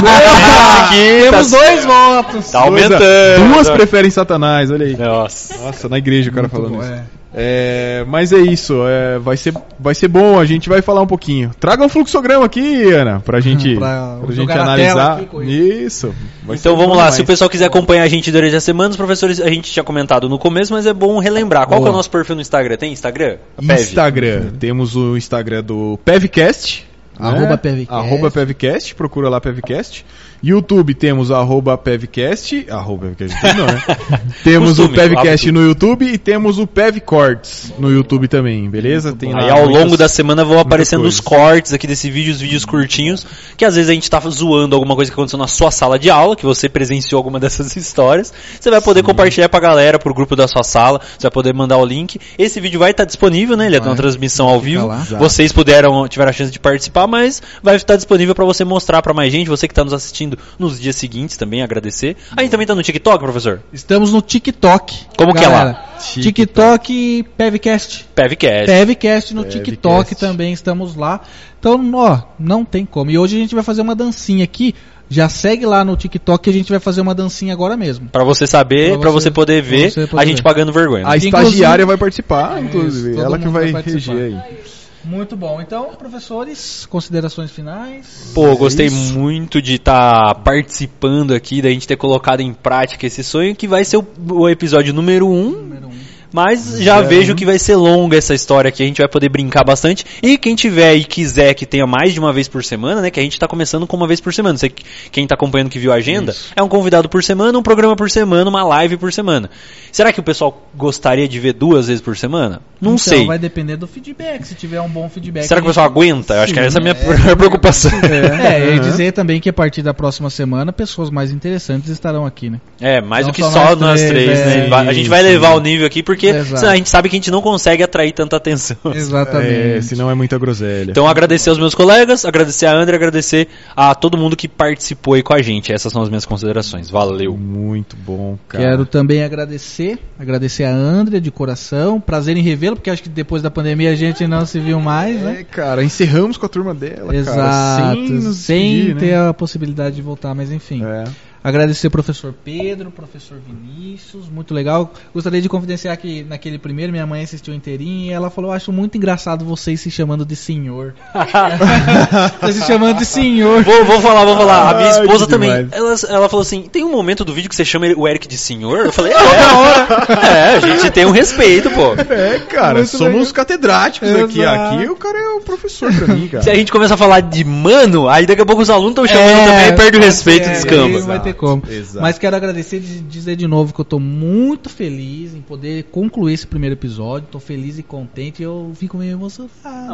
Speaker 3: aqui
Speaker 2: Temos
Speaker 3: tá,
Speaker 2: dois votos.
Speaker 3: tá aumentando.
Speaker 1: Duas preferem Satanás, olha aí.
Speaker 3: Nossa.
Speaker 1: Nossa, na igreja o cara
Speaker 2: Muito
Speaker 1: falando
Speaker 2: bom,
Speaker 1: isso.
Speaker 2: é.
Speaker 1: É, mas é isso, é, vai, ser, vai ser bom, a gente vai falar um pouquinho. Traga um fluxograma aqui, Ana, pra gente,
Speaker 2: Pra
Speaker 1: pra gente
Speaker 2: jogar na
Speaker 1: analisar.
Speaker 2: tela aqui com
Speaker 1: Isso. vai
Speaker 3: Então
Speaker 1: ser
Speaker 3: vamos
Speaker 1: bom
Speaker 3: lá,
Speaker 1: demais.
Speaker 3: se o pessoal quiser acompanhar a gente durante a semana, os professores, a gente tinha comentado no começo, mas é bom relembrar. Qual que é o
Speaker 2: Boa.
Speaker 3: nosso perfil no Instagram? Tem Instagram? A P E V?
Speaker 1: Instagram, temos o Instagram do PevCast.
Speaker 2: Arroba
Speaker 1: né?
Speaker 2: PevCast.
Speaker 1: Arroba PevCast, procura lá PevCast. YouTube temos arroba PevCast. Arroba PevCast, não, né? Temos
Speaker 3: Costume,
Speaker 1: o PevCast
Speaker 3: hábito.
Speaker 1: no YouTube e temos o PevCords no YouTube também, beleza? Tem lá
Speaker 3: Aí ao
Speaker 1: muitas-
Speaker 3: longo da semana vão aparecendo os
Speaker 1: coisas.
Speaker 3: cortes aqui desse vídeo, os vídeos curtinhos, que às vezes a gente tá zoando alguma coisa que aconteceu na sua sala de aula, que você presenciou alguma dessas histórias. Você vai poder compartilhar pra galera, pro grupo da sua sala, você vai poder mandar o link. Esse vídeo vai estar disponível, né? Ele é
Speaker 2: Vai.
Speaker 3: uma transmissão ao
Speaker 2: Fica
Speaker 3: vivo.
Speaker 2: lá.
Speaker 1: Exato.
Speaker 3: Vocês puderam, tiveram a chance de participar, mas vai estar disponível pra você mostrar pra mais gente, você que tá nos assistindo nos dias seguintes também, agradecer. A gente também tá no TikTok, professor?
Speaker 2: Estamos no TikTok.
Speaker 3: Como que é lá?
Speaker 2: galera. TikTok PevCast.
Speaker 3: PevCast.
Speaker 2: PevCast no
Speaker 1: Pevcast.
Speaker 2: TikTok também, estamos lá. Então, ó, não tem como. E hoje a gente vai fazer uma dancinha aqui. Já segue lá no TikTok que a gente vai fazer uma dancinha agora mesmo.
Speaker 3: Pra você saber,
Speaker 2: Pra
Speaker 3: pra
Speaker 2: você-
Speaker 3: você, poder
Speaker 2: pra
Speaker 3: ver
Speaker 2: você poder
Speaker 3: a gente
Speaker 2: ver.
Speaker 3: pagando vergonha. né?
Speaker 1: A
Speaker 2: Inclusive-
Speaker 1: estagiária vai participar,
Speaker 2: Isso,
Speaker 1: inclusive.
Speaker 2: todo
Speaker 1: Ela que
Speaker 2: mundo
Speaker 1: vai
Speaker 2: vai participar.
Speaker 1: reger aí.
Speaker 2: Muito bom. Então, professores, considerações finais?
Speaker 3: Pô, gostei
Speaker 1: isso.
Speaker 3: muito de estar participando aqui, da gente ter colocado em prática esse sonho, que vai ser o, o episódio número um.
Speaker 2: Número um.
Speaker 3: Mas já vejo que vai ser longa essa história aqui, a gente vai poder brincar bastante. E quem tiver e quiser que tenha mais de uma vez por semana, né? Que a gente tá começando com uma vez por semana. Você, quem tá acompanhando que viu a agenda,
Speaker 1: Isso.
Speaker 3: é um convidado por semana, um programa por semana, uma live por semana. Será que o pessoal gostaria de ver duas vezes por semana? Não
Speaker 2: Então,
Speaker 3: sei.
Speaker 2: vai depender do feedback. Se tiver um bom feedback.
Speaker 3: Será que o
Speaker 2: a gente-
Speaker 3: pessoal aguenta? Eu acho que
Speaker 2: Sim,
Speaker 3: essa é a minha
Speaker 2: é.
Speaker 3: preocupação.
Speaker 2: É, e
Speaker 1: Uhum.
Speaker 2: dizer também que a partir da próxima semana, pessoas mais interessantes estarão aqui, né?
Speaker 3: É, mais
Speaker 2: Não
Speaker 3: do que
Speaker 2: só
Speaker 3: só
Speaker 2: nós
Speaker 3: nós
Speaker 2: três,
Speaker 3: três,
Speaker 2: é,
Speaker 3: né? Vai- a gente vai
Speaker 1: isso,
Speaker 3: levar
Speaker 1: né?
Speaker 3: o nível aqui, porque
Speaker 2: Exato.
Speaker 3: senão a gente sabe que a gente não consegue atrair tanta atenção.
Speaker 2: Exatamente.
Speaker 1: É, senão é muita groselha.
Speaker 3: Então agradecer aos meus colegas, agradecer a André, agradecer a todo mundo que participou aí com a gente. Essas são as minhas considerações. Valeu.
Speaker 1: Muito bom, cara.
Speaker 2: Quero também agradecer, agradecer a Andrea de coração, prazer em revê-lo, porque acho que depois da pandemia a gente não se viu mais, né?
Speaker 1: É, cara, encerramos com a turma dela,
Speaker 2: Exato,
Speaker 1: cara. Sem, nos
Speaker 2: sem
Speaker 1: despedir,
Speaker 2: ter
Speaker 1: né?
Speaker 2: a possibilidade de voltar, mas enfim.
Speaker 1: É.
Speaker 2: Agradecer ao professor Pedro, professor Vinícius, muito legal. Gostaria de confidenciar que naquele primeiro minha mãe assistiu inteirinho e ela falou: acho muito engraçado vocês se chamando de senhor. Vocês se chamando de senhor.
Speaker 3: Vou, vou falar, vou falar. A minha
Speaker 1: Ai,
Speaker 3: esposa
Speaker 1: que
Speaker 3: também.
Speaker 1: demais.
Speaker 3: Ela, ela falou assim: tem um momento do vídeo que você chama ele- o Eric de senhor? Eu falei: é, da hora. É, a gente tem um respeito, pô.
Speaker 1: É, cara,
Speaker 2: Muito
Speaker 1: somos
Speaker 2: legal.
Speaker 1: catedráticos aqui.
Speaker 2: Exato.
Speaker 1: Aqui o cara é o professor pra mim, cara.
Speaker 3: Se a gente começa a falar de mano, aí daqui a pouco os alunos estão chamando também, perde o respeito
Speaker 2: é,
Speaker 3: e
Speaker 2: aí
Speaker 3: descamba.
Speaker 2: Não vai ter como.
Speaker 1: Exato.
Speaker 2: Mas quero agradecer e dizer de novo que eu tô muito feliz em poder concluir esse primeiro episódio. Tô feliz e contente. Eu fico meio emocionado.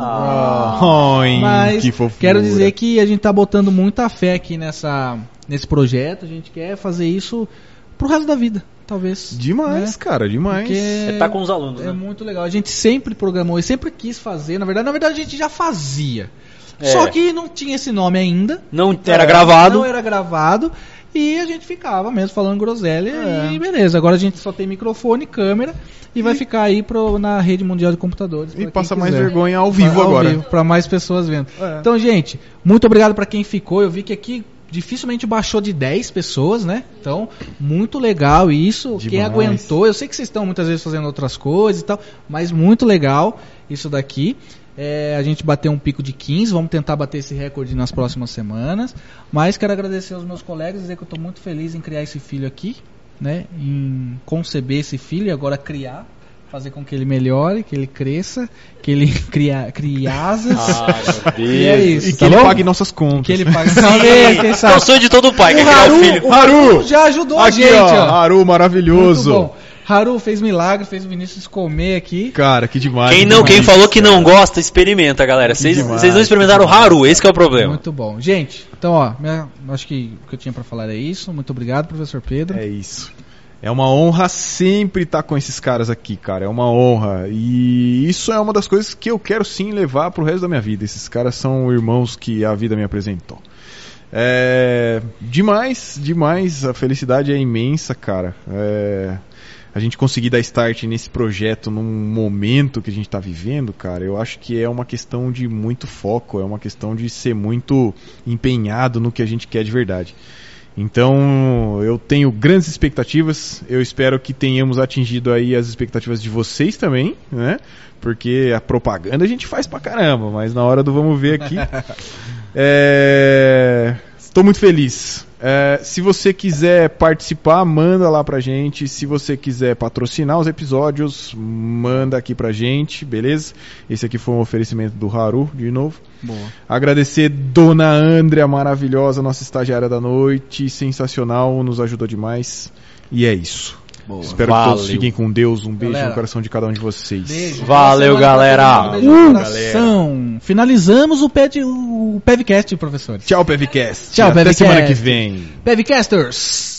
Speaker 1: Ah, Ai,
Speaker 2: Mas
Speaker 1: que fofura.
Speaker 2: quero dizer que a gente tá botando muita fé aqui nessa, nesse projeto. A gente quer fazer isso pro resto da vida, talvez.
Speaker 1: Demais,
Speaker 2: né?
Speaker 1: cara, demais.
Speaker 2: Porque
Speaker 3: É tá com os alunos,
Speaker 2: é
Speaker 3: né?
Speaker 2: muito legal. A gente sempre programou e sempre quis fazer. Na verdade, na verdade a gente já fazia.
Speaker 3: É.
Speaker 2: Só que não tinha esse nome ainda.
Speaker 3: Não era
Speaker 2: É,
Speaker 3: gravado.
Speaker 2: Não era gravado. E a gente ficava mesmo falando groselha
Speaker 1: É.
Speaker 2: e beleza. Agora a gente só tem microfone e câmera e vai ficar aí pro, na rede mundial de computadores.
Speaker 1: E
Speaker 2: pra quem
Speaker 1: passa mais
Speaker 2: quiser.
Speaker 1: vergonha ao vivo
Speaker 2: Ao
Speaker 1: agora.
Speaker 2: vivo, pra mais pessoas vendo.
Speaker 1: É.
Speaker 2: Então, gente, muito obrigado pra quem ficou. Eu vi que aqui dificilmente baixou de dez pessoas, né? Então, muito legal isso. Quem
Speaker 1: Demais.
Speaker 2: aguentou, eu sei que vocês estão muitas vezes fazendo outras coisas e tal, mas muito legal isso daqui. É, a gente bateu um pico de quinze, vamos tentar bater esse recorde nas próximas semanas. Mas quero agradecer aos meus colegas, dizer que eu estou muito feliz em criar esse filho aqui, né? Em conceber esse filho e agora criar, fazer com que ele melhore, que ele cresça, que ele cria, crie asas.
Speaker 3: Ah, meu
Speaker 2: E é
Speaker 3: Deus.
Speaker 2: isso.
Speaker 1: E que
Speaker 2: tá
Speaker 1: ele
Speaker 2: bom?
Speaker 1: pague nossas contas.
Speaker 2: Que ele pague. Talvez, quem
Speaker 3: É
Speaker 2: sabe.
Speaker 3: o sonho de todo pai, que é
Speaker 2: O
Speaker 3: criar
Speaker 2: Haru,
Speaker 3: um filho.
Speaker 2: o Haru já ajudou a
Speaker 1: Aqui,
Speaker 2: gente,
Speaker 1: ó,
Speaker 2: ó.
Speaker 1: Haru, maravilhoso.
Speaker 2: Muito bom. Haru fez milagre, fez o Vinícius comer aqui.
Speaker 1: Cara, que demais.
Speaker 3: Quem, não,
Speaker 1: demais.
Speaker 3: quem falou que não gosta, experimenta, galera. Vocês
Speaker 1: demais,
Speaker 3: vocês não experimentaram o Haru, esse que é o problema.
Speaker 2: Muito bom. Gente, então, ó, minha- acho que o que eu tinha pra falar é isso. Muito obrigado, professor Pedro.
Speaker 1: É isso. É uma honra sempre estar com esses caras aqui, cara. É uma honra. E isso é uma das coisas que eu quero sim levar pro resto da minha vida. Esses caras são irmãos que a vida me apresentou. É... Demais, demais. A felicidade é imensa, cara. É... a gente conseguir dar start nesse projeto num momento que a gente está vivendo, cara, eu acho que é uma questão de muito foco, é uma questão de ser muito empenhado no que a gente quer de verdade. Então, eu tenho grandes expectativas, eu espero que tenhamos atingido aí as expectativas de vocês também, né? Porque a propaganda a gente faz pra caramba, mas na hora do vamos ver aqui... é... Estou muito feliz. É, se você quiser participar, manda lá pra gente. Se você quiser patrocinar os episódios, manda aqui pra gente, beleza? Esse aqui foi um oferecimento do Haru, de novo.
Speaker 2: Boa.
Speaker 1: Agradecer Dona Andrea, maravilhosa, nossa estagiária da noite, sensacional, nos ajudou demais. E é isso.
Speaker 2: Boa.
Speaker 1: Espero
Speaker 3: Valeu.
Speaker 1: que todos fiquem com Deus. Um beijo
Speaker 2: Galera,
Speaker 1: no coração de cada um de vocês.
Speaker 2: Beijo.
Speaker 3: Valeu, galera.
Speaker 2: Beijo no
Speaker 1: Uh,
Speaker 2: coração. Finalizamos o, ped, o Pevcast, professores.
Speaker 1: Tchau, Pevcast.
Speaker 2: Tchau,
Speaker 1: Até
Speaker 2: Pevcast.
Speaker 1: semana que vem.
Speaker 2: Pevcasters.